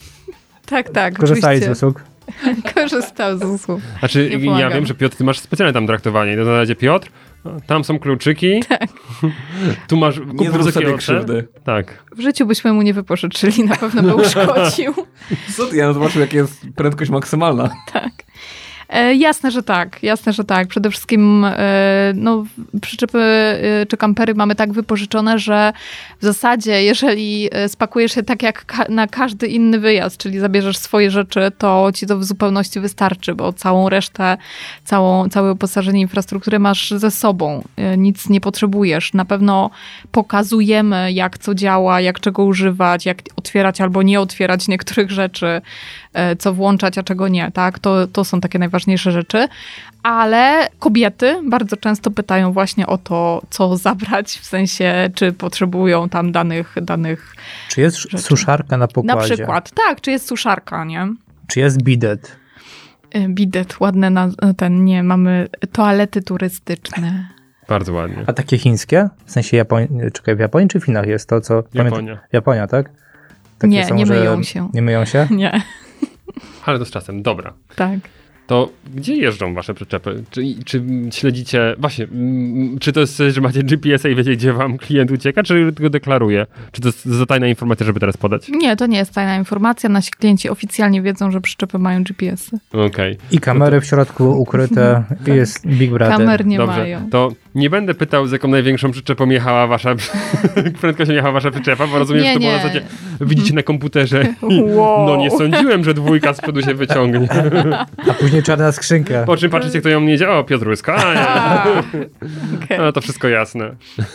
[SPEAKER 5] Tak,
[SPEAKER 4] Korzystali z
[SPEAKER 5] oczywiście.
[SPEAKER 4] usług?
[SPEAKER 5] Korzystał z usług.
[SPEAKER 3] Znaczy,
[SPEAKER 5] Nie
[SPEAKER 3] ja
[SPEAKER 5] pomagam.
[SPEAKER 3] wiem, że Piotr, ty masz specjalne tam traktowanie. Na zasadzie, Piotr, tam są kluczyki, tu masz
[SPEAKER 2] Nie zrób sobie
[SPEAKER 3] OC.
[SPEAKER 2] krzywdy.
[SPEAKER 3] Tak.
[SPEAKER 5] W życiu byśmy mu nie wypożyczyli, na pewno by uszkodził.
[SPEAKER 2] Co ty? Ja zobaczył, jaka jest prędkość maksymalna.
[SPEAKER 5] Tak. Jasne, że tak. Przede wszystkim przyczepy czy kampery mamy tak wypożyczone, że w zasadzie jeżeli spakujesz się tak jak na każdy inny wyjazd, czyli zabierzesz swoje rzeczy, to ci to w zupełności wystarczy, bo całą resztę, całe wyposażenie infrastruktury masz ze sobą. Nic nie potrzebujesz. Na pewno pokazujemy, jak co działa, jak czego używać, jak otwierać albo nie otwierać niektórych rzeczy, co włączać, a czego nie, tak? To są takie najważniejsze rzeczy. Ale kobiety bardzo często pytają właśnie o to, co zabrać, w sensie, czy potrzebują tam danych
[SPEAKER 4] Czy jest
[SPEAKER 5] rzeczy.
[SPEAKER 4] Suszarka na pokładzie?
[SPEAKER 5] Na przykład, tak, czy jest suszarka, nie?
[SPEAKER 4] Czy jest bidet?
[SPEAKER 5] Bidet, ładne nie, mamy toalety turystyczne.
[SPEAKER 3] Bardzo ładnie.
[SPEAKER 4] A takie chińskie? W sensie w Japonii czy w Chinach jest to, co...
[SPEAKER 3] Japonia.
[SPEAKER 4] Japonia, tak? Takie
[SPEAKER 5] Nie, nie myją się.
[SPEAKER 4] Nie myją się?
[SPEAKER 5] Nie,
[SPEAKER 3] Ale to z czasem. Dobra.
[SPEAKER 5] tak.
[SPEAKER 3] To gdzie jeżdżą wasze przyczepy? Czy śledzicie... Właśnie, czy to jest, że macie GPS-a i wiecie, gdzie wam klient ucieka, czy tylko deklaruje? Czy to jest za tajna informacja, żeby teraz podać?
[SPEAKER 5] Nie, to nie jest tajna informacja. Nasi klienci oficjalnie wiedzą, że przyczepy mają GPS-y.
[SPEAKER 3] Okej.
[SPEAKER 4] I kamery w środku ukryte i jest Big Brother.
[SPEAKER 5] Kamer nie
[SPEAKER 3] Dobrze,
[SPEAKER 5] mają.
[SPEAKER 3] to nie będę pytał, z jaką największą przyczepą jechała wasza prędkością jechała wasza przyczepa, bo rozumiem, że to było w zasadzie widzicie na komputerze i
[SPEAKER 5] Wow.
[SPEAKER 3] no nie sądziłem, że dwójka z przodu się wyciągnie.
[SPEAKER 4] A później czarna skrzynka.
[SPEAKER 3] Po czym patrzycie, kto ją jedzie? O, Piotr Łyska.
[SPEAKER 5] Okay.
[SPEAKER 3] No to wszystko jasne.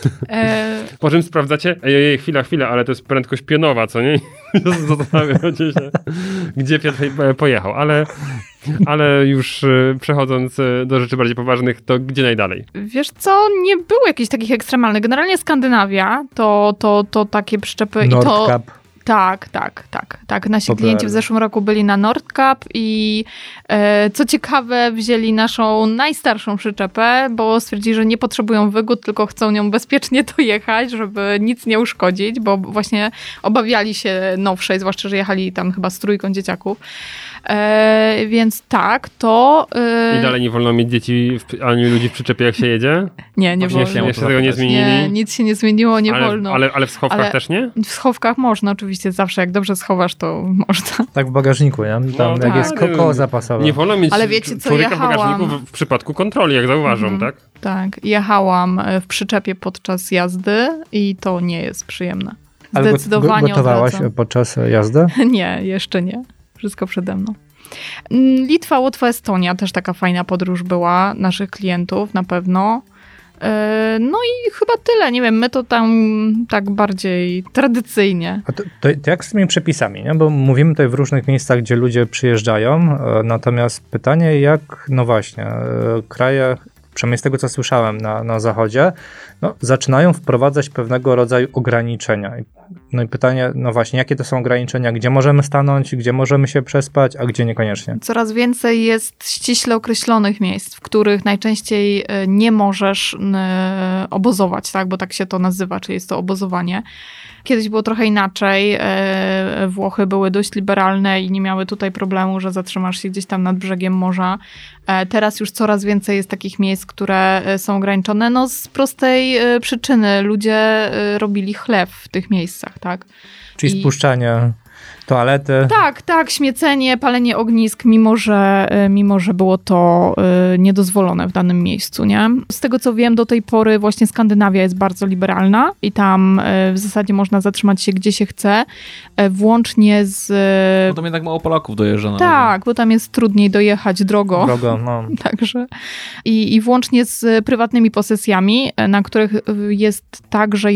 [SPEAKER 3] Po czym sprawdzacie, chwila, ale to jest prędkość pionowa, co nie? Zastanawiacie się, gdzie Piotr pojechał, ale już przechodząc do rzeczy bardziej poważnych, to gdzie najdalej?
[SPEAKER 5] Wiesz co, nie było jakichś takich ekstremalnych. Generalnie Skandynawia to takie przyczepy
[SPEAKER 4] Nordkap.
[SPEAKER 5] Tak. Nasi
[SPEAKER 4] Popularne.
[SPEAKER 5] klienci w zeszłym roku byli na Nordkap i co ciekawe wzięli naszą najstarszą przyczepę, bo stwierdzili, że nie potrzebują wygód, tylko chcą nią bezpiecznie dojechać, żeby nic nie uszkodzić, bo właśnie obawiali się nowszej, zwłaszcza, że jechali tam chyba z trójką dzieciaków. Więc tak, to...
[SPEAKER 3] I dalej nie wolno mieć dzieci ani ludzi w przyczepie, jak się jedzie?
[SPEAKER 5] Nie
[SPEAKER 2] Właśnie
[SPEAKER 5] wolno.
[SPEAKER 3] Jeszcze tego nie zmienili?
[SPEAKER 5] Nie, nic się nie zmieniło, nie wolno.
[SPEAKER 3] Ale w schowkach też nie?
[SPEAKER 5] W schowkach można oczywiście, zawsze jak dobrze schowasz, to można.
[SPEAKER 4] Tak w bagażniku, nie? Tam jak
[SPEAKER 5] tak.
[SPEAKER 4] jest koło zapasowe.
[SPEAKER 3] Nie wolno mieć
[SPEAKER 5] Ale wiecie co,
[SPEAKER 3] człowieka w
[SPEAKER 5] jechałam.
[SPEAKER 3] bagażniku w przypadku kontroli, jak zauważą, tak?
[SPEAKER 5] Tak, jechałam w przyczepie podczas jazdy i to nie jest przyjemne.
[SPEAKER 4] Ale
[SPEAKER 5] Zdecydowanie
[SPEAKER 4] gotowałaś
[SPEAKER 5] odwracam.
[SPEAKER 4] podczas jazdy?
[SPEAKER 5] Nie, jeszcze nie. Wszystko przede mną. Litwa, Łotwa, Estonia też taka fajna podróż była naszych klientów na pewno. No i chyba tyle. Nie wiem, my to tam tak bardziej tradycyjnie.
[SPEAKER 4] A to jak z tymi przepisami, nie? Bo mówimy tutaj w różnych miejscach, gdzie ludzie przyjeżdżają, natomiast pytanie jak, no właśnie, kraje, przynajmniej z tego co słyszałem na zachodzie, no, zaczynają wprowadzać pewnego rodzaju ograniczenia. No i pytanie, no właśnie, jakie to są ograniczenia, gdzie możemy stanąć, gdzie możemy się przespać, a gdzie niekoniecznie?
[SPEAKER 5] Coraz więcej jest ściśle określonych miejsc, w których najczęściej nie możesz obozować, tak? Bo tak się to nazywa, czyli jest to obozowanie. Kiedyś było trochę inaczej. Włochy były dość liberalne i nie miały tutaj problemu, że zatrzymasz się gdzieś tam nad brzegiem morza. Teraz już coraz więcej jest takich miejsc, które są ograniczone. No z prostej przyczyny. Ludzie robili chleb w tych miejscach, tak?
[SPEAKER 4] Czyli spuszczanie toalety.
[SPEAKER 5] Tak, śmiecenie, palenie ognisk, mimo że było to niedozwolone w danym miejscu, nie? Z tego co wiem, do tej pory właśnie Skandynawia jest bardzo liberalna i tam w zasadzie można zatrzymać się gdzie się chce, włącznie z...
[SPEAKER 2] Bo tam jednak mało Polaków dojeżdża na
[SPEAKER 5] Tak, bo tam jest trudniej dojechać drogą.
[SPEAKER 4] No.
[SPEAKER 5] Także i włącznie z prywatnymi posesjami, na których jest tak, że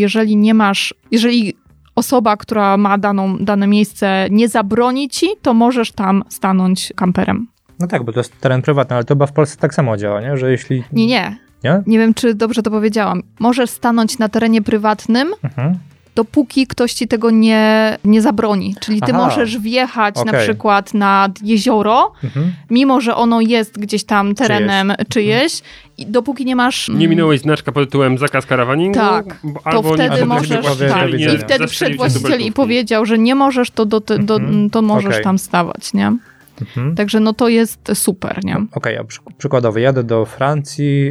[SPEAKER 5] jeżeli osoba, która ma dane miejsce nie zabroni ci, to możesz tam stanąć kamperem.
[SPEAKER 4] No tak, bo to jest teren prywatny, ale to chyba w Polsce tak samo działa, nie? Że jeśli...
[SPEAKER 5] Nie.
[SPEAKER 4] Nie?
[SPEAKER 5] Nie wiem, czy dobrze to powiedziałam. Możesz stanąć na terenie prywatnym, dopóki ktoś ci tego nie zabroni. Czyli ty możesz wjechać na przykład nad jezioro, mimo że ono jest gdzieś tam terenem czyjeś, i dopóki nie masz...
[SPEAKER 3] Nie minąłeś znaczka pod tytułem zakaz karawaningu?
[SPEAKER 5] Tak,
[SPEAKER 3] albo
[SPEAKER 5] to wtedy możesz...
[SPEAKER 4] I
[SPEAKER 5] wtedy przyszedł właściciel i powiedział, że nie możesz, to możesz tam stawać, nie? Także no to jest super, nie?
[SPEAKER 4] Okej, a przykładowo jadę do Francji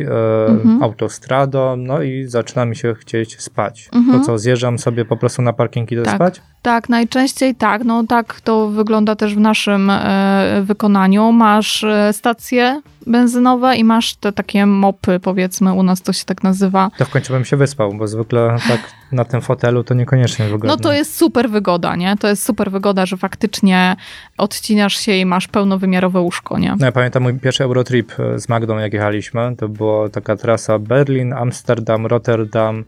[SPEAKER 4] autostradą, no i zaczyna mi się chcieć spać. To co, zjeżdżam sobie po prostu na parking i idę spać?
[SPEAKER 5] Tak, najczęściej tak. No tak to wygląda też w naszym wykonaniu. Masz stacje benzynowe i masz te takie mopy, powiedzmy, u nas to się tak nazywa.
[SPEAKER 4] To w końcu bym się wyspał, bo zwykle tak na tym fotelu to niekoniecznie wygodne.
[SPEAKER 5] No to jest super wygoda, nie? To jest super wygoda, że faktycznie odcinasz się i masz pełnowymiarowe łóżko, nie?
[SPEAKER 4] No ja pamiętam mój pierwszy Eurotrip z Magdą, jak jechaliśmy, to była taka trasa Berlin, Amsterdam, Rotterdam,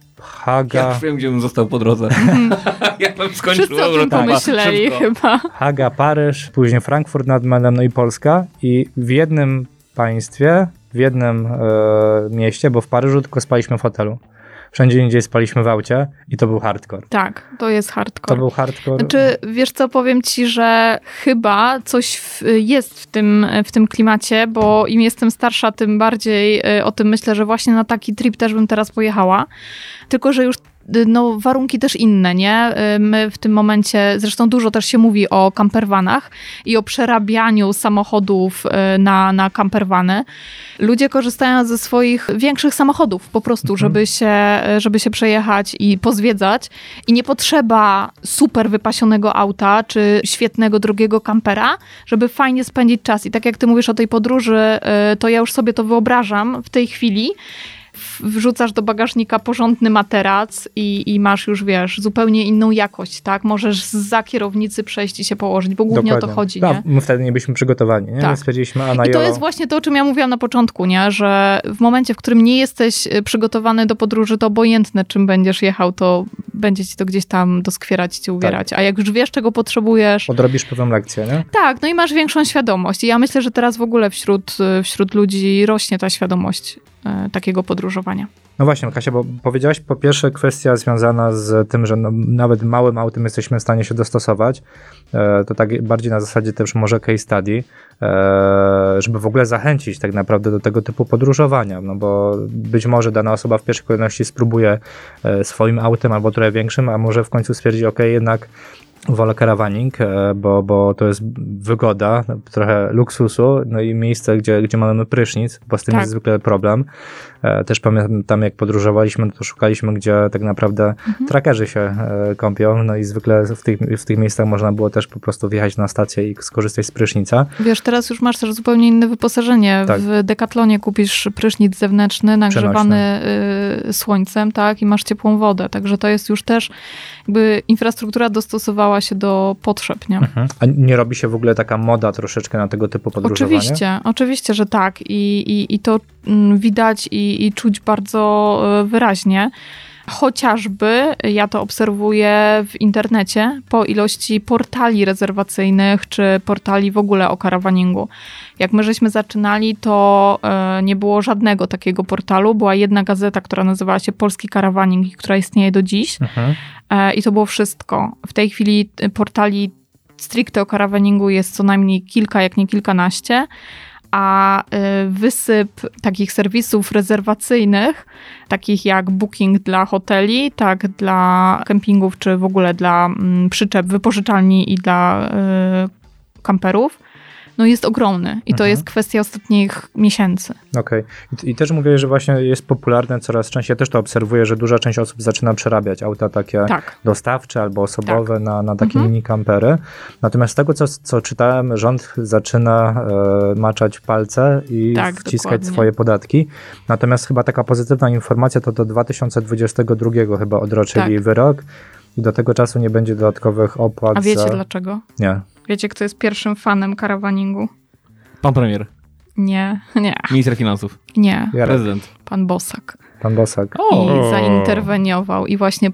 [SPEAKER 4] Haga.
[SPEAKER 2] Ja już wiem, gdzie bym został po drodze. Jak bym skończył
[SPEAKER 5] Wszyscy o tym pomyśleli chyba.
[SPEAKER 4] Haga, Paryż, później Frankfurt nad Menem, no i Polska. I w jednym państwie, w jednym mieście, bo w Paryżu tylko spaliśmy w hotelu. Wszędzie indziej spaliśmy w aucie i to był hardcore.
[SPEAKER 5] Tak, to jest hardcore.
[SPEAKER 4] To był hardcore.
[SPEAKER 5] Znaczy, wiesz co, powiem ci, że chyba coś jest w tym klimacie, bo im jestem starsza, tym bardziej o tym myślę, że właśnie na taki trip też bym teraz pojechała. Tylko że już no, warunki też inne, nie? My w tym momencie, zresztą dużo też się mówi o campervanach i o przerabianiu samochodów na campervany. Ludzie korzystają ze swoich większych samochodów po prostu, żeby się przejechać i pozwiedzać. I nie potrzeba super wypasionego auta, czy świetnego, drogiego kampera, żeby fajnie spędzić czas. I tak jak ty mówisz o tej podróży, to ja już sobie to wyobrażam w tej chwili. Wrzucasz do bagażnika porządny materac i masz już, wiesz, zupełnie inną jakość, tak? Możesz zza kierownicy przejść i się położyć, bo głównie
[SPEAKER 4] Dokładnie.
[SPEAKER 5] o to chodzi,
[SPEAKER 4] No,
[SPEAKER 5] nie?
[SPEAKER 4] my wtedy nie byliśmy przygotowani, nie?
[SPEAKER 5] Tak.
[SPEAKER 4] My stwierdziliśmy,
[SPEAKER 5] I to jest właśnie to, o czym ja mówiłam na początku, nie? Że w momencie, w którym nie jesteś przygotowany do podróży, to obojętne, czym będziesz jechał, to będzie ci to gdzieś tam doskwierać, cię uwierać. Tak. A jak już wiesz, czego potrzebujesz...
[SPEAKER 4] Odrobisz pewną lekcję, nie?
[SPEAKER 5] Tak, no i masz większą świadomość. I ja myślę, że teraz w ogóle wśród ludzi rośnie ta świadomość takiego podróżowania.
[SPEAKER 4] No właśnie, Kasia, bo powiedziałaś po pierwsze kwestia związana z tym, że no, nawet małym autem jesteśmy w stanie się dostosować. To tak bardziej na zasadzie też może case study, żeby w ogóle zachęcić tak naprawdę do tego typu podróżowania, no bo być może dana osoba w pierwszej kolejności spróbuje swoim autem albo trochę większym, a może w końcu stwierdzi, ok, jednak wolę caravaning, bo to jest wygoda, trochę luksusu, no i miejsce, gdzie mamy prysznic, bo z tym jest zwykle problem. Też pamiętam, jak podróżowaliśmy, to szukaliśmy, gdzie tak naprawdę trackerzy się kąpią, no i zwykle w tych miejscach można było też po prostu wjechać na stację i skorzystać z prysznica.
[SPEAKER 5] Wiesz, teraz już masz też zupełnie inne wyposażenie. Tak. W Decathlonie kupisz prysznic zewnętrzny, nagrzewany słońcem, tak, i masz ciepłą wodę, także to jest już też jakby infrastruktura dostosowała się do potrzeb, nie?
[SPEAKER 4] A nie robi się w ogóle taka moda troszeczkę na tego typu podróżowanie?
[SPEAKER 5] Oczywiście, że tak. I to widać i czuć bardzo wyraźnie. Chociażby ja to obserwuję w internecie po ilości portali rezerwacyjnych, czy portali w ogóle o caravaningu. Jak my żeśmy zaczynali, to nie było żadnego takiego portalu. Była jedna gazeta, która nazywała się Polski Caravaning, która istnieje do dziś. I to było wszystko. W tej chwili portali stricte o caravaningu jest co najmniej kilka, jak nie kilkanaście. A wysyp takich serwisów rezerwacyjnych, takich jak booking dla hoteli, tak dla kempingów, czy w ogóle dla przyczep, wypożyczalni i dla kamperów, no jest ogromny. I to jest kwestia ostatnich miesięcy.
[SPEAKER 4] Okej. I też mówię, że właśnie jest popularne coraz częściej, ja też to obserwuję, że duża część osób zaczyna przerabiać auta takie dostawcze albo osobowe na takie mini kampery. Natomiast z tego, co czytałem, rząd zaczyna maczać palce i wciskać swoje podatki. Natomiast chyba taka pozytywna informacja to do 2022 chyba odroczyli wyrok i do tego czasu nie będzie dodatkowych opłat.
[SPEAKER 5] A wiecie dlaczego?
[SPEAKER 4] Nie.
[SPEAKER 5] Wiecie, kto jest pierwszym fanem caravaningu?
[SPEAKER 2] Pan premier.
[SPEAKER 5] Nie.
[SPEAKER 2] Minister finansów.
[SPEAKER 5] Nie.
[SPEAKER 2] Prezydent.
[SPEAKER 5] Pan Bosak.
[SPEAKER 4] Pan Bosak.
[SPEAKER 5] I zainterweniował. I właśnie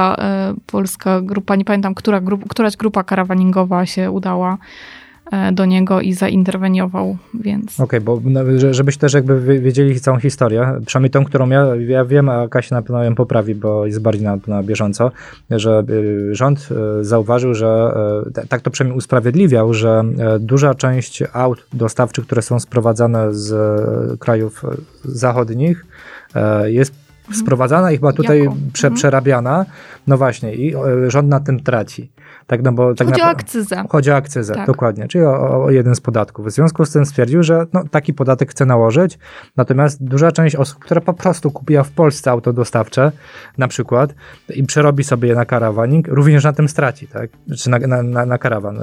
[SPEAKER 5] polska grupa, nie pamiętam, któraś grupa caravaningowa się udała do niego i zainterweniował, więc... Okej,
[SPEAKER 4] bo żebyście też jakby wiedzieli całą historię, przynajmniej tą, którą ja wiem, a Kasia na pewno ją poprawi, bo jest bardziej na bieżąco, że rząd zauważył, że tak to przynajmniej usprawiedliwiał, że duża część aut dostawczych, które są sprowadzane z krajów zachodnich, jest sprowadzana i chyba tutaj
[SPEAKER 5] Jako.
[SPEAKER 4] przerabiana. No właśnie, i rząd na tym traci. Tak, no bo tak
[SPEAKER 5] Chodzi o akcyzę.
[SPEAKER 4] Chodzi o akcyzę,
[SPEAKER 5] Tak.
[SPEAKER 4] dokładnie, czyli o jeden z podatków. W związku z tym stwierdził, że taki podatek chce nałożyć, natomiast duża część osób, która po prostu kupiła w Polsce auto dostawcze, na przykład, i przerobi sobie je na karawaning, również na tym straci, tak? Czy na karawan.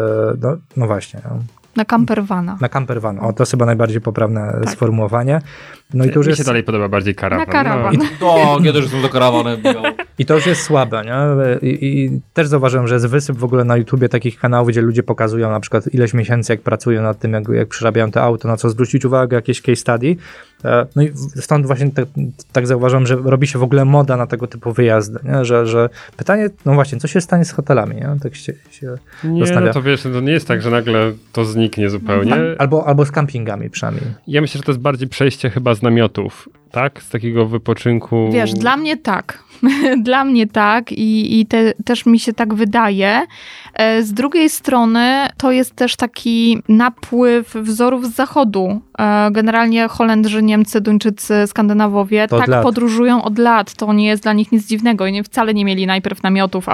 [SPEAKER 4] No właśnie. No.
[SPEAKER 5] Na campervana.
[SPEAKER 4] Na campervan. O, to jest chyba najbardziej poprawne
[SPEAKER 5] Tak.
[SPEAKER 4] sformułowanie. No i to już
[SPEAKER 3] Mi
[SPEAKER 4] jest...
[SPEAKER 3] się dalej podoba bardziej karawan.
[SPEAKER 5] Na karawan.
[SPEAKER 2] No, ja też jestem do karawany.
[SPEAKER 4] I to już jest słabe, nie? I też zauważyłem, że jest wysyp w ogóle na YouTubie takich kanałów, gdzie ludzie pokazują na przykład ileś miesięcy, jak pracują nad tym, jak przerabiają te auto, na co zwrócić uwagę, jakieś case study. No i stąd właśnie tak zauważyłem, że robi się w ogóle moda na tego typu wyjazdy, nie? Że pytanie, no właśnie, co się stanie z hotelami, nie? Tak się
[SPEAKER 3] Nie,
[SPEAKER 4] zastanawia.
[SPEAKER 3] no to wiesz, to nie jest tak, że nagle to zniknie zupełnie.
[SPEAKER 4] Albo z campingami przynajmniej.
[SPEAKER 3] Ja myślę, że to jest bardziej przejście chyba z namiotów, tak? Z takiego wypoczynku.
[SPEAKER 5] Wiesz, dla mnie tak. Dla mnie tak i też mi się tak wydaje. Z drugiej strony to jest też taki napływ wzorów z zachodu. Generalnie Holendrzy, Niemcy, Duńczycy, Skandynawowie
[SPEAKER 4] To od
[SPEAKER 5] tak
[SPEAKER 4] lat.
[SPEAKER 5] podróżują od lat. To nie jest dla nich nic dziwnego. Oni wcale nie mieli najpierw namiotów,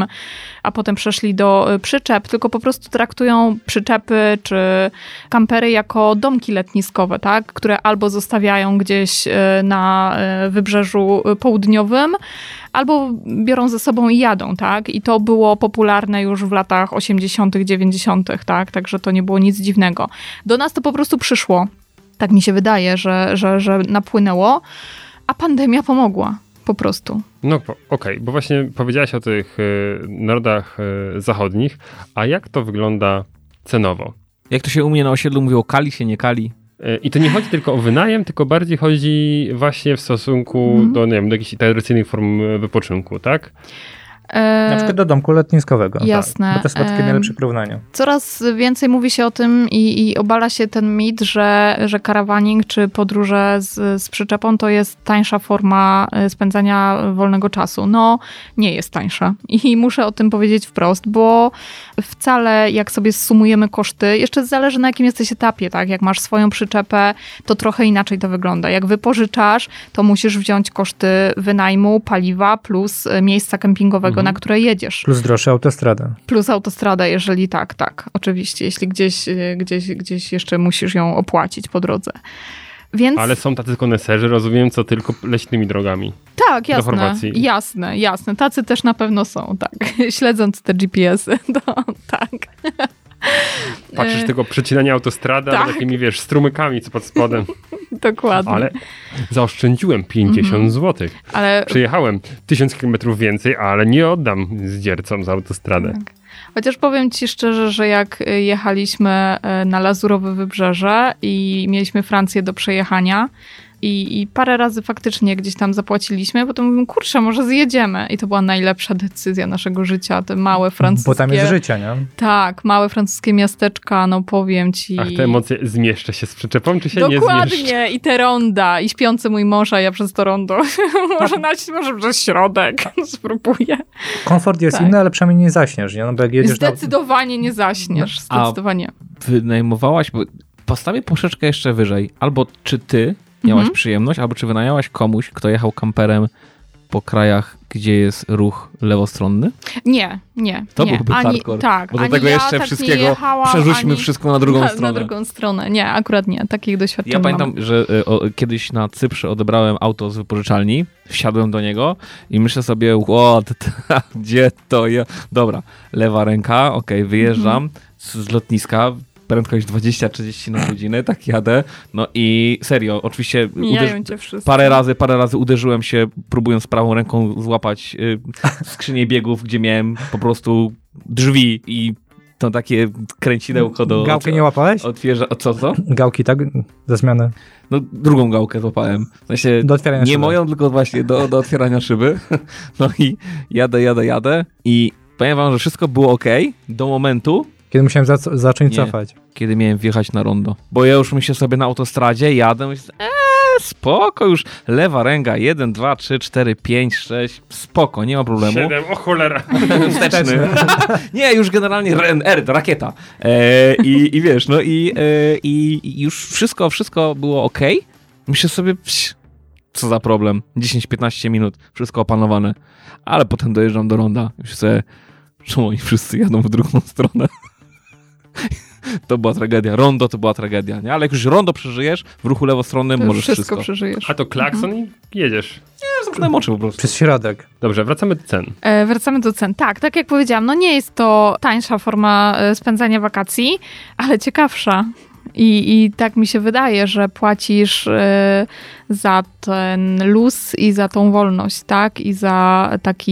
[SPEAKER 5] a potem przeszli do przyczep, tylko po prostu traktują przyczepy czy kampery jako domki letniskowe, tak? Które albo zostawiają gdzieś na wybrzeżu południowym, albo biorą ze sobą i jadą, tak? I to było popularne już w latach 80., 90., tak? Także to nie było nic dziwnego. Do nas to po prostu przyszło. Tak mi się wydaje, że napłynęło, a pandemia pomogła. Po prostu.
[SPEAKER 3] No okej, bo właśnie powiedziałaś o tych narodach zachodnich, a jak to wygląda cenowo?
[SPEAKER 2] Jak to się u mnie na osiedlu mówiło, kali się, nie kali?
[SPEAKER 3] I to nie chodzi tylko o wynajem, tylko bardziej chodzi właśnie w stosunku do, nie wiem, do jakichś tradycyjnych form wypoczynku, tak?
[SPEAKER 4] Na przykład do domku letniskowego.
[SPEAKER 5] Jasne.
[SPEAKER 4] Tak. Bo to jest chyba takie najlepsze porównanie.
[SPEAKER 5] Coraz więcej mówi się o tym i obala się ten mit, że karawaning czy podróże z przyczepą to jest tańsza forma spędzania wolnego czasu. No, nie jest tańsza. I muszę o tym powiedzieć wprost, bo wcale jak sobie zsumujemy koszty, jeszcze zależy na jakim jesteś etapie, tak? Jak masz swoją przyczepę, to trochę inaczej to wygląda. Jak wypożyczasz, to musisz wziąć koszty wynajmu, paliwa plus miejsca kempingowego, na które jedziesz.
[SPEAKER 4] Plus droższe autostrada.
[SPEAKER 5] Plus autostrada, jeżeli tak, oczywiście, jeśli gdzieś jeszcze musisz ją opłacić po drodze. Więc...
[SPEAKER 3] Ale są tacy koneserzy, rozumiem, co tylko leśnymi drogami.
[SPEAKER 5] Tak,
[SPEAKER 3] do Chorwacji.
[SPEAKER 5] jasne. Tacy też na pewno są, tak. Śledząc te GPS-y, to tak.
[SPEAKER 3] Patrzysz tego przecinania autostrady,
[SPEAKER 5] tak.
[SPEAKER 3] ale takimi, wiesz, strumykami, co pod spodem.
[SPEAKER 5] Dokładnie.
[SPEAKER 3] Ale zaoszczędziłem 50 zł.
[SPEAKER 5] Ale...
[SPEAKER 3] Przejechałem 1000 km więcej, ale nie oddam zdziercom za autostradę.
[SPEAKER 5] Tak. Chociaż powiem ci szczerze, że jak jechaliśmy na Lazurowe Wybrzeże i mieliśmy Francję do przejechania i parę razy faktycznie gdzieś tam zapłaciliśmy, potem mówimy, kurczę, może zjedziemy. I to była najlepsza decyzja naszego życia, te małe francuskie...
[SPEAKER 4] Bo tam jest życie, nie?
[SPEAKER 5] Tak, małe francuskie miasteczka, no powiem ci...
[SPEAKER 3] Ach, te emocje, zmieszczę się z przyczepą, czy się nie zmieszczę?
[SPEAKER 5] Dokładnie, i te ronda, i śpiący mój mąż, a ja przez to rondo. może przez środek spróbuję.
[SPEAKER 4] Komfort jest
[SPEAKER 5] Tak.
[SPEAKER 4] inny, ale przynajmniej nie zaśniesz, nie? No bo jak jedziesz
[SPEAKER 5] Zdecydowanie nie zaśniesz, zdecydowanie.
[SPEAKER 2] Wynajmowałaś, bo postawię poprzeczkę jeszcze wyżej. Albo czy ty miałaś przyjemność, albo czy wynajęłaś komuś, kto jechał kamperem po krajach, gdzie jest ruch lewostronny?
[SPEAKER 5] Nie.
[SPEAKER 2] To
[SPEAKER 5] nie.
[SPEAKER 2] byłby hardcore.
[SPEAKER 5] Tak,
[SPEAKER 2] bo do
[SPEAKER 5] ani
[SPEAKER 2] tego
[SPEAKER 5] ja
[SPEAKER 2] jeszcze
[SPEAKER 5] tak
[SPEAKER 2] wszystkiego
[SPEAKER 5] nie jechałam,
[SPEAKER 2] przerzućmy
[SPEAKER 5] ani
[SPEAKER 2] wszystko na drugą stronę.
[SPEAKER 5] Na drugą stronę. Nie, akurat nie. Takich doświadczeń
[SPEAKER 2] Ja
[SPEAKER 5] nie
[SPEAKER 2] pamiętam,
[SPEAKER 5] mam.
[SPEAKER 2] że kiedyś na Cyprze odebrałem auto z wypożyczalni, wsiadłem do niego i myślę sobie, gdzie to ja? Dobra, lewa ręka, okej, wyjeżdżam z lotniska, prędkość 20-30 na godzinę, tak jadę. No i serio, oczywiście
[SPEAKER 5] Mijają cię wszyscy.
[SPEAKER 2] parę razy uderzyłem się, próbując prawą ręką złapać skrzynię biegów, gdzie miałem po prostu drzwi i to takie kręcidełko do...
[SPEAKER 4] Gałkę nie łapałeś?
[SPEAKER 2] Co?
[SPEAKER 4] Gałki, tak? Za zmianę.
[SPEAKER 2] No drugą gałkę złapałem. W sensie
[SPEAKER 4] Do otwierania
[SPEAKER 2] nie
[SPEAKER 4] szyby.
[SPEAKER 2] moją, tylko właśnie do otwierania szyby. No i jadę i powiem wam, że wszystko było okej do momentu,
[SPEAKER 4] Kiedy musiałem zacząć
[SPEAKER 2] Nie.
[SPEAKER 4] cofać.
[SPEAKER 2] kiedy miałem wjechać na rondo. Bo ja już myślę sobie na autostradzie, jadę, myślę, spoko, już lewa ręka, 1, 2, 3, 4, 5, 6, spoko, nie ma problemu.
[SPEAKER 3] 7, o cholera.
[SPEAKER 2] Wsteczny. Nie, już generalnie rakieta. I wiesz, no i już wszystko było okej. Myślę sobie, co za problem, 10-15 minut, wszystko opanowane, ale potem dojeżdżam do ronda i sobie, czemu oni wszyscy jadą w drugą stronę? To była tragedia. Rondo to była tragedia, nie? Ale jak już rondo przeżyjesz, w ruchu lewostronnym możesz wszystko.
[SPEAKER 5] przeżyjesz.
[SPEAKER 3] A to klakson i jedziesz.
[SPEAKER 2] Nie, zamknę oczy po prostu.
[SPEAKER 4] Przez środek.
[SPEAKER 3] Dobrze, wracamy do cen.
[SPEAKER 5] Wracamy do cen. Tak jak powiedziałam, no nie jest to tańsza forma spędzania wakacji, ale ciekawsza. I tak mi się wydaje, że płacisz za ten luz i za tą wolność, tak? I za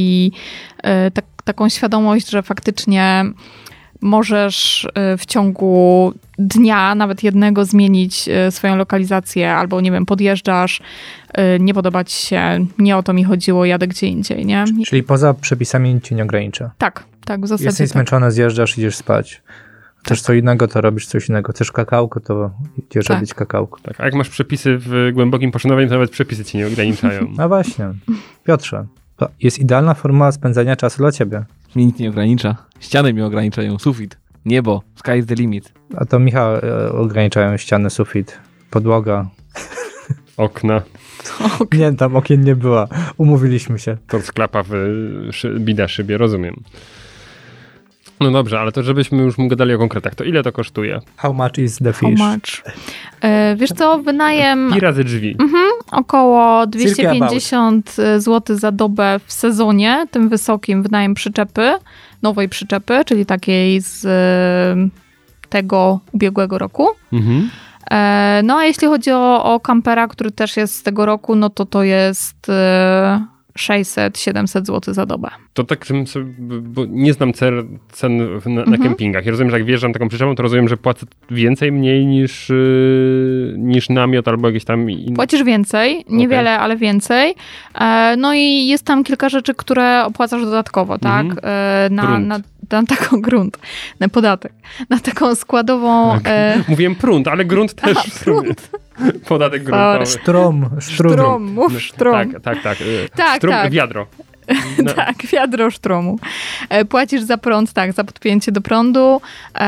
[SPEAKER 5] taką świadomość, że faktycznie możesz w ciągu dnia, nawet jednego, zmienić swoją lokalizację, albo nie wiem, podjeżdżasz, nie podoba ci się, nie o to mi chodziło, jadę gdzie indziej, nie?
[SPEAKER 4] Czyli poza przepisami nic cię nie ogranicza.
[SPEAKER 5] Tak, w zasadzie
[SPEAKER 4] Jesteś
[SPEAKER 5] tak.
[SPEAKER 4] zmęczony, zjeżdżasz, idziesz spać. Chcesz co innego, to robisz coś innego. Chcesz kakałko, to idziesz robić kakałko.
[SPEAKER 3] Tak, a jak masz przepisy w głębokim poszanowaniu, to nawet przepisy ci nie ograniczają.
[SPEAKER 4] No właśnie. Piotrze, to jest idealna forma spędzania czasu dla ciebie.
[SPEAKER 2] Mnie nic nie ogranicza. Ściany mnie ograniczają, sufit, niebo, sky is the limit.
[SPEAKER 4] A to Michał ograniczają ściany, sufit, podłoga.
[SPEAKER 3] Okna,
[SPEAKER 4] Nie, tam okien nie było. Umówiliśmy się.
[SPEAKER 3] to sklapa w bida szybie, rozumiem. No dobrze, ale to żebyśmy już gadali o konkretach, to ile to kosztuje?
[SPEAKER 4] How much is the
[SPEAKER 5] How
[SPEAKER 4] fish?
[SPEAKER 5] much? Wiesz co, wynajem
[SPEAKER 3] Pi razy drzwi.
[SPEAKER 5] około 250 zł za dobę w sezonie, tym wysokim, wynajem przyczepy, nowej przyczepy, czyli takiej z tego ubiegłego roku.
[SPEAKER 3] Mhm.
[SPEAKER 5] No a jeśli chodzi o kampera, który też jest z tego roku, no to jest 600-700 zł za dobę.
[SPEAKER 3] To tak, żebym sobie, bo nie znam cen na kempingach. Ja rozumiem, że jak wjeżdżam taką przyczepą, to rozumiem, że płacę więcej, mniej niż namiot albo jakieś tam...
[SPEAKER 5] Płacisz więcej, niewiele, ale więcej. No i jest tam kilka rzeczy, które opłacasz dodatkowo, tak? Na taką grunt, na podatek, na taką składową...
[SPEAKER 3] Tak. Mówiłem prąd, ale grunt też w sumie.
[SPEAKER 5] Grunt.
[SPEAKER 3] Podatek gruntowy.
[SPEAKER 4] Sztrum.
[SPEAKER 5] Mów sztrom.
[SPEAKER 3] Tak.
[SPEAKER 5] Tak,
[SPEAKER 3] Sztrum,
[SPEAKER 5] tak.
[SPEAKER 3] wiadro. No.
[SPEAKER 5] Tak, wiadro sztromu. Płacisz za prąd, tak, za podpięcie do prądu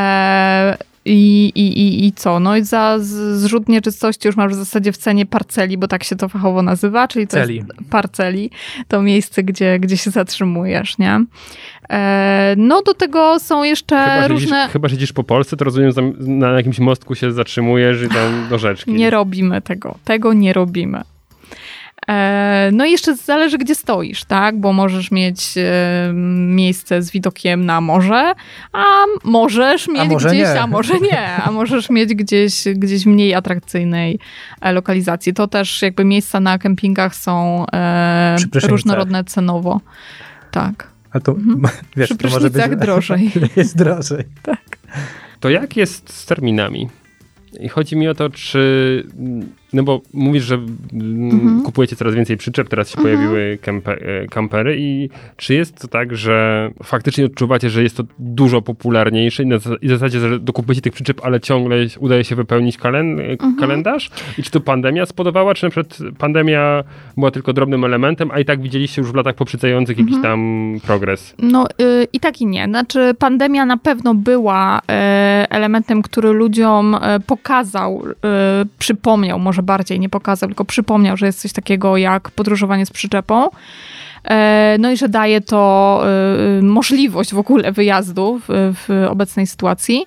[SPEAKER 5] i co? No i za zrzut nieczystości już masz w zasadzie w cenie parceli, bo tak się to fachowo nazywa, czyli to
[SPEAKER 4] Celi.
[SPEAKER 5] jest parceli, to miejsce, gdzie się zatrzymujesz, nie? No do tego są jeszcze różne...
[SPEAKER 3] Chyba siedzisz po Polsce, to rozumiem, na jakimś mostku się zatrzymujesz i tam do rzeczki.
[SPEAKER 5] Nie robimy tego nie robimy. No i jeszcze zależy, gdzie stoisz, tak? Bo możesz mieć miejsce z widokiem na morze, a możesz mieć
[SPEAKER 4] może
[SPEAKER 5] gdzieś,
[SPEAKER 4] nie.
[SPEAKER 5] a może nie, a możesz mieć gdzieś w mniej atrakcyjnej lokalizacji. To też jakby miejsca na kempingach są różnorodne cenowo. Tak.
[SPEAKER 4] A to, wiesz,
[SPEAKER 5] Przy
[SPEAKER 4] to może być...
[SPEAKER 5] prysznicach drożej.
[SPEAKER 4] Jest drożej.
[SPEAKER 5] Tak.
[SPEAKER 3] To jak jest z terminami? I chodzi mi o to, czy... No bo mówisz, że kupujecie coraz więcej przyczep, teraz się pojawiły kampery i czy jest to tak, że faktycznie odczuwacie, że jest to dużo popularniejsze i w zasadzie, że dokupujecie tych przyczep, ale ciągle udaje się wypełnić kalendarz? I czy to pandemia spodobała, czy na przykład pandemia była tylko drobnym elementem, a i tak widzieliście już w latach poprzedzających jakiś tam progres?
[SPEAKER 5] No i tak i nie. Znaczy pandemia na pewno była elementem, który ludziom pokazał, przypomniał, może bardziej nie pokazał, tylko przypomniał, że jest coś takiego jak podróżowanie z przyczepą. No i że daje to możliwość w ogóle wyjazdu w obecnej sytuacji.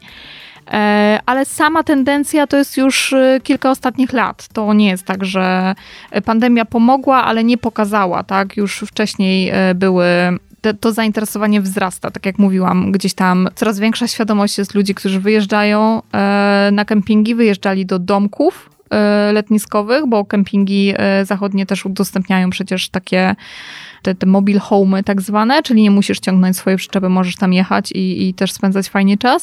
[SPEAKER 5] Ale sama tendencja to jest już kilka ostatnich lat. To nie jest tak, że pandemia pomogła, ale nie pokazała, tak? Już wcześniej to zainteresowanie wzrasta, tak jak mówiłam, gdzieś tam coraz większa świadomość jest ludzi, którzy wyjeżdżają na kempingi, wyjeżdżali do domków letniskowych, bo kempingi zachodnie też udostępniają przecież takie te mobile home'y tak zwane, czyli nie musisz ciągnąć swojej przyczepy, możesz tam jechać i też spędzać fajnie czas.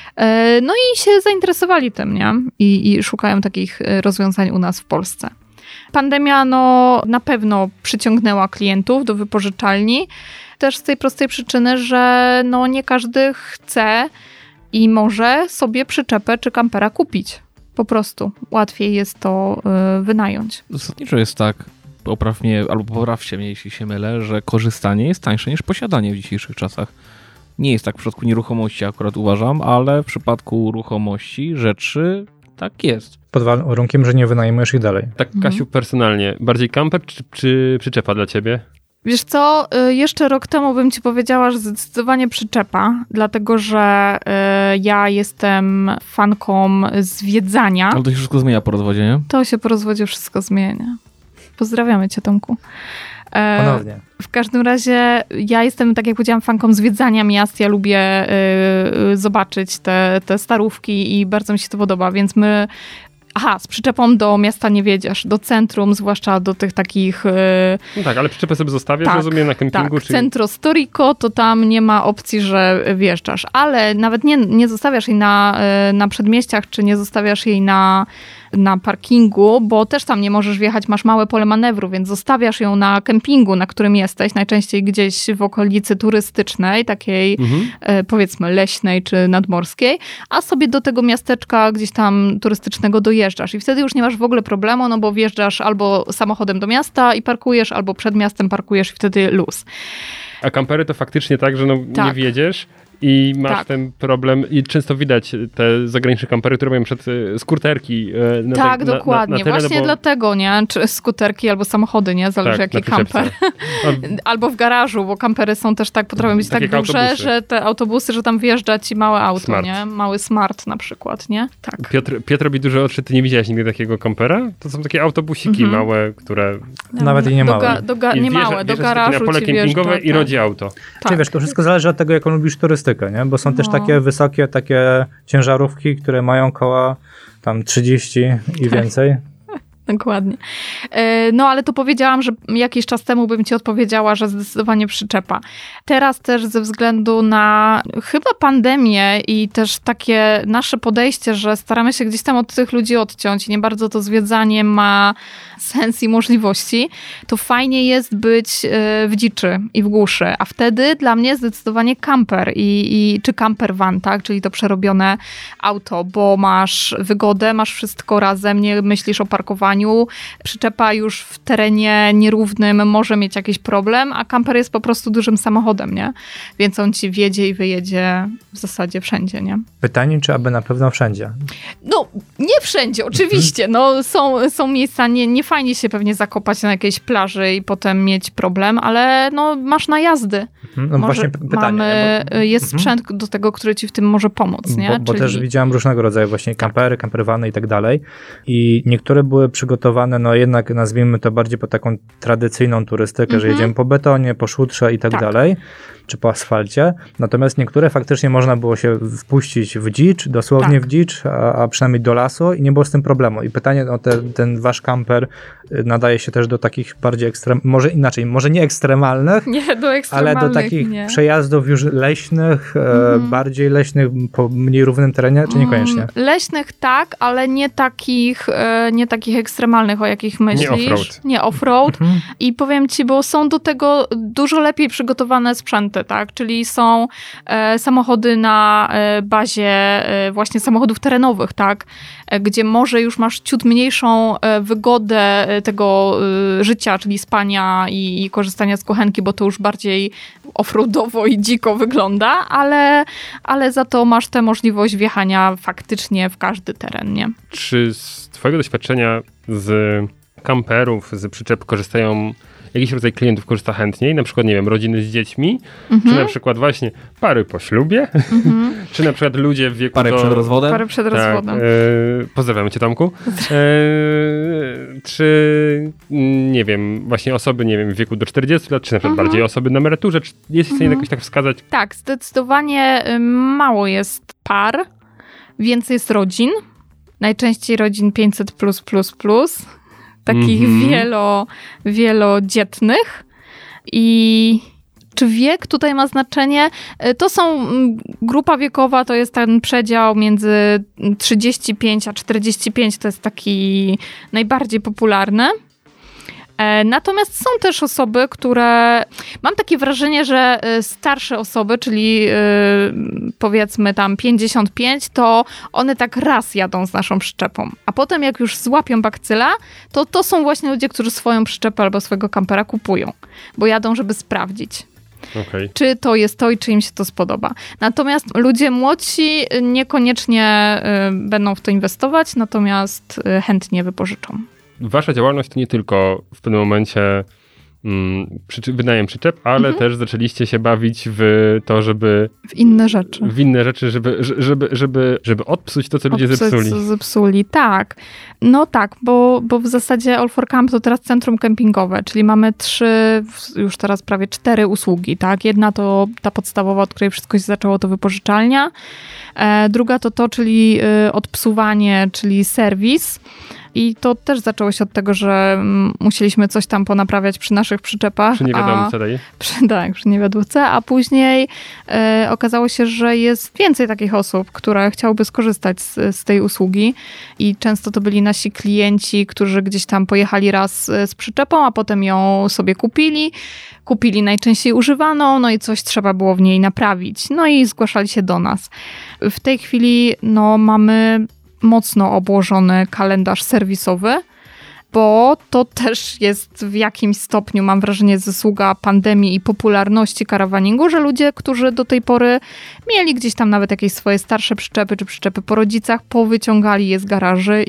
[SPEAKER 5] No i się zainteresowali tym, nie? I szukają takich rozwiązań u nas w Polsce. Pandemia na pewno przyciągnęła klientów do wypożyczalni, też z tej prostej przyczyny, że nie każdy chce i może sobie przyczepę czy kampera kupić. Po prostu łatwiej jest to wynająć.
[SPEAKER 2] Zasadniczo jest tak, popraw mnie, albo poprawcie mnie, jeśli się mylę, że korzystanie jest tańsze niż posiadanie w dzisiejszych czasach. Nie jest tak w przypadku nieruchomości, akurat uważam, ale w przypadku ruchomości, rzeczy, Tak jest.
[SPEAKER 4] Pod warunkiem, że nie wynajmujesz ich dalej.
[SPEAKER 3] Tak, Kasiu, personalnie, bardziej kamper czy przyczepa dla ciebie?
[SPEAKER 5] Wiesz co, jeszcze rok temu bym ci powiedziała, że zdecydowanie przyczepa, dlatego że ja jestem fanką zwiedzania.
[SPEAKER 2] Ale to się wszystko zmienia po rozwodzie, nie?
[SPEAKER 5] To się po rozwodzie wszystko zmienia. Pozdrawiamy cię, Tomku.
[SPEAKER 4] Ponownie.
[SPEAKER 5] W każdym razie ja jestem, tak jak powiedziałam, fanką zwiedzania miast. Ja lubię zobaczyć te starówki i bardzo mi się to podoba, więc my... Aha, z przyczepą do miasta nie wiedziesz, do centrum, zwłaszcza do tych takich...
[SPEAKER 3] No tak, ale przyczepę sobie zostawiasz,
[SPEAKER 5] tak,
[SPEAKER 3] rozumiem, na kempingu?
[SPEAKER 5] Tak, Centro Storico, to tam nie ma opcji, że wjeżdżasz, ale nawet nie zostawiasz jej na przedmieściach, czy nie zostawiasz jej na parkingu, bo też tam nie możesz wjechać, masz małe pole manewru, więc zostawiasz ją na kempingu, na którym jesteś, najczęściej gdzieś w okolicy turystycznej, takiej powiedzmy leśnej czy nadmorskiej, a sobie do tego miasteczka gdzieś tam turystycznego dojeżdżasz i wtedy już nie masz w ogóle problemu, no bo wjeżdżasz albo samochodem do miasta i parkujesz, albo przed miastem parkujesz i wtedy luz.
[SPEAKER 3] A kampery to faktycznie tak, że
[SPEAKER 5] Tak.
[SPEAKER 3] nie wjedziesz i masz ten problem i często widać te zagraniczne kampery, które mają przed skuterki
[SPEAKER 5] Tak, dokładnie.
[SPEAKER 3] tyle,
[SPEAKER 5] właśnie
[SPEAKER 3] bo...
[SPEAKER 5] dlatego, nie? Czy skuterki albo samochody, nie? Zależy
[SPEAKER 3] Tak,
[SPEAKER 5] jaki
[SPEAKER 3] na przyczepce.
[SPEAKER 5] kamper. Albo w garażu, bo kampery są też tak, potrafią być
[SPEAKER 3] Tak
[SPEAKER 5] tak
[SPEAKER 3] jak
[SPEAKER 5] duże,
[SPEAKER 3] autobusy.
[SPEAKER 5] że te autobusy, że tam wjeżdża ci małe auto,
[SPEAKER 3] Smart.
[SPEAKER 5] nie? Mały smart na przykład, nie? Tak.
[SPEAKER 3] Piotr robi duże oczy, ty nie widziałeś nigdy takiego kampera? To są takie autobusiki małe, które...
[SPEAKER 4] Nawet i nie małe.
[SPEAKER 5] Nie małe, do garażu
[SPEAKER 3] na pole
[SPEAKER 5] ci
[SPEAKER 3] kempingowe
[SPEAKER 5] wjeżdża,
[SPEAKER 3] i rodzi auto.
[SPEAKER 5] Tak.
[SPEAKER 4] Czyli wiesz, to wszystko zależy od tego, jaką lubisz turystykę, nie? Bo są też takie wysokie, takie ciężarówki, które mają koła tam 30 i więcej.
[SPEAKER 5] Dokładnie. No ale to powiedziałam, że jakiś czas temu bym ci odpowiedziała, że zdecydowanie przyczepa. Teraz też ze względu na chyba pandemię i też takie nasze podejście, że staramy się gdzieś tam od tych ludzi odciąć i nie bardzo to zwiedzanie ma sens i możliwości, to fajnie jest być w dziczy i w głuszy. A wtedy dla mnie zdecydowanie camper czy camper van, tak? Czyli to przerobione auto, bo masz wygodę, masz wszystko razem, nie myślisz o parkowaniu, przyczepa już w terenie nierównym może mieć jakiś problem, a camper jest po prostu dużym samochodem, nie? Więc on ci wjedzie i wyjedzie w zasadzie wszędzie, nie?
[SPEAKER 4] Pytanie, czy aby na pewno wszędzie?
[SPEAKER 5] No, nie wszędzie, oczywiście. No, są miejsca, nie fajnie się pewnie zakopać na jakiejś plaży i potem mieć problem, ale no, masz najazdy.
[SPEAKER 4] No właśnie pytanie.
[SPEAKER 5] Jest sprzęt do tego, który ci w tym może pomóc, nie?
[SPEAKER 4] Bo też widziałem różnego rodzaju właśnie kampery, campervany i tak dalej. I niektóre były przygotowane, no jednak nazwijmy to bardziej po taką tradycyjną turystykę, że jedziemy po betonie, po szutrze i tak dalej, czy po asfalcie. Natomiast niektóre faktycznie można było się wpuścić w dzicz, dosłownie w dzicz, a przynajmniej do lasu i nie było z tym problemu. I pytanie, no ten wasz kamper nadaje się też do takich bardziej może inaczej, może nie ekstremalnych,
[SPEAKER 5] nie, do ekstremalnych,
[SPEAKER 4] ale do takich przejazdów już leśnych, bardziej leśnych, po mniej równym terenie, czy niekoniecznie?
[SPEAKER 5] Leśnych tak, ale nie takich ekstremalnych, o jakich myślisz.
[SPEAKER 3] Nie off-road.
[SPEAKER 5] Nie off-road. I powiem ci, bo są do tego dużo lepiej przygotowane sprzęty, tak? Czyli są samochody na bazie właśnie samochodów terenowych, tak? Gdzie może już masz ciut mniejszą wygodę tego życia, czyli spania i korzystania z kochenki, bo to już bardziej offroadowo i dziko wygląda, ale za to masz tę możliwość wjechania faktycznie w każdy teren, nie?
[SPEAKER 3] Czy z twojego doświadczenia z kamperów, z przyczep korzystają, jakiś rodzaj klientów korzysta chętniej, na przykład, nie wiem, rodziny z dziećmi, czy na przykład właśnie pary po ślubie, czy na przykład ludzie w wieku...
[SPEAKER 2] Parę przed rozwodem.
[SPEAKER 5] Parę przed rozwodem.
[SPEAKER 3] Pozdrawiamy cię, Tomku. Czy, nie wiem, właśnie osoby, nie wiem, w wieku do 40 lat, czy na przykład bardziej osoby na emeryturze, czy jesteś w stanie jakoś tak wskazać?
[SPEAKER 5] Tak, zdecydowanie mało jest par, więcej jest rodzin, najczęściej rodzin 500+++, takich wielodzietnych. I czy wiek tutaj ma znaczenie? To są grupa wiekowa, to jest ten przedział między 35 a 45, to jest taki najbardziej popularny. Natomiast są też osoby, które... Mam takie wrażenie, że starsze osoby, czyli powiedzmy tam 55, to one tak raz jadą z naszą przyczepą. A potem jak już złapią bakcyla, to są właśnie ludzie, którzy swoją przyczepę albo swojego kampera kupują. Bo jadą, żeby sprawdzić.
[SPEAKER 3] Okej.
[SPEAKER 5] Czy to jest to i czy im się to spodoba. Natomiast ludzie młodsi niekoniecznie będą w to inwestować, natomiast chętnie wypożyczą.
[SPEAKER 3] Wasza działalność to nie tylko w pewnym momencie wynajem przyczep, ale też zaczęliście się bawić w to, żeby...
[SPEAKER 5] W inne rzeczy.
[SPEAKER 3] Żeby odpsuć to, co ludzie zepsuli.
[SPEAKER 5] Co zepsuli, tak. No tak, bo w zasadzie All for Camp to teraz centrum kempingowe, czyli mamy 3, już teraz prawie 4 usługi, tak? Jedna to ta podstawowa, od której wszystko się zaczęło, to wypożyczalnia. Druga to, czyli odpsuwanie, czyli serwis. I to też zaczęło się od tego, że musieliśmy coś tam ponaprawiać przy naszych przyczepach.
[SPEAKER 3] Przy niewiadomce tej?
[SPEAKER 5] Przy niewiadówce, a później okazało się, że jest więcej takich osób, które chciałyby skorzystać z tej usługi i często to byli nasi klienci, którzy gdzieś tam pojechali raz z przyczepą, a potem ją sobie kupili najczęściej używaną, no i coś trzeba było w niej naprawić. No i zgłaszali się do nas. W tej chwili mamy mocno obłożony kalendarz serwisowy, bo to też jest w jakimś stopniu, mam wrażenie, zasługa pandemii i popularności karawaningu, że ludzie, którzy do tej pory mieli gdzieś tam nawet jakieś swoje starsze przyczepy, czy przyczepy po rodzicach, powyciągali je z garaży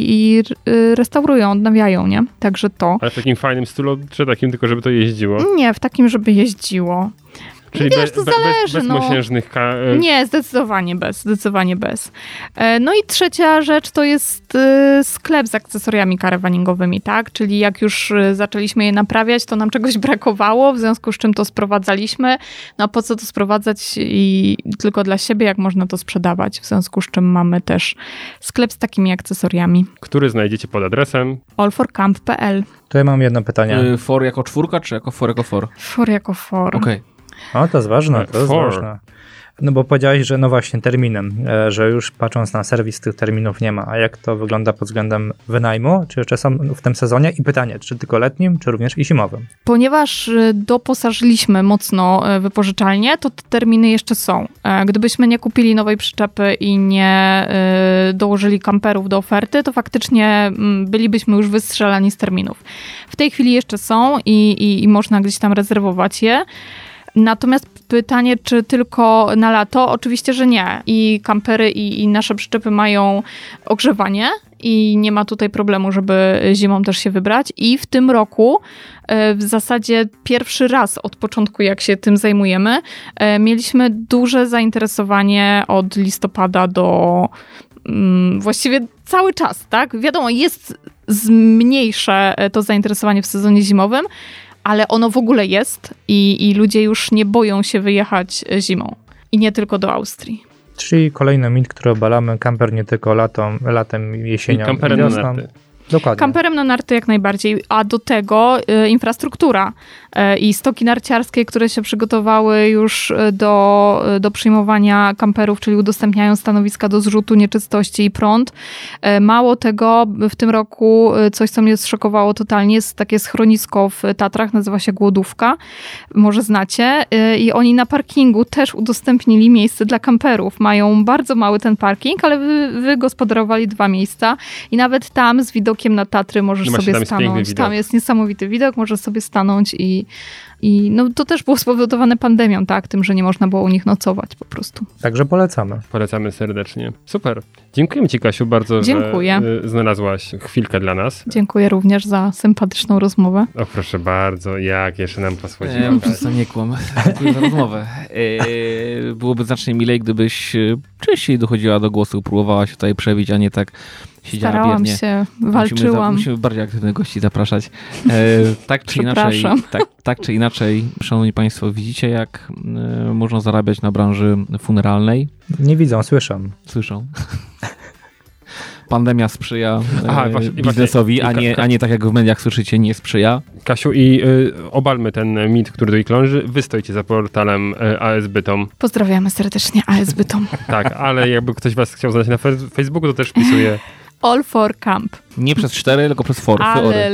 [SPEAKER 5] i restaurują, odnawiają, nie? Także to.
[SPEAKER 3] Ale w takim fajnym stylu, czy takim tylko, żeby to jeździło?
[SPEAKER 5] Nie, w takim, żeby jeździło.
[SPEAKER 3] Czyli
[SPEAKER 5] wiesz, to zależy,
[SPEAKER 3] bez mosiężnych...
[SPEAKER 5] Nie, zdecydowanie bez. No i trzecia rzecz to jest sklep z akcesoriami karawaningowymi, tak? Czyli jak już zaczęliśmy je naprawiać, to nam czegoś brakowało, w związku z czym to sprowadzaliśmy. No a po co to sprowadzać i tylko dla siebie, jak można to sprzedawać? W związku z czym mamy też sklep z takimi akcesoriami.
[SPEAKER 3] Który znajdziecie pod adresem?
[SPEAKER 5] allforcamp.pl.
[SPEAKER 4] To ja mam jedno pytanie.
[SPEAKER 2] For jako 4, czy jako for jako for?
[SPEAKER 5] For jako for.
[SPEAKER 2] Okej.
[SPEAKER 4] O, to jest ważne, ważne. No bo powiedziałeś, że no właśnie terminem, że już patrząc na serwis tych terminów nie ma. A jak to wygląda pod względem wynajmu? Czy jeszcze są w tym sezonie? I pytanie, czy tylko letnim, czy również i zimowym?
[SPEAKER 5] Ponieważ doposażyliśmy mocno wypożyczalnię, to te terminy jeszcze są. Gdybyśmy nie kupili nowej przyczepy i nie dołożyli kamperów do oferty, to faktycznie bylibyśmy już wystrzelani z terminów. W tej chwili jeszcze są i można gdzieś tam rezerwować je. Natomiast pytanie, czy tylko na lato? Oczywiście, że nie. I kampery i nasze przyczepy mają ogrzewanie i nie ma tutaj problemu, żeby zimą też się wybrać. I w tym roku w zasadzie pierwszy raz od początku, jak się tym zajmujemy, mieliśmy duże zainteresowanie od listopada do właściwie cały czas, tak? Wiadomo, jest mniejsze to zainteresowanie w sezonie zimowym, ale ono w ogóle jest i ludzie już nie boją się wyjechać zimą. I nie tylko do Austrii.
[SPEAKER 4] Czyli kolejny mit, który obalamy, kamper nie tylko latem, jesienią
[SPEAKER 3] i kamperem
[SPEAKER 4] i wiosną.
[SPEAKER 3] na narty.
[SPEAKER 4] Dokładnie.
[SPEAKER 5] Kamperem na narty jak najbardziej, a do tego infrastruktura i stoki narciarskie, które się przygotowały już do przyjmowania kamperów, czyli udostępniają stanowiska do zrzutu nieczystości i prąd. Mało tego, w tym roku coś, co mnie zszokowało totalnie, jest takie schronisko w Tatrach, nazywa się Głodówka, może znacie, i oni na parkingu też udostępnili miejsce dla kamperów. Mają bardzo mały ten parking, ale wygospodarowali 2 miejsca i nawet tam z widokiem na Tatry możesz sobie stanąć. Tam jest niesamowity widok, możesz sobie stanąć i no, to też było spowodowane pandemią, tak? Tym, że nie można było u nich nocować po prostu.
[SPEAKER 4] Także polecamy.
[SPEAKER 3] Polecamy serdecznie. Super. Dziękujemy Ci, Kasiu, bardzo,
[SPEAKER 5] Dziękuję.
[SPEAKER 3] że znalazłaś chwilkę dla nas.
[SPEAKER 5] Dziękuję również za sympatyczną rozmowę.
[SPEAKER 3] O, proszę bardzo, jak jeszcze nam posłodziła.
[SPEAKER 2] Przestań, nie kłam. Dziękuję za rozmowę. Byłoby znacznie milej, gdybyś częściej dochodziła do głosu, próbowałaś tutaj przebić, a nie tak siedziała
[SPEAKER 5] Starałam
[SPEAKER 2] biernie.
[SPEAKER 5] się, walczyłam.
[SPEAKER 2] Musimy bardziej aktywnych gości zapraszać. Tak czy inaczej, szanowni państwo, widzicie, jak można zarabiać na branży funeralnej?
[SPEAKER 4] Nie widzą, słyszą.
[SPEAKER 2] Słyszą. Pandemia sprzyja
[SPEAKER 3] właśnie,
[SPEAKER 2] biznesowi, a nie tak jak w mediach słyszycie, nie sprzyja.
[SPEAKER 3] Kasiu, i obalmy ten mit, który tutaj krąży. Wy stoicie za portalem AS Bytom.
[SPEAKER 5] Pozdrawiamy serdecznie AS Bytom.
[SPEAKER 3] Tak, ale jakby ktoś was chciał znaleźć na Facebooku, to też wpisuje
[SPEAKER 5] All for Camp.
[SPEAKER 2] Nie przez 4, tylko przez for.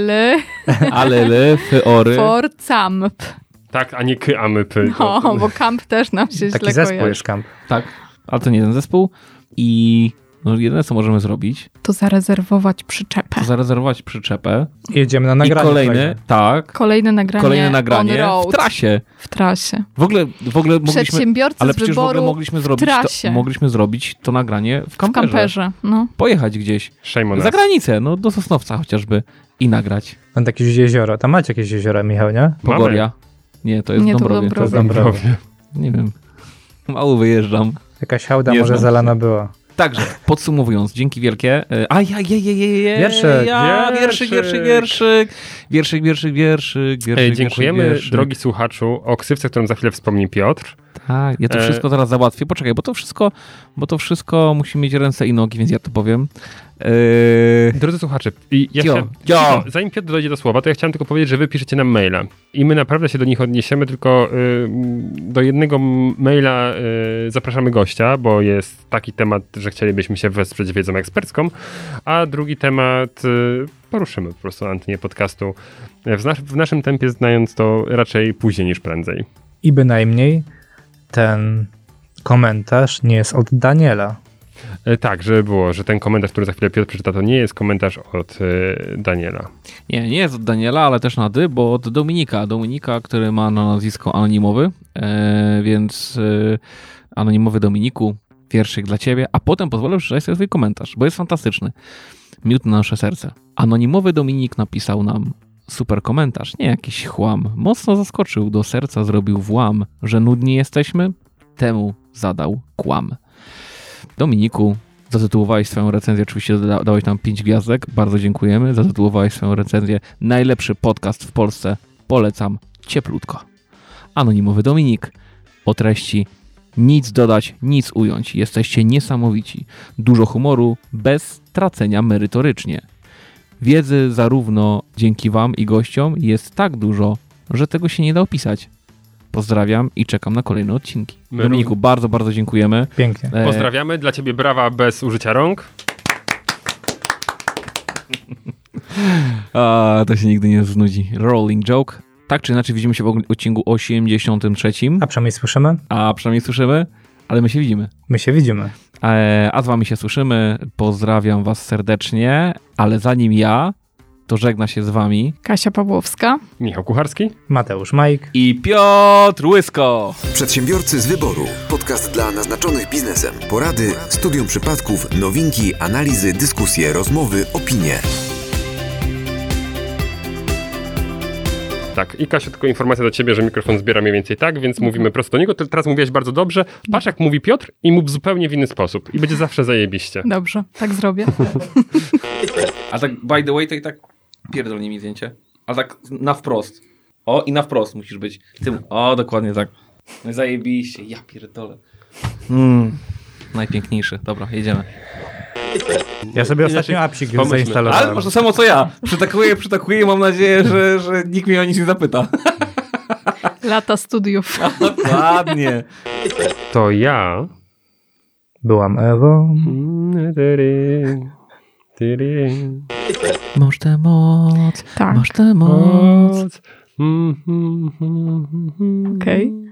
[SPEAKER 5] Alele,
[SPEAKER 2] fyory.
[SPEAKER 5] For Camp.
[SPEAKER 3] Tak, a nie a my py.
[SPEAKER 5] No, bo camp też nam się
[SPEAKER 4] Taki
[SPEAKER 5] źle
[SPEAKER 4] zespół
[SPEAKER 5] kojarzy.
[SPEAKER 4] jest kamp.
[SPEAKER 2] Tak, ale to nie ten zespół. I No jedyne, co możemy zrobić,
[SPEAKER 5] To zarezerwować przyczepę.
[SPEAKER 2] to zarezerwować przyczepę
[SPEAKER 4] Jedziemy na
[SPEAKER 2] i
[SPEAKER 4] nagranie.
[SPEAKER 2] kolejne, tak,
[SPEAKER 5] Kolejne nagranie on road.
[SPEAKER 2] w trasie.
[SPEAKER 5] W trasie.
[SPEAKER 2] W ogóle mogliśmy,
[SPEAKER 5] Przedsiębiorcy
[SPEAKER 2] ale
[SPEAKER 5] z
[SPEAKER 2] przecież w ogóle
[SPEAKER 5] wyboru
[SPEAKER 2] mogliśmy zrobić to nagranie w
[SPEAKER 5] w
[SPEAKER 2] kamperze.
[SPEAKER 5] kamperze. No.
[SPEAKER 2] Pojechać gdzieś
[SPEAKER 3] Shame on
[SPEAKER 2] za
[SPEAKER 3] us.
[SPEAKER 2] granicę, no do Sosnowca chociażby i nagrać.
[SPEAKER 4] Tam jakieś jezioro. Tam macie jakieś jeziora, Michał, nie?
[SPEAKER 2] Pogoria. Nie, to jest
[SPEAKER 5] Nie, to
[SPEAKER 2] Dąbrowie.
[SPEAKER 5] Dąbrowie.
[SPEAKER 3] Dąbrowie.
[SPEAKER 2] Nie wiem. Mało wyjeżdżam.
[SPEAKER 4] Jakaś hałda
[SPEAKER 2] Nie
[SPEAKER 4] może
[SPEAKER 2] znam.
[SPEAKER 4] zalana była.
[SPEAKER 2] Także, podsumowując, dzięki wielkie. Wierszyk.
[SPEAKER 3] Dziękujemy, drogi słuchaczu, o ksywce, którą za chwilę wspomni Piotr.
[SPEAKER 2] Tak, ja to wszystko zaraz załatwię. Poczekaj, bo to wszystko musi mieć ręce i nogi, więc ja to powiem.
[SPEAKER 3] Drodzy słuchacze, zanim Piotr dojdzie do słowa, to ja chciałem tylko powiedzieć, że wy piszecie nam maila i my naprawdę się do nich odniesiemy, tylko do jednego maila zapraszamy gościa, bo jest taki temat, że chcielibyśmy się wesprzeć wiedzą ekspercką, a drugi temat poruszymy po prostu na antenie podcastu w naszym tempie, znając to raczej później niż prędzej.
[SPEAKER 4] I bynajmniej ten komentarz nie jest od Daniela.
[SPEAKER 3] Tak, żeby było, że ten komentarz, który za chwilę Piotr przeczyta, to nie jest komentarz od Daniela.
[SPEAKER 2] Nie jest od Daniela, ale też na dy, bo od Dominika. Dominika, który ma na nazwisko anonimowy, więc anonimowy Dominiku, wierszyk dla ciebie, a potem pozwolę przeczytać sobie swój komentarz, bo jest fantastyczny. Miód na nasze serce. Anonimowy Dominik napisał nam super komentarz, nie jakiś chłam. Mocno zaskoczył, do serca zrobił włam, że nudni jesteśmy, temu zadał kłam. Dominiku, zatytułowałeś swoją recenzję, oczywiście dałeś nam 5 gwiazdek, bardzo dziękujemy. Zatytułowałeś swoją recenzję najlepszy podcast w Polsce, polecam cieplutko. Anonimowy Dominik, o treści nic dodać, nic ująć, jesteście niesamowici. Dużo humoru, bez tracenia merytorycznie. Wiedzy zarówno dzięki wam i gościom jest tak dużo, że tego się nie da opisać. Pozdrawiam i czekam na kolejne odcinki. Dominiku, bardzo, bardzo dziękujemy.
[SPEAKER 4] Pięknie.
[SPEAKER 3] Pozdrawiamy, dla ciebie brawa bez użycia rąk.
[SPEAKER 2] To się nigdy nie znudzi. Rolling joke. Tak czy inaczej widzimy się w odcinku 83.
[SPEAKER 4] A przynajmniej słyszymy?
[SPEAKER 2] A przynajmniej słyszymy, ale my się widzimy.
[SPEAKER 4] My się widzimy.
[SPEAKER 2] A z wami się słyszymy. Pozdrawiam was serdecznie, ale zanim ja, to żegna się z wami
[SPEAKER 5] Kasia Pawłowska.
[SPEAKER 3] Michał Kucharski.
[SPEAKER 4] Mateusz Majk.
[SPEAKER 2] i Piotr Łysko.
[SPEAKER 1] Przedsiębiorcy z wyboru. Podcast dla naznaczonych biznesem. Porady, studium przypadków, nowinki, analizy, dyskusje, rozmowy, opinie.
[SPEAKER 3] Tak, i Kasiu, tylko informacja do ciebie, że mikrofon zbiera mniej więcej tak, więc mówimy prosto do niego. Teraz mówiłeś bardzo dobrze. Patrz, jak mówi Piotr i mów zupełnie w inny sposób. I będzie zawsze zajebiście.
[SPEAKER 5] Dobrze, tak zrobię.
[SPEAKER 2] A tak by the way, to i tak pierdolnie mi zdjęcie. A tak na wprost. O, i na wprost musisz być. Tym. O, dokładnie tak. No zajebiście. Ja pierdolę. Najpiękniejszy. Dobra, jedziemy.
[SPEAKER 4] Ja sobie ostatnio apsik
[SPEAKER 3] pomyślmy.
[SPEAKER 4] zainstalowałem.
[SPEAKER 2] Ale masz to samo co ja. Przytakuję i mam nadzieję, że nikt mnie o nic nie zapyta.
[SPEAKER 5] Lata studiów.
[SPEAKER 2] Dokładnie.
[SPEAKER 3] To ja...
[SPEAKER 4] Byłam Ewą.
[SPEAKER 2] Masz tę moc.
[SPEAKER 5] Tak.
[SPEAKER 2] Masz tę moc.
[SPEAKER 5] Okej.